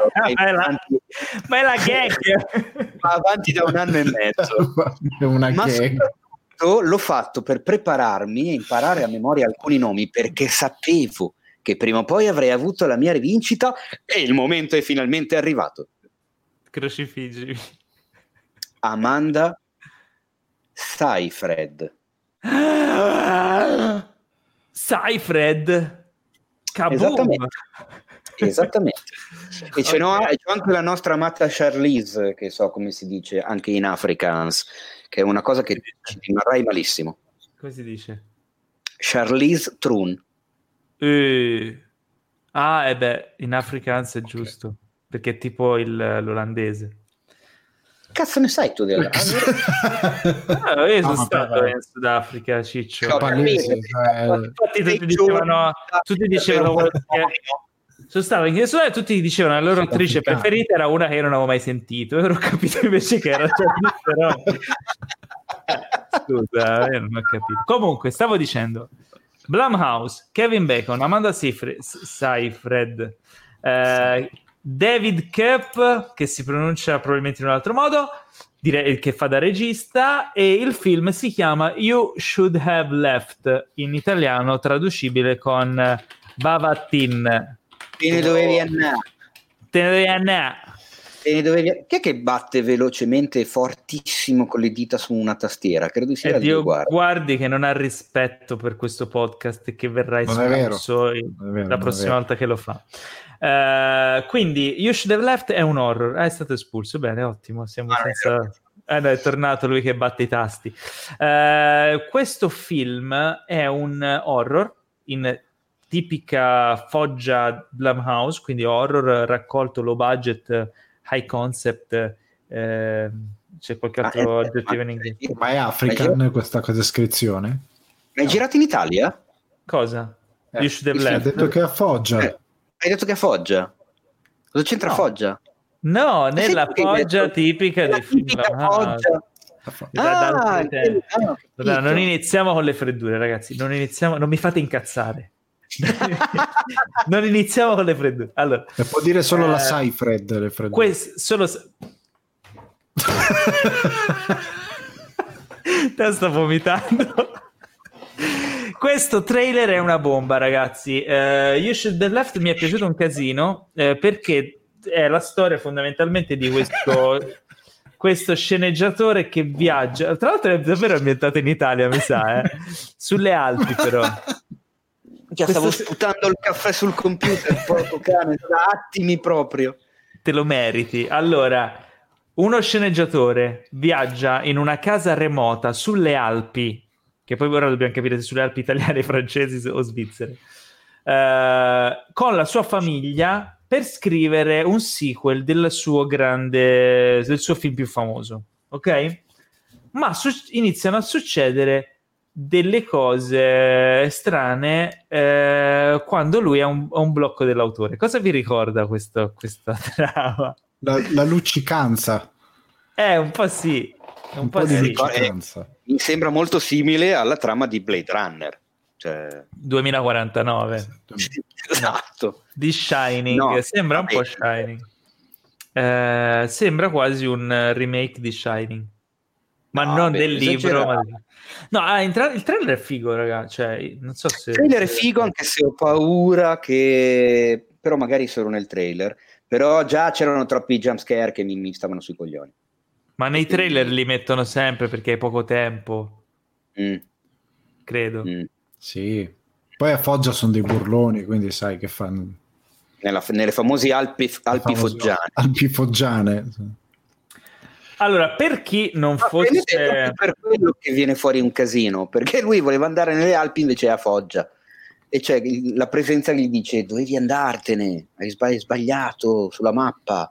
Ma è la gag! Va avanti da un anno e mezzo. È una gag. L'ho fatto per prepararmi e imparare a memoria alcuni nomi, perché sapevo che prima o poi avrei avuto la mia rivincita e il momento è finalmente arrivato. Crocifiggimi. Amanda Seyfried. Seyfried. Kaboom. Esattamente. E c'è anche la nostra amata Charlize, che so come si dice anche in Afrikaans, che è una cosa che ci rimarrai malissimo. Come si dice? Charlize Theron. Ah, in Afrikaans è giusto, perché è tipo l'olandese. Cazzo ne sai tu io sono stato in Sudafrica, Ciccio. Infatti tutti dicevano sono stato in Sudafrica, tutti dicevano la loro attrice preferita era una che io non avevo mai sentito, e ero capito invece che era però scusa, io non ho capito. Comunque, stavo dicendo Blumhouse, Kevin Bacon, Amanda Seyfried, David Koepp, che si pronuncia probabilmente in un altro modo, direi che fa da regista, e il film si chiama You Should Have Left, in italiano traducibile con Vavatin. Te ne dovevi andare. Chi è che batte velocemente fortissimo con le dita su una tastiera? Credo sia il Dio guardi che non ha rispetto per questo podcast e che verrà espulso la prossima volta che lo fa. Quindi You Should Have Left è un horror. È stato espulso, bene, ottimo, siamo senza... no, è tornato lui che batte i tasti. Questo film è un horror in tipica foggia Blumhouse, quindi horror raccolto low budget, high concept, c'è qualche altro aggettivo in inglese. Ma è African questa descrizione? Ma è girato in Italia? Cosa? You Should Have Left. Hai detto che è a Foggia. Hai detto che è a Foggia? Cosa c'entra Foggia? No, nella foggia tipica dei film. Foggia. Non iniziamo con le freddure, ragazzi. Non mi fate incazzare. Non iniziamo con le freddure. Allora, può dire solo la Seyfried le freddure. Te sto vomitando. Questo trailer è una bomba, ragazzi. You Should Have Left mi è piaciuto un casino, perché è la storia fondamentalmente di questo sceneggiatore che viaggia. Tra l'altro è davvero ambientato in Italia, mi sa, sulle Alpi, però. Stavo sputando il caffè sul computer, porco cane, da attimi proprio. Te lo meriti. Allora, uno sceneggiatore viaggia in una casa remota sulle Alpi, che poi ora dobbiamo capire se sulle Alpi italiane, francesi o svizzere, con la sua famiglia per scrivere un sequel del suo film più famoso, ok? Ma iniziano a succedere delle cose strane quando lui ha un blocco dell'autore. Cosa vi ricorda questa trama? La luccicanza. Un po' sì. Un po' di sì. luccicanza. Mi sembra molto simile alla trama di Blade Runner. 2049. Esatto. Di Shining. Sembra un po' Shining. Sembra quasi un remake di Shining. Ma non del libro. No, il trailer è figo, raga. Cioè, non so se... Il trailer è figo, anche se ho paura che... Però magari solo nel trailer. Però già c'erano troppi jumpscare che mi stavano sui coglioni. Ma nei trailer li mettono sempre perché hai poco tempo. Credo. Sì. Poi a Foggia sono dei burloni, quindi sai che fanno... Nelle famose Alpi foggiane. Alpi foggiane. Allora, per chi non fosse... Per quello che viene fuori un casino, perché lui voleva andare nelle Alpi invece è a Foggia. E c'è la presenza che gli dice dovevi andartene, hai sbagliato sulla mappa.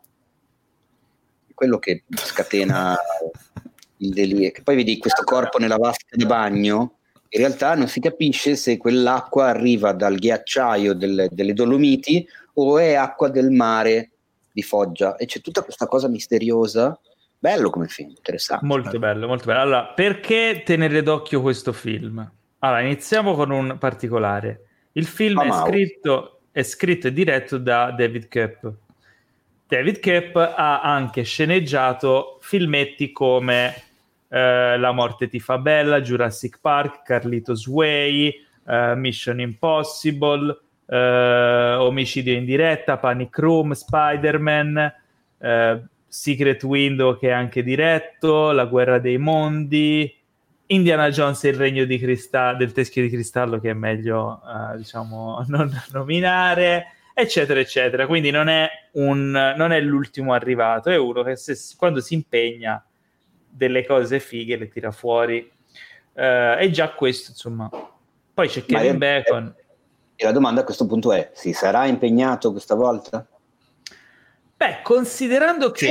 Quello che scatena il delirio. Che poi vedi questo corpo nella vasca di bagno, in realtà non si capisce se quell'acqua arriva dal ghiacciaio delle Dolomiti o è acqua del mare di Foggia, e c'è tutta questa cosa misteriosa. Bello come film, interessante. Molto bello, molto bello. Allora, perché tenere d'occhio questo film? Allora, iniziamo con un particolare. Il film è scritto e diretto da David Koepp. David Koepp ha anche sceneggiato filmetti come La morte ti fa bella, Jurassic Park, Carlitos Way, Mission Impossible, Omicidio in diretta, Panic Room, Spider-Man, Secret Window, che è anche diretto, La guerra dei mondi, Indiana Jones e il regno del teschio di cristallo, che è meglio diciamo non nominare, eccetera eccetera. Quindi non è l'ultimo arrivato, è uno che quando si impegna delle cose fighe le tira fuori, e già questo insomma. Poi c'è Kevin Bacon. E la domanda a questo punto è: si sarà impegnato questa volta? Beh, considerando che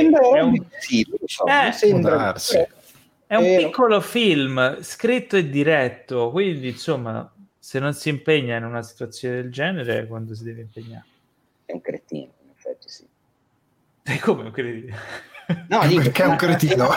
è un piccolo film scritto e diretto, quindi insomma, se non si impegna in una situazione del genere, quando si deve impegnare? È un cretino, in effetti, sì. E come un cretino? No, perché è un cretino.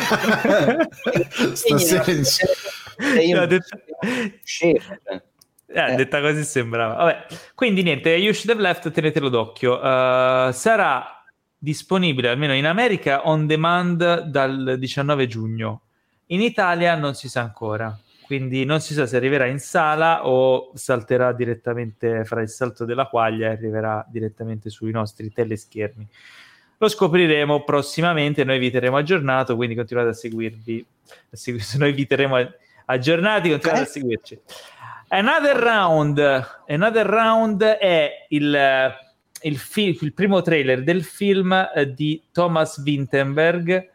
Detta così sembrava. Vabbè. Quindi niente, You Should Have Left, tenetelo d'occhio. Sarà disponibile almeno in America on demand dal 19 giugno. In Italia non si sa ancora, quindi non si sa se arriverà in sala o salterà direttamente, farà il salto della quaglia e arriverà direttamente sui nostri teleschermi. Lo scopriremo prossimamente, noi vi terremo aggiornato, quindi continuate a seguirvi. Noi vi terremo aggiornati, continuate a seguirci. Another Round è il primo trailer del film di Thomas Vinterberg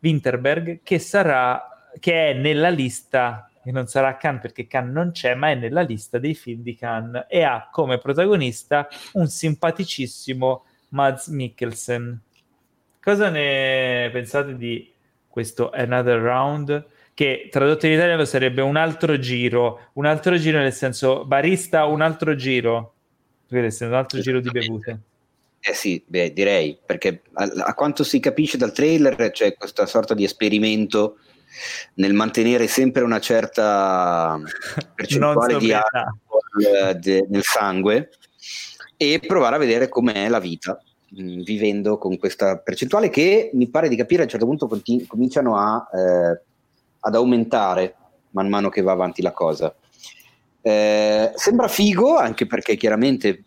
che è nella lista, che non sarà a Cannes perché Cannes non c'è, ma è nella lista dei film di Cannes e ha come protagonista un simpaticissimo Mads Mikkelsen. Cosa ne pensate di questo Another Round? Che tradotto in italiano sarebbe un altro giro nel senso barista, un altro giro, un altro giro di bevute. Sì, direi, perché a quanto si capisce dal trailer c'è questa sorta di esperimento nel mantenere sempre una certa percentuale di alcol nel sangue e provare a vedere com'è la vita vivendo con questa percentuale che mi pare di capire a un certo punto cominciano ad aumentare man mano che va avanti la cosa. Sembra figo anche perché chiaramente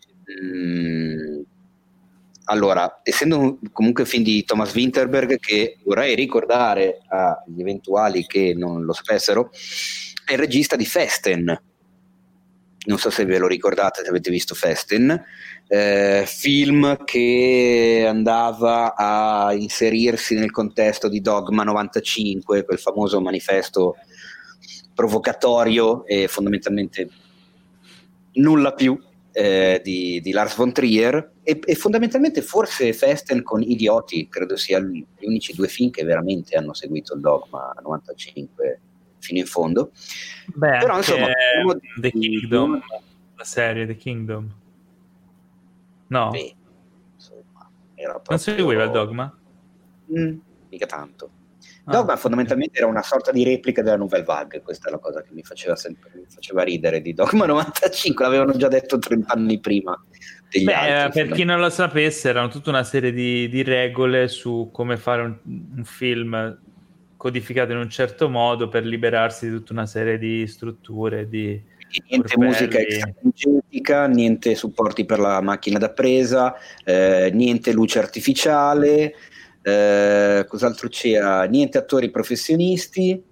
allora, essendo comunque film di Thomas Vinterberg, che vorrei ricordare agli eventuali che non lo sapessero, è il regista di Festen. Non so se ve lo ricordate, se avete visto Festen, film che andava a inserirsi nel contesto di Dogma 95, quel famoso manifesto provocatorio e fondamentalmente nulla più di Lars von Trier e fondamentalmente forse Festen con Idioti credo sia gli unici due film che veramente hanno seguito il Dogma 95 fino in fondo. Beh, però insomma The Kingdom, la serie The Kingdom no? Beh, insomma, era proprio... Non seguiva il Dogma? Mica tanto. Dogma fondamentalmente era una sorta di replica della Nouvelle Vague, questa è la cosa che mi faceva ridere di Dogma 95, l'avevano già detto 30 anni prima degli altri. Per chi non lo sapesse, erano tutta una serie di regole su come fare un film codificato in un certo modo per liberarsi di tutta una serie di strutture, di niente musica extragenetica, niente supporti per la macchina da presa, niente luce artificiale, cos'altro c'era? Niente attori professionisti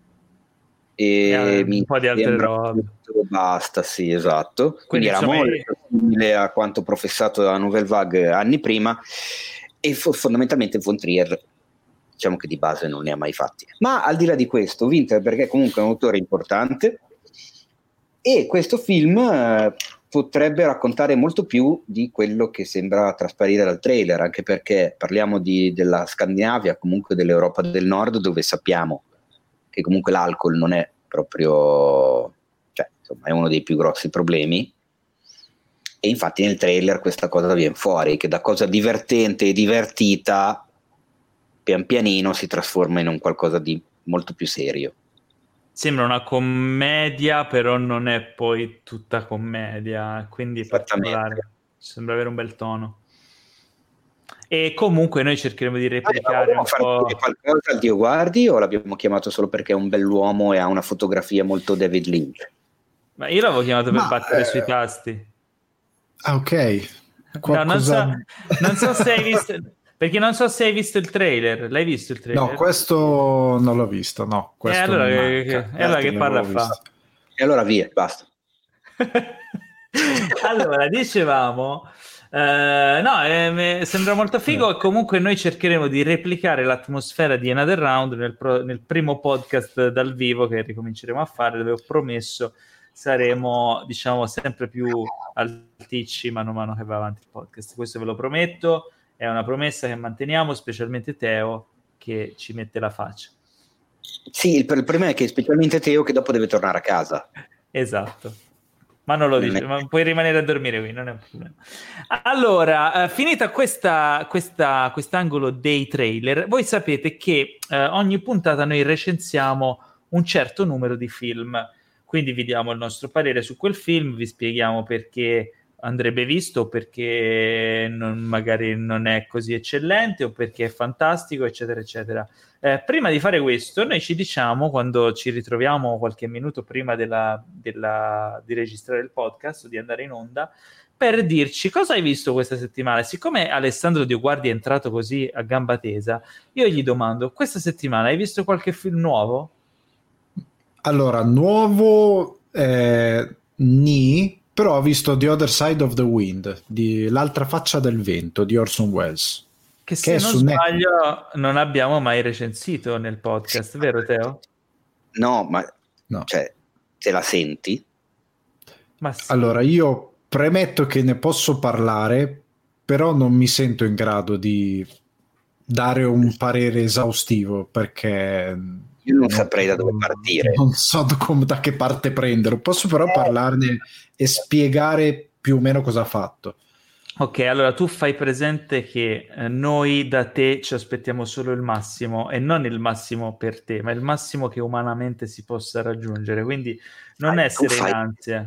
e un po' di altre robe. Basta, sì, esatto. Quindi era molto simile a quanto professato da Nouvelle Vague anni prima e fondamentalmente von Trier diciamo che di base non ne ha mai fatti. Ma al di là di questo, Vinterberg è comunque un autore importante e questo film potrebbe raccontare molto più di quello che sembra trasparire dal trailer, anche perché parliamo della Scandinavia, comunque dell'Europa del Nord, dove sappiamo che comunque l'alcol non è proprio, cioè insomma è uno dei più grossi problemi, e infatti nel trailer questa cosa viene fuori, che da cosa divertente e divertita pian pianino si trasforma in un qualcosa di molto più serio. Sembra una commedia, però non è poi tutta commedia, quindi è particolare. Sembra avere un bel tono. E comunque noi cercheremo di replicare un po'... qualcosa al Dio guardi o l'abbiamo chiamato solo perché è un bell'uomo e ha una fotografia molto David Lynch? Ma io l'avevo chiamato per battere sui tasti. Ah, ok. Qualcosa... No, non so se hai visto... Perché non so se hai visto il trailer. L'hai visto il trailer? No, questo non l'ho visto, no. Allora che parla fa? E allora via, basta. Allora, dicevamo... sembra molto figo e comunque noi cercheremo di replicare l'atmosfera di Another Round nel primo podcast dal vivo che ricominceremo a fare, dove ho promesso saremo, diciamo, sempre più alticci mano a mano che va avanti il podcast. Questo ve lo prometto, è una promessa che manteniamo, specialmente Teo, che ci mette la faccia. Sì, il problema è che specialmente Teo che dopo deve tornare a casa. Esatto. Ma non lo dice, ma puoi rimanere a dormire qui, non è un problema. Allora, finita quest'angolo dei trailer, voi sapete che ogni puntata noi recensiamo un certo numero di film, quindi vi diamo il nostro parere su quel film, vi spieghiamo perché andrebbe visto, o perché magari non è così eccellente, o perché è fantastico, eccetera, eccetera. Prima di fare questo, noi ci diciamo, quando ci ritroviamo qualche minuto prima di registrare il podcast o di andare in onda, per dirci cosa hai visto questa settimana. Siccome Alessandro Dioguardi è entrato così a gamba tesa, io gli domando, questa settimana hai visto qualche film nuovo? Allora, nuovo però ho visto The Other Side of the Wind, L'altra faccia del vento di Orson Welles. Che se non sbaglio non abbiamo mai recensito nel podcast, vero Teo? No, ma cioè, te la senti? Ma sì. Allora, io premetto che ne posso parlare, però non mi sento in grado di dare un parere esaustivo, perché io non saprei da dove partire. Non so da che parte prendere. Posso però parlarne e spiegare più o meno cosa ha fatto. Ok, allora tu fai presente che noi da te ci aspettiamo solo il massimo, e non il massimo per te, ma il massimo che umanamente si possa raggiungere, quindi non essere in ansia.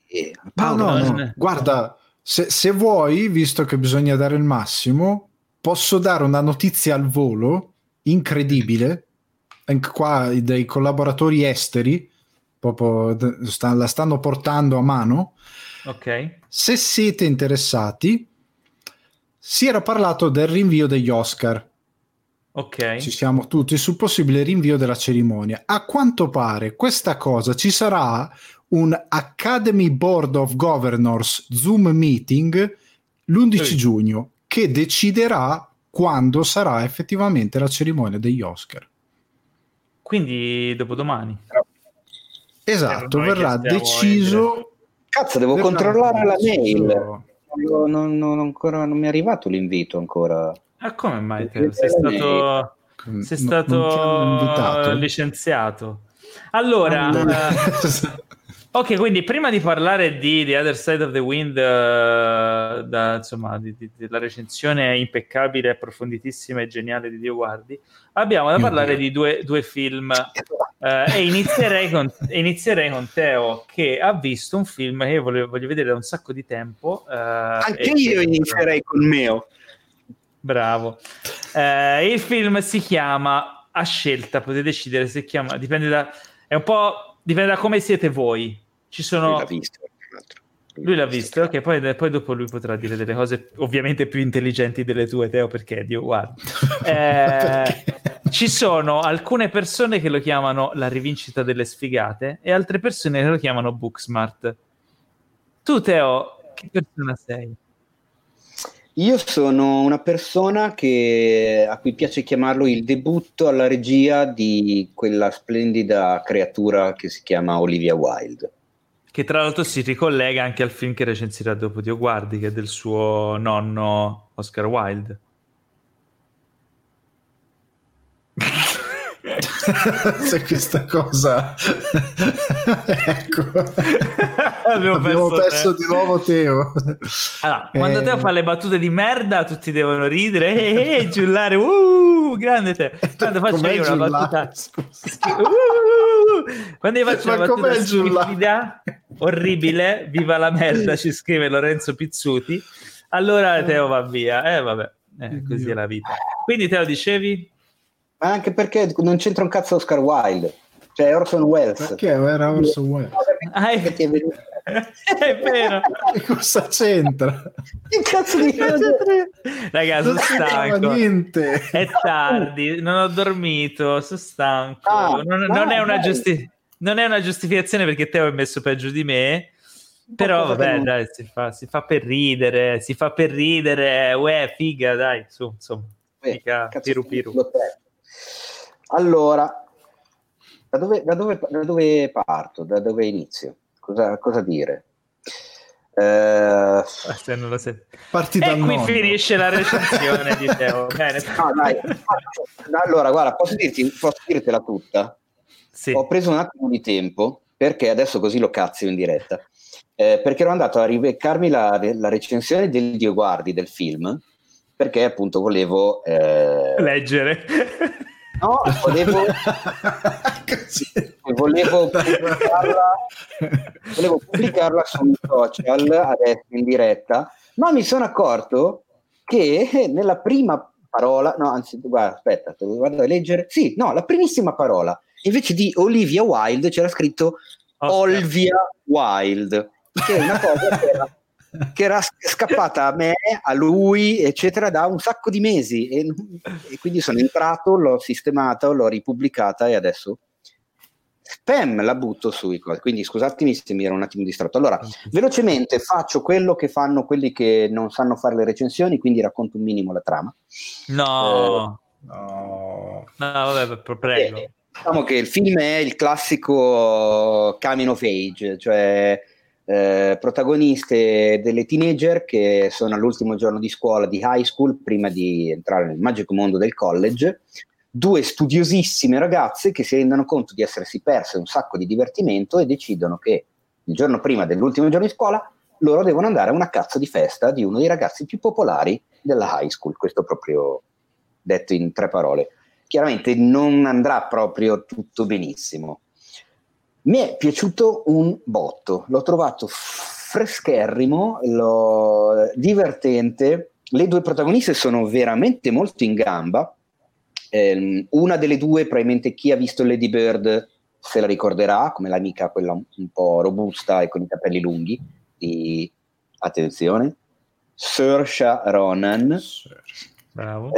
No. Guarda, se vuoi, visto che bisogna dare il massimo, posso dare una notizia al volo incredibile. Anche qua dei collaboratori esteri proprio la stanno portando a mano. Ok. Se siete interessati, si era parlato del rinvio degli Oscar. Ok. Ci siamo tutti sul possibile rinvio della cerimonia. A quanto pare questa cosa, ci sarà un Academy Board of Governors Zoom meeting l'11 giugno che deciderà quando sarà effettivamente la cerimonia degli Oscar. Quindi dopodomani. Esatto, verrà deciso. Cazzo, devo controllare la mail. Ancora non mi è arrivato l'invito ancora. Come mai te? Sei stato licenziato? Allora, ok, quindi prima di parlare di The Other Side of the Wind, insomma, della recensione impeccabile, approfonditissima e geniale di Dioguardi, abbiamo da parlare di due film. E inizierei con Teo, che ha visto un film che io voglio vedere da un sacco di tempo. Anche io inizierei con Meo. Bravo. Il film si chiama, a scelta, potete decidere se chiama, dipende da come siete voi. Ci sono... Lui l'ha visto, ok, poi dopo lui potrà dire delle cose ovviamente più intelligenti delle tue, Teo, perché Dio guarda. Ci sono alcune persone che lo chiamano la rivincita delle sfigate e altre persone che lo chiamano Booksmart. Tu, Teo, che persona sei? Io sono una persona a cui piace chiamarlo il debutto alla regia di quella splendida creatura che si chiama Olivia Wilde. Che tra l'altro si ricollega anche al film che recensirà dopo Dioguardi, che è del suo nonno Oscar Wilde. Se questa cosa ecco abbiamo perso di nuovo Teo. Allora, quando Teo fa le battute di merda tutti devono ridere giullare, grande Teo. Quando faccio io una battuta quando io faccio una battuta stupida, orribile, viva la merda, ci scrive Lorenzo Pizzuti, allora Teo va via. Vabbè, così è la vita. Quindi Teo dicevi? Ma anche perché non c'entra un cazzo Oscar Wilde, cioè Orson Welles. Perché era Orson Welles? È vero. Che cosa c'entra? Che cazzo di ragazzi, sono stanco. Niente. È tardi, non ho dormito, sono stanco. Non è una giustificazione perché Teo è messo peggio di me. Però vabbè, dai, si fa per ridere, uè, figa, dai, su, insomma. Mica piru. Allora, da dove parto? Da dove inizio? cosa dire? Se non lo sei. E qui finisce la recensione di Teo. Bene. No, dai. Allora, guarda, posso dirtela tutta? Sì. Ho preso un attimo di tempo, perché adesso così lo cazzio in diretta, perché ero andato a ribeccarmi la recensione del Dio guardi del film, perché appunto volevo leggere. No, volevo pubblicarla sui social adesso in diretta, ma mi sono accorto che nella prima parola, no, anzi, guarda, aspetta, te lo vado a leggere. Sì, no, la primissima parola, invece di Olivia Wilde c'era scritto Olvia Wilde, che è una cosa che era scappata a me, a lui, eccetera, da un sacco di mesi, e quindi sono entrato, l'ho sistemata, l'ho ripubblicata e adesso spam la butto sui cose. Quindi scusatemi se mi ero un attimo distratto. Allora, velocemente faccio quello che fanno quelli che non sanno fare le recensioni, quindi racconto un minimo la trama. No, vabbè, prego. Diciamo che il film è il classico coming of age, cioè protagoniste delle teenager che sono all'ultimo giorno di scuola, di high school, prima di entrare nel magico mondo del college, due studiosissime ragazze che si rendono conto di essersi perse un sacco di divertimento e decidono che il giorno prima dell'ultimo giorno di scuola loro devono andare a una cazzo di festa di uno dei ragazzi più popolari della high school. Questo proprio detto in 3 parole. Chiaramente non andrà proprio tutto benissimo. Mi è piaciuto un botto, l'ho trovato frescherrimo, divertente. Le 2 protagoniste sono veramente molto in gamba. Una delle 2, probabilmente chi ha visto Lady Bird se la ricorderà, come l'amica quella un po' robusta e con i capelli lunghi, attenzione, Saoirse Ronan. Bravo.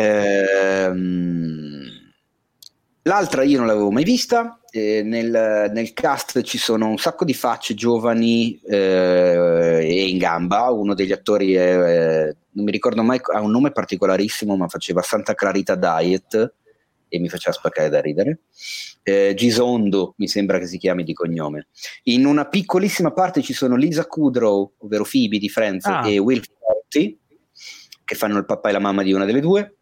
L'altra io non l'avevo mai vista. Nel cast ci sono un sacco di facce giovani e in gamba. Uno degli attori non mi ricordo mai, ha un nome particolarissimo, ma faceva Santa Clarita Diet e mi faceva spaccare da ridere. Gisondo mi sembra che si chiami di cognome. In una piccolissima parte ci sono Lisa Kudrow, ovvero Phoebe di Friends, e Will Forte, che fanno il papà e la mamma di una delle 2.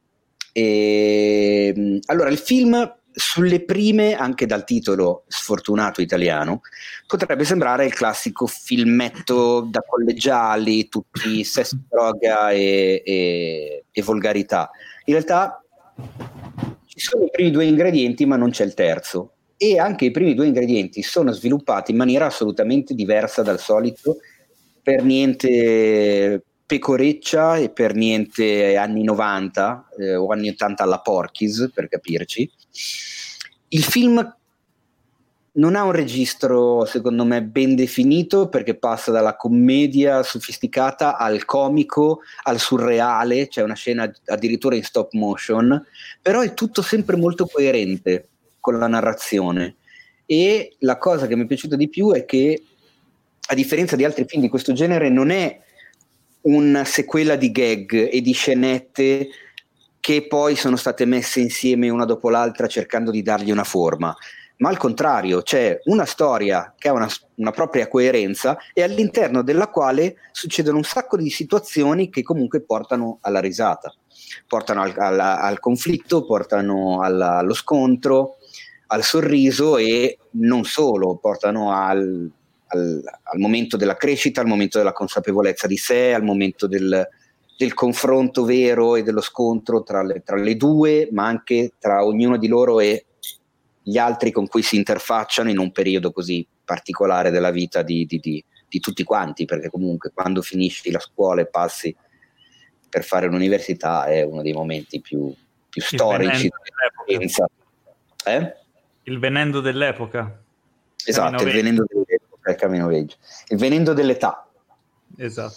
Allora, il film, sulle prime, anche dal titolo sfortunato italiano, potrebbe sembrare il classico filmetto da collegiali, tutti sesso, droga e volgarità. In realtà ci sono i primi 2 ingredienti, ma non c'è il terzo, e anche i primi 2 ingredienti sono sviluppati in maniera assolutamente diversa dal solito, per niente pecoreccia e per niente anni 90 o anni 80 alla Porky's, per capirci. Il film non ha un registro, secondo me, ben definito, perché passa dalla commedia sofisticata al comico, al surreale. C'è una scena addirittura in stop motion, però è tutto sempre molto coerente con la narrazione. E la cosa che mi è piaciuta di più è che, a differenza di altri film di questo genere, non è una sequela di gag e di scenette che poi sono state messe insieme una dopo l'altra cercando di dargli una forma, ma al contrario c'è una storia che ha una propria coerenza e all'interno della quale succedono un sacco di situazioni che comunque portano alla risata, portano al conflitto, portano allo scontro, al sorriso, e non solo, portano al momento della crescita, al momento della consapevolezza di sé, al momento del confronto vero e dello scontro tra le 2, ma anche tra ognuno di loro e gli altri con cui si interfacciano in un periodo così particolare della vita di tutti quanti, perché comunque quando finisci la scuola e passi per fare l'università è uno dei momenti più storici dell'esperienza. Il venendo dell'epoca. Esatto, il venendo dell'epoca, il coming of age. Il venendo dell'età. Esatto.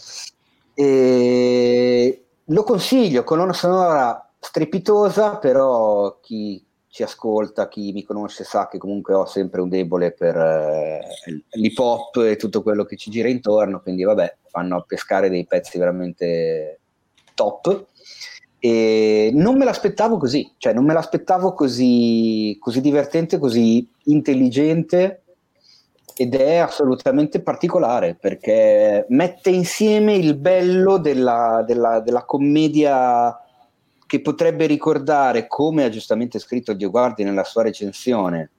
Lo consiglio, colonna sonora strepitosa, però chi ci ascolta, chi mi conosce sa che comunque ho sempre un debole per l'hip hop e tutto quello che ci gira intorno, quindi vabbè, fanno a pescare dei pezzi veramente top, e non me l'aspettavo così, cioè non me l'aspettavo così divertente, così intelligente, ed è assolutamente particolare perché mette insieme il bello della commedia che potrebbe ricordare, come ha giustamente scritto Dioguardi nella sua recensione,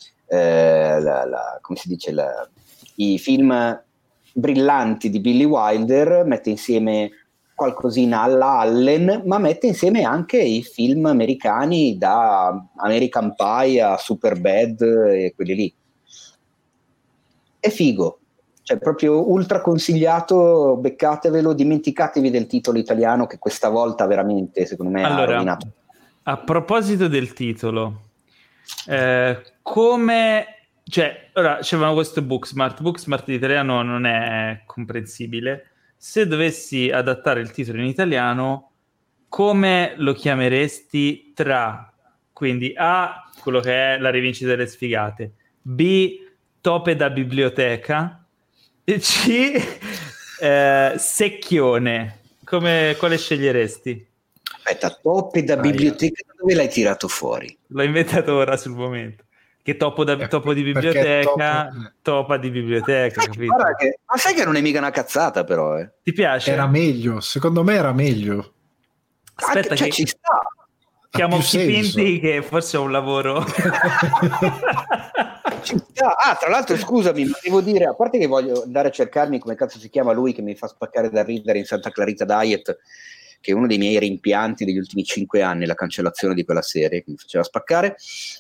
come si dice, i film brillanti di Billy Wilder, mette insieme qualcosina alla Allen, ma mette insieme anche i film americani da American Pie a Superbad e quelli lì. È figo, cioè proprio ultra consigliato, beccatevelo, dimenticatevi del titolo italiano che questa volta veramente secondo me ha rovinato. A proposito del titolo, come, cioè, ora c'avevano questo Booksmart in italiano non è comprensibile. Se dovessi adattare il titolo in italiano, come lo chiameresti tra, quindi A, quello che è La rivincita delle sfigate, B, Tope da biblioteca, e C, Secchione? Quale sceglieresti? Aspetta, Tope da biblioteca, dove l'hai tirato fuori? L'ho inventato ora sul momento. Che topo di biblioteca, topa di biblioteca, capito? Ma sai che non è mica una cazzata, però. Ti piace? Era meglio, secondo me era meglio. Aspetta, cioè, che ci sta. Chiamo Pinti, che forse è un lavoro. Ci sta. Ah, tra l'altro, scusami, ma devo dire, a parte che voglio andare a cercarmi come cazzo si chiama lui che mi fa spaccare da ridere in Santa Clarita Diet, che è uno dei miei rimpianti degli ultimi 5 anni, la cancellazione di quella serie che mi faceva spaccare.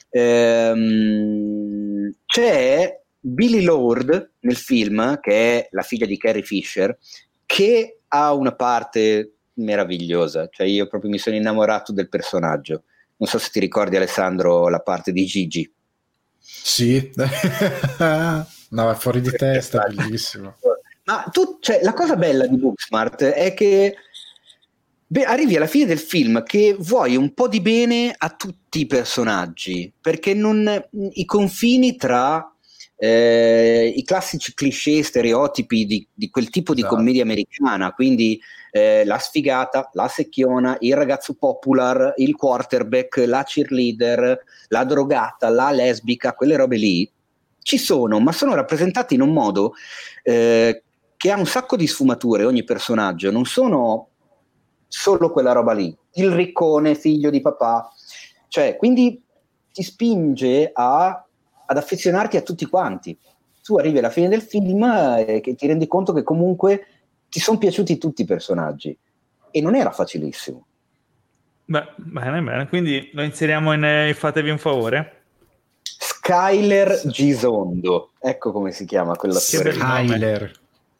C'è Billy Lord nel film, che è la figlia di Carrie Fisher, che ha una parte meravigliosa, cioè io proprio mi sono innamorato del personaggio. Non so se ti ricordi, Alessandro, la parte di Gigi. Sì, no, è fuori di testa, bellissimo. Ma cioè, la cosa bella di Booksmart è che arrivi alla fine del film che vuoi un po' di bene a tutti i personaggi, perché i confini tra i classici cliché, stereotipi di quel tipo di commedia americana, quindi la sfigata, la secchiona, il ragazzo popular, il quarterback, la cheerleader, la drogata, la lesbica, quelle robe lì ci sono, ma sono rappresentate in un modo che ha un sacco di sfumature. Ogni personaggio non sono solo quella roba lì, il riccone figlio di papà, cioè, quindi ti spinge ad affezionarti a tutti quanti. Tu arrivi alla fine del film e che ti rendi conto che comunque ti sono piaciuti tutti i personaggi e non era facilissimo. Bene, quindi lo inseriamo in Fatevi un favore. Skyler Gisondo, ecco come si chiama quella storia. Skyler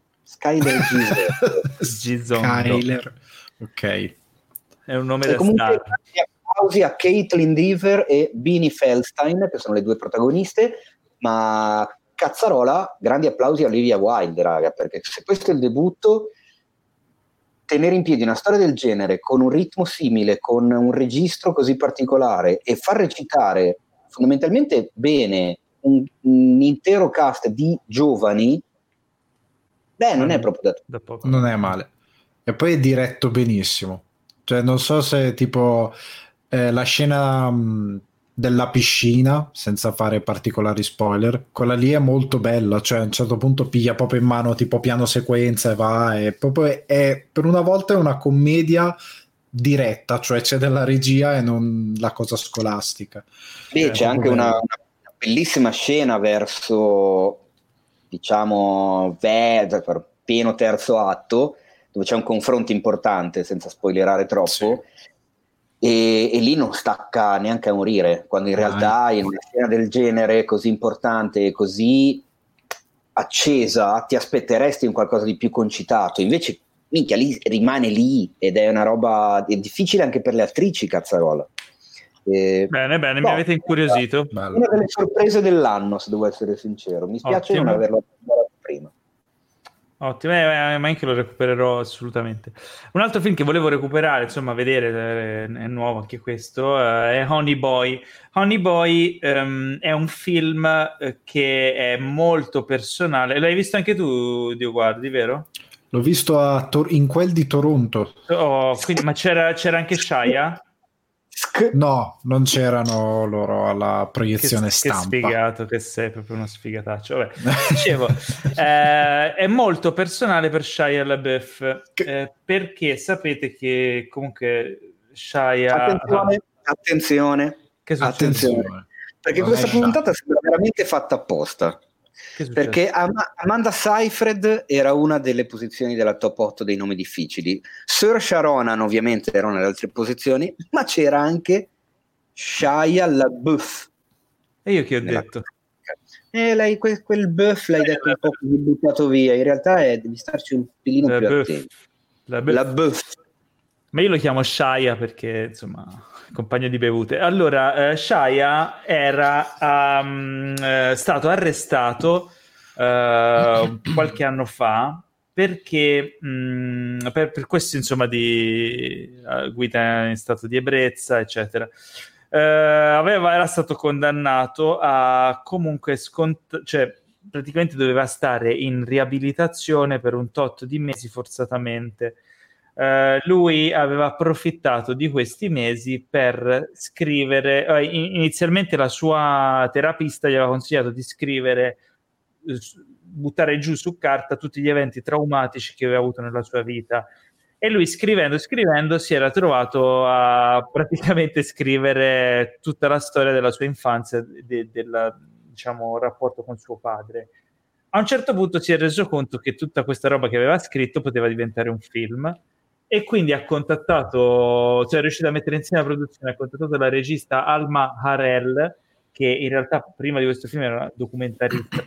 Gisondo. Skyler. Ok, è un nome da star. Applausi a Caitlin Dever e Beanie Feldstein, che sono le due protagoniste, ma cazzarola, grandi applausi a Olivia Wilde, raga, perché se questo è il debutto, tenere in piedi una storia del genere con un ritmo simile, con un registro così particolare e far recitare fondamentalmente bene un intero cast di giovani, non è proprio da poco. Non è male. E poi è diretto benissimo, cioè non so se tipo la scena della piscina, senza fare particolari spoiler, quella lì è molto bella, cioè a un certo punto piglia proprio in mano tipo piano sequenza e va, e proprio è per una volta è una commedia diretta, cioè c'è della regia e non la cosa scolastica. C'è anche una bellissima scena verso, diciamo, pieno terzo atto, dove c'è un confronto importante, senza spoilerare troppo, sì. E lì non stacca neanche a morire, quando in realtà in una scena del genere così importante e così accesa ti aspetteresti un qualcosa di più concitato, invece minchia lì rimane lì ed è una roba è difficile anche per le attrici, cazzarola. Bene, mi avete incuriosito. Una delle sorprese dell'anno, se devo essere sincero, mi spiace non averlo guardato prima. Ottimo, ma anche lo recupererò assolutamente. Un altro film che volevo recuperare, insomma, vedere, è nuovo anche questo, è Honey Boy. Honey Boy è un film che è molto personale. L'hai visto anche tu, Dioguardi, vero? L'ho visto in quel di Toronto. Quindi, ma c'era anche Shia? Mask. No, non c'erano loro alla proiezione stampa. Che sfigato che sei, proprio uno sfigataccio. Vabbè, dicevo, è molto personale per Shia LaBeouf, perché sapete che comunque Shia... Attenzione. Perché questa puntata sembra veramente fatta apposta. Perché Amanda Seyfried era una delle posizioni della top 8 dei nomi difficili. Saoirse Ronan ovviamente era nelle altre posizioni, ma c'era anche Shia LaBeouf. E io che ho detto? Lei, quel buff l'hai detto un po' così buttato via. In realtà devi starci un pelino più attento. LaBeouf. Ma io lo chiamo Shia perché, insomma, compagno di bevute. Allora, Shia era stato arrestato qualche anno fa perché per questo, insomma, di guida in stato di ebbrezza, eccetera. Era stato condannato a comunque cioè praticamente doveva stare in riabilitazione per un tot di mesi forzatamente. Lui aveva approfittato di questi mesi per scrivere. Inizialmente la sua terapista gli aveva consigliato di scrivere, buttare giù su carta tutti gli eventi traumatici che aveva avuto nella sua vita, e lui scrivendo si era trovato a praticamente scrivere tutta la storia della sua infanzia, del diciamo rapporto con suo padre. A un certo punto si è reso conto che tutta questa roba che aveva scritto poteva diventare un film, e quindi ha contattato, cioè è riuscito a mettere insieme la produzione, ha contattato la regista Alma Har'el, che in realtà prima di questo film era una documentarista,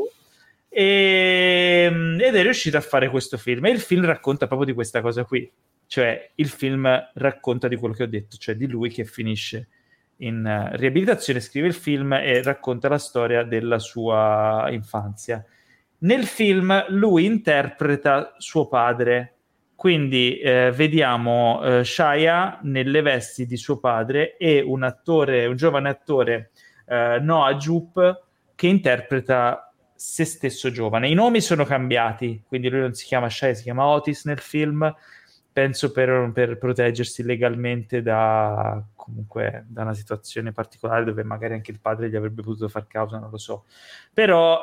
ed è riuscito a fare questo film, e il film racconta proprio di questa cosa qui, cioè il film racconta di quello che ho detto, cioè di lui che finisce in riabilitazione, scrive il film e racconta la storia della sua infanzia. Nel film lui interpreta suo padre, quindi vediamo Shia nelle vesti di suo padre e un giovane attore, Noah Jupe, che interpreta se stesso giovane. I nomi sono cambiati, quindi lui non si chiama Shia, si chiama Otis nel film, penso per proteggersi legalmente da una situazione particolare dove magari anche il padre gli avrebbe potuto far causa, non lo so. Però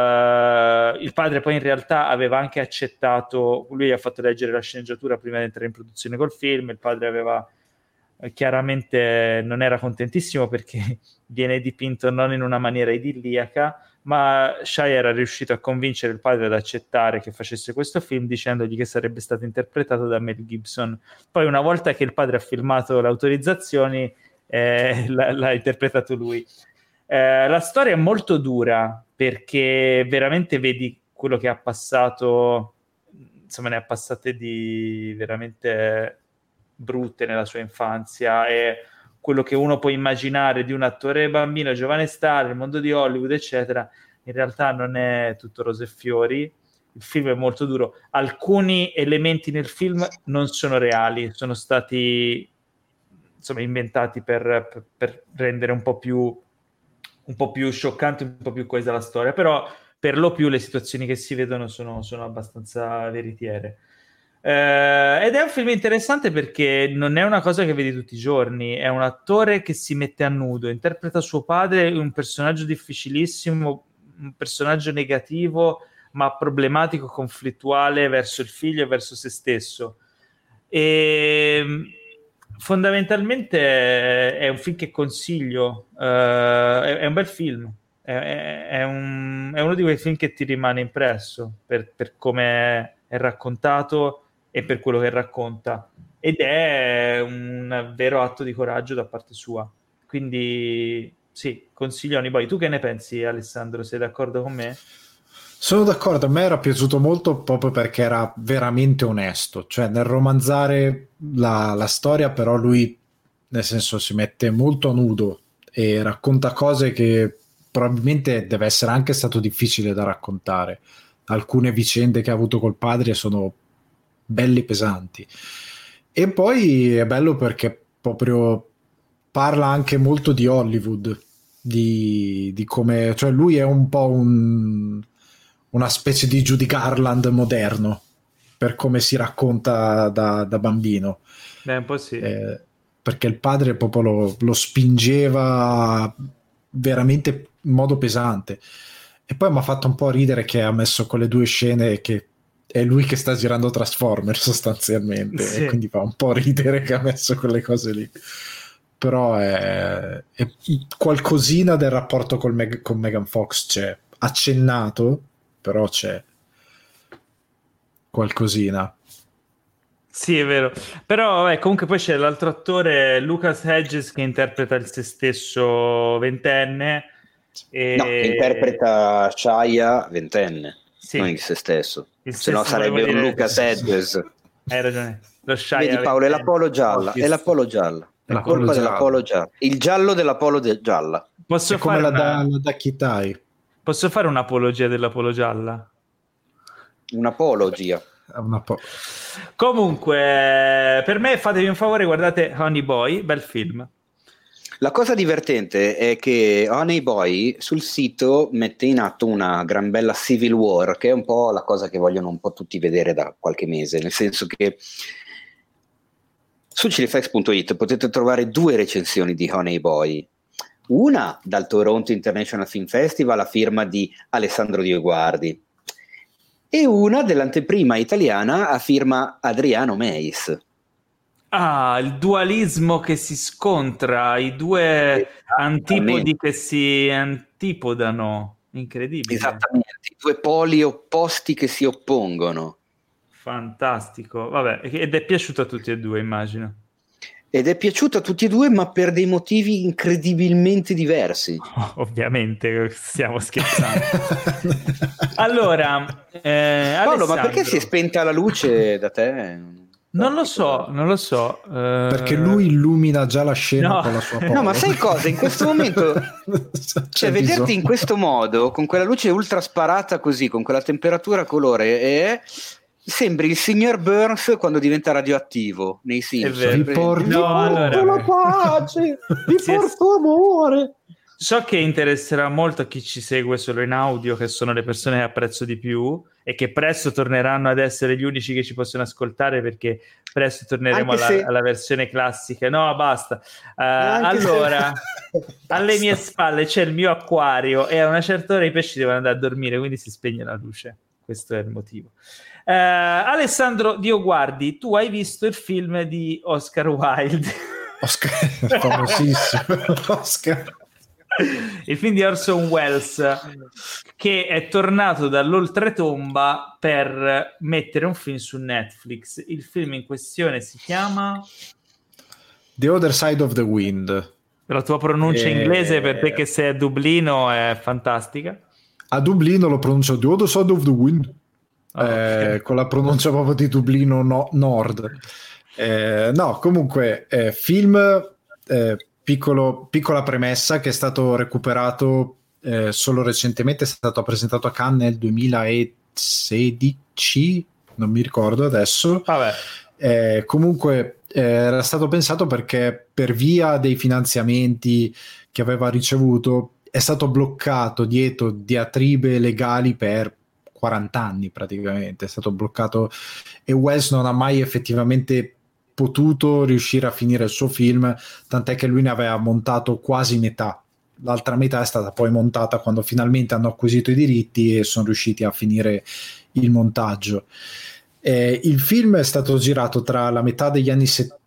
il padre poi in realtà aveva anche accettato, lui gli ha fatto leggere la sceneggiatura prima di entrare in produzione col film, il padre aveva chiaramente non era contentissimo perché viene dipinto non in una maniera idilliaca, ma Shia era riuscito a convincere il padre ad accettare che facesse questo film, dicendogli che sarebbe stato interpretato da Mel Gibson. Poi una volta che il padre ha firmato le autorizzazioni, l'ha interpretato lui. La storia è molto dura perché veramente vedi quello che ha passato, insomma ne ha passate di veramente brutte nella sua infanzia, e quello che uno può immaginare di un attore bambino, giovane star, il mondo di Hollywood, eccetera, in realtà non è tutto rose e fiori. Il film è molto duro. Alcuni elementi nel film non sono reali, sono stati insomma inventati per rendere un po' più scioccante, un po' più coesa la storia, però per lo più le situazioni che si vedono sono abbastanza veritiere. Ed è un film interessante perché non è una cosa che vedi tutti i giorni, è un attore che si mette a nudo, interpreta suo padre, un personaggio difficilissimo, un personaggio negativo ma problematico, conflittuale verso il figlio e verso se stesso, e fondamentalmente è un film che consiglio, è un bel film, è uno di quei film che ti rimane impresso per come è raccontato e per quello che racconta, ed è un vero atto di coraggio da parte sua, quindi sì, consiglio a ogni. Tu che ne pensi, Alessandro? Sei d'accordo con me? Sono d'accordo, a me era piaciuto molto proprio perché era veramente onesto, cioè nel romanzare la storia, però lui nel senso si mette molto a nudo e racconta cose che probabilmente deve essere anche stato difficile da raccontare. Alcune vicende che ha avuto col padre sono belli pesanti, e poi è bello perché proprio parla anche molto di Hollywood, di come, cioè lui è un po' una specie di Judy Garland moderno per come si racconta da bambino. Un po' sì. perché il padre proprio lo spingeva veramente in modo pesante. E poi mi ha fatto un po' ridere che ha messo quelle 2 scene che è lui che sta girando Transformers sostanzialmente, sì. E quindi fa un po' ridere che ha messo quelle cose lì. Però è qualcosina del rapporto con Megan Fox c'è, accennato, però c'è qualcosina. Sì, è vero. Però vabbè, comunque poi c'è l'altro attore, Lucas Hedges, che interpreta il se stesso ventenne. No, che interpreta Shia ventenne, Sì. non il se stesso. Il Se no sarebbe un Lucas Hedges. Hai ragione. Lo Shia Vedi Paolo, è la polo gialla, è la polo gialla. È La colpa polo della gialla. polo gialla. Il giallo della polo gialla. Posso È come fare la Ducky Tie. Posso fare un'apologia della polo gialla? Un'apologia. Comunque, per me fatevi un favore, guardate Honey Boy, bel film. La cosa divertente è che Honey Boy sul sito mette in atto una gran bella civil war, che è un po' la cosa che vogliono un po' tutti vedere da qualche mese, nel senso che su cinefax.it potete trovare 2 recensioni di Honey Boy, una dal Toronto International Film Festival a firma di Alessandro Dioguardi e una dell'anteprima italiana a firma Adriano Meis. Ah, il dualismo che si scontra, i 2 antipodi che si antipodano, incredibile. Esattamente, i 2 poli opposti che si oppongono. Fantastico, vabbè, ed è piaciuto a tutti e 2, immagino. Ed è piaciuto a tutti e 2, ma per dei motivi incredibilmente diversi. Ovviamente, stiamo scherzando. Allora, Paolo, ma perché Alessandro, si è spenta la luce da te? Non lo so. Perché lui illumina già la scena con la sua polo. No, ma sai cosa? In questo momento, cioè, vederti in questo modo, con quella luce ultra sparata così, con quella temperatura, colore, sembri il signor Burns quando diventa radioattivo nei Simpson. Vi porto la pace, vi porto amore. So che interesserà molto a chi ci segue solo in audio, che sono le persone che apprezzo di più e che presto torneranno ad essere gli unici che ci possono ascoltare, perché presto torneremo alla versione classica. No, basta. Allora, alle mie spalle c'è il mio acquario e a una certa ora i pesci devono andare a dormire, quindi si spegne la luce. Questo è il motivo. Alessandro Dioguardi, tu hai visto il film di Oscar Wilde? Oscar, famosissimo. Oscar. Il film di Orson Welles, che è tornato dall'oltretomba per mettere un film su Netflix. Il film in questione si chiama The Other Side of the Wind. La tua pronuncia inglese, per te che sei a Dublino, è fantastica. A Dublino lo pronuncio The Other Side of the Wind, okay. Con la pronuncia proprio di Dublino Nord. No, comunque film... piccola premessa, che è stato recuperato solo recentemente, è stato presentato a Cannes nel 2016, non mi ricordo adesso. Comunque era stato pensato perché per via dei finanziamenti che aveva ricevuto è stato bloccato dietro diatribe legali per 40 anni praticamente, è stato bloccato e Welles non ha mai effettivamente potuto riuscire a finire il suo film, tant'è che lui ne aveva montato quasi metà, l'altra metà è stata poi montata quando finalmente hanno acquisito i diritti e sono riusciti a finire il montaggio. Il film è stato girato tra la metà degli anni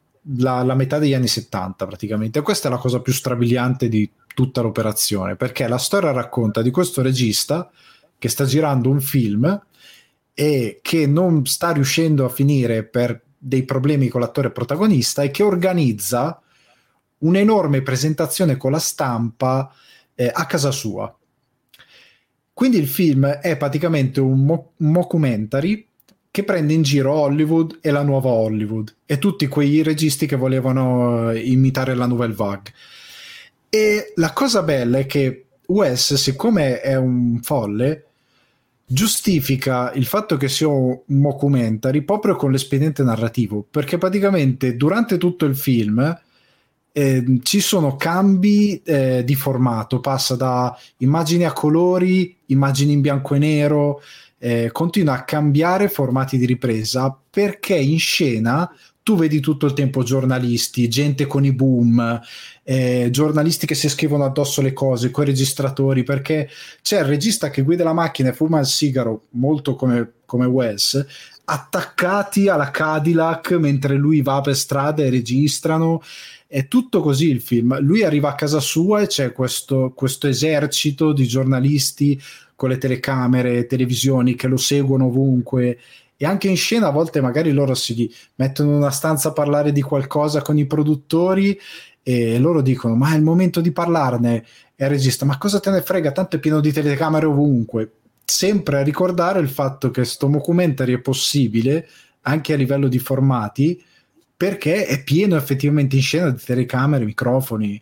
70 praticamente, e questa è la cosa più strabiliante di tutta l'operazione, perché la storia racconta di questo regista che sta girando un film e che non sta riuscendo a finire per dei problemi con l'attore protagonista e che organizza un'enorme presentazione con la stampa a casa sua. Quindi il film è praticamente un mockumentary che prende in giro Hollywood e la nuova Hollywood e tutti quei registi che volevano imitare la Nouvelle Vague. E la cosa bella è che Wes, siccome è un folle, giustifica il fatto che sia un mockumentary proprio con l'espediente narrativo, perché praticamente durante tutto il film ci sono cambi di formato, passa da immagini a colori, immagini in bianco e nero, continua a cambiare formati di ripresa, perché in scena tu vedi tutto il tempo giornalisti, gente con i boom, giornalisti che si scrivono addosso le cose, coi registratori, perché c'è il regista che guida la macchina e fuma il sigaro, molto come Wes, attaccati alla Cadillac mentre lui va per strada e registrano. È tutto così il film. Lui arriva a casa sua e c'è questo esercito di giornalisti con le telecamere, televisioni che lo seguono ovunque, e anche in scena a volte magari loro si mettono in una stanza a parlare di qualcosa con i produttori e loro dicono ma è il momento di parlarne, e il regista ma cosa te ne frega, tanto è pieno di telecamere ovunque. Sempre a ricordare il fatto che sto documentary è possibile anche a livello di formati, perché è pieno effettivamente in scena di telecamere, microfoni,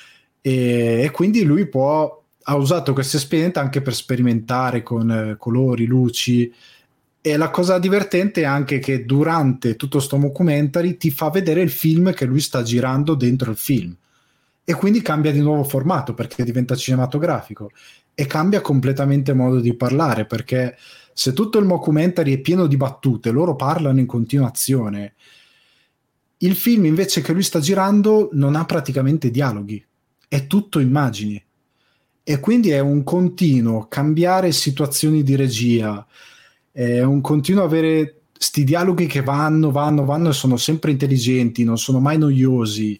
e quindi lui ha usato questa esperienza anche per sperimentare con colori, luci. E la cosa divertente è anche che durante tutto sto documentary ti fa vedere il film che lui sta girando dentro il film, e quindi cambia di nuovo formato perché diventa cinematografico, e cambia completamente modo di parlare, perché se tutto il documentary è pieno di battute, loro parlano in continuazione, il film invece che lui sta girando non ha praticamente dialoghi, è tutto immagini, e quindi è un continuo cambiare situazioni di regia, è un continuo avere sti dialoghi che vanno e sono sempre intelligenti, non sono mai noiosi,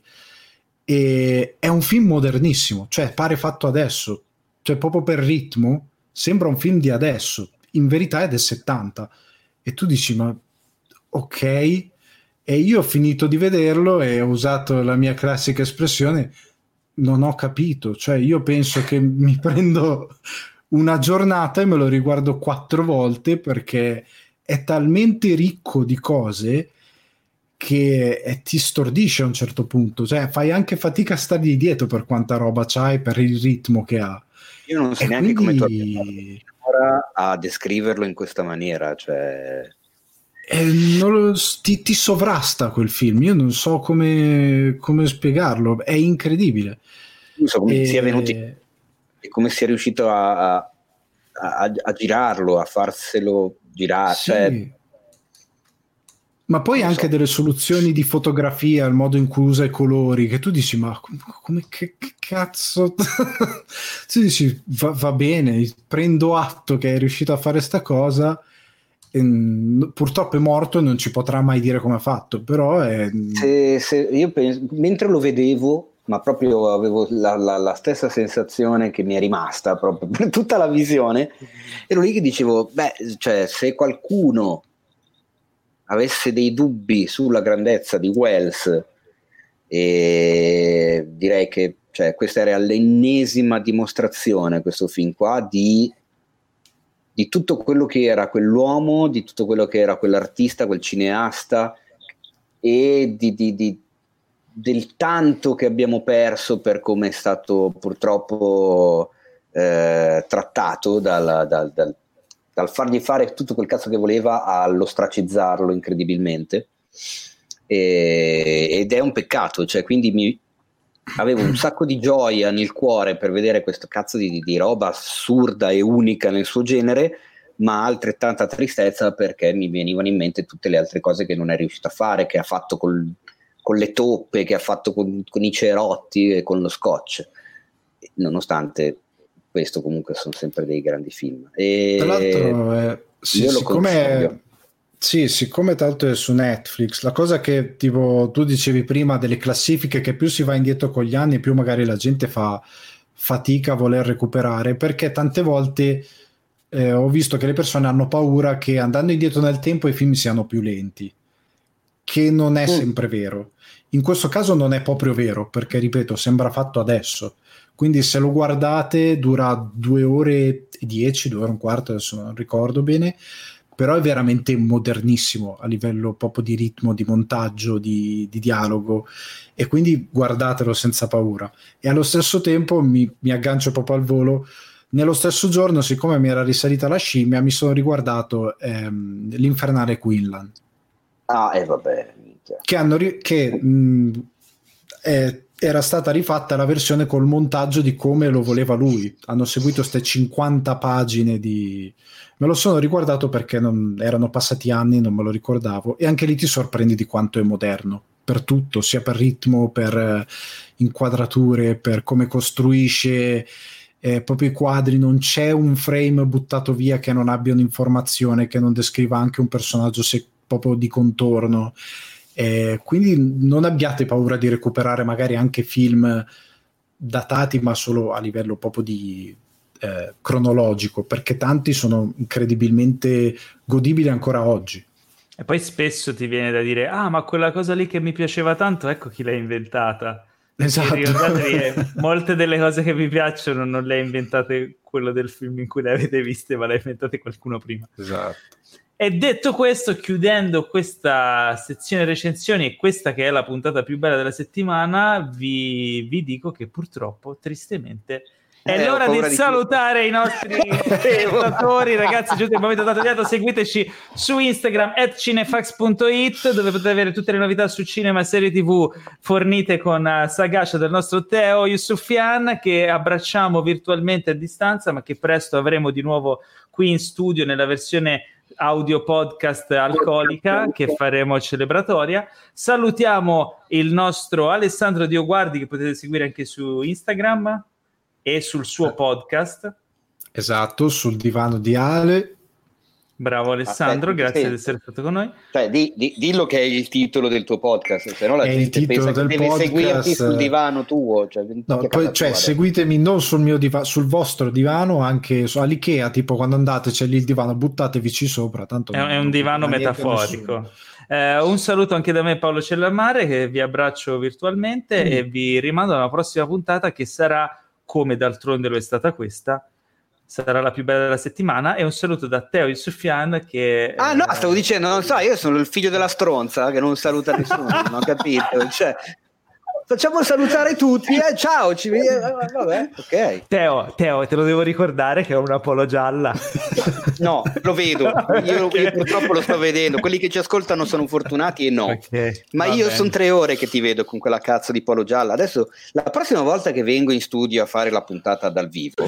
e è un film modernissimo, cioè pare fatto adesso, cioè proprio per ritmo sembra un film di adesso, in verità è del 70, e tu dici ma ok. E io ho finito di vederlo e ho usato la mia classica espressione, non ho capito, cioè io penso che mi prendo una giornata e me lo riguardo 4 volte, perché è talmente ricco di cose che ti stordisce a un certo punto, cioè fai anche fatica a stargli dietro per quanta roba c'hai, per il ritmo che ha. Io non so neanche come tu abbia fatto a descriverlo in questa maniera, cioè ti sovrasta quel film, io non so come spiegarlo, è incredibile. Non so come sia venuto e come sia riuscito a girarlo, a farselo girare, sì. Cioè, ma poi anche delle soluzioni di fotografia, il modo in cui usa i colori, che tu dici ma come che cazzo tu dici va bene, prendo atto che è riuscito a fare sta cosa. Purtroppo è morto e non ci potrà mai dire come ha fatto, però se io penso, mentre lo vedevo, ma proprio avevo la stessa sensazione che mi è rimasta proprio per tutta la visione, ero lì che dicevo cioè, se qualcuno avesse dei dubbi sulla grandezza di Wells, direi che cioè, questa era l'ennesima dimostrazione, questo film qua, di tutto quello che era quell'uomo, di tutto quello che era quell'artista, quel cineasta, e del tanto che abbiamo perso per come è stato purtroppo trattato dal fargli fare tutto quel cazzo che voleva all'ostracizzarlo incredibilmente, ed è un peccato, cioè, quindi avevo un sacco di gioia nel cuore per vedere questo cazzo di roba assurda e unica nel suo genere, ma altrettanta tristezza perché mi venivano in mente tutte le altre cose che non è riuscito a fare, che ha fatto con le toppe, che ha fatto con i cerotti e con lo scotch. Nonostante questo, comunque sono sempre dei grandi film. E tra l'altro siccome tra l'altro è su Netflix, la cosa che tipo tu dicevi prima delle classifiche, che più si va indietro con gli anni più magari la gente fa fatica a voler recuperare, perché tante volte ho visto che le persone hanno paura che andando indietro nel tempo i film siano più lenti, che non è sempre vero. In questo caso non è proprio vero, perché ripeto, sembra fatto adesso, quindi se lo guardate dura 2 ore e 10, 2 ore e un quarto, adesso non ricordo bene, però è veramente modernissimo a livello proprio di ritmo, di montaggio, di dialogo, e quindi guardatelo senza paura. E allo stesso tempo mi aggancio proprio al volo, nello stesso giorno, siccome mi era risalita la scimmia, mi sono riguardato l'Infernale Quinlan, vabbè, che è era stata rifatta la versione col montaggio di come lo voleva lui. Hanno seguito queste 50 pagine di... Me lo sono ricordato perché erano passati anni, non me lo ricordavo, e anche lì ti sorprendi di quanto è moderno per tutto, sia per ritmo, per inquadrature, per come costruisce proprio i quadri. Non c'è un frame buttato via che non abbia un'informazione, che non descriva anche un personaggio proprio di contorno. Quindi non abbiate paura di recuperare magari anche film datati, ma solo a livello proprio di cronologico, perché tanti sono incredibilmente godibili ancora oggi. E poi spesso ti viene da dire: ah, ma quella cosa lì che mi piaceva tanto, ecco chi l'ha inventata. Esatto. Ricordatevi che molte delle cose che vi piacciono non le ha inventate quello del film in cui le avete viste, ma le ha inventate qualcuno prima. Esatto. E detto questo, chiudendo questa sezione recensioni e questa che è la puntata più bella della settimana, vi dico che purtroppo, tristemente, è l'ora di salutare i nostri spettatori. Ragazzi, giusto il momento dato dietro, seguiteci su Instagram @cinefax.it, dove potete avere tutte le novità su cinema e serie TV fornite con sagacia del nostro Teo Yusufian, che abbracciamo virtualmente a distanza, ma che presto avremo di nuovo qui in studio nella versione audio podcast alcolica che faremo celebratoria. Salutiamo il nostro Alessandro Dioguardi, che potete seguire anche su Instagram e sul suo podcast. Esatto, sul divano di Ale. Bravo Alessandro, grazie di essere stato con noi. Cioè, dillo che è il titolo del tuo podcast, se no la gente pensa che deve seguirti sul divano tuo. Seguitemi non sul mio divano, sul vostro divano, anche all'Ikea, tipo quando andate c'è lì il divano, buttatevici sopra. Tanto è un divano metaforico. Un saluto anche da me, Paolo Cellamare, che vi abbraccio virtualmente e vi rimando alla prossima puntata, che sarà, come d'altronde lo è stata questa, sarà la più bella della settimana. E un saluto da Teo Yusufian, che no, stavo dicendo, non so, io sono il figlio della stronza che non saluta nessuno. Non ho capito, cioè facciamo salutare tutti, ciao, ci vediamo. Vabbè, ok. Teo, te lo devo ricordare che ho una polo gialla. No, lo vedo, io purtroppo lo sto vedendo. Quelli che ci ascoltano sono fortunati e no, ma io sono 3 ore che ti vedo con quella cazzo di polo gialla. Adesso, la prossima volta che vengo in studio a fare la puntata dal vivo,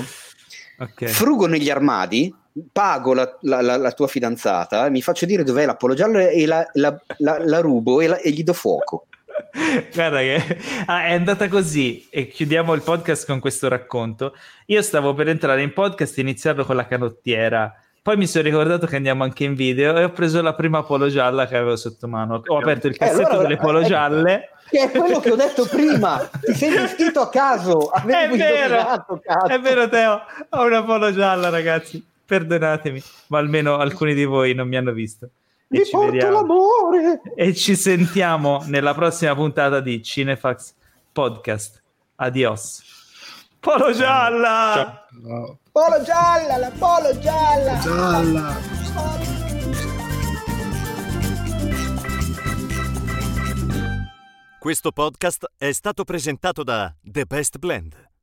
frugo negli armadi, pago la tua fidanzata, mi faccio dire dov'è la polo gialla e la rubo e gli do fuoco. Guarda che è andata così, e chiudiamo il podcast con questo racconto. Io stavo per entrare in podcast e iniziarlo con la canottiera, poi mi sono ricordato che andiamo anche in video e ho preso la prima polo gialla che avevo sotto mano. Ho aperto il cassetto delle polo gialle, che è quello che ho detto prima. Ti sei vestito a caso. È vero Teo, ho una polo gialla, ragazzi, perdonatemi, ma almeno alcuni di voi non mi hanno visto. Mi porto l'amore. E ci sentiamo nella prossima puntata di Cinefax Podcast. Adios. Polo gialla! No. Polo gialla, la polo gialla! Gialla! Questo podcast è stato presentato da The Best Blend.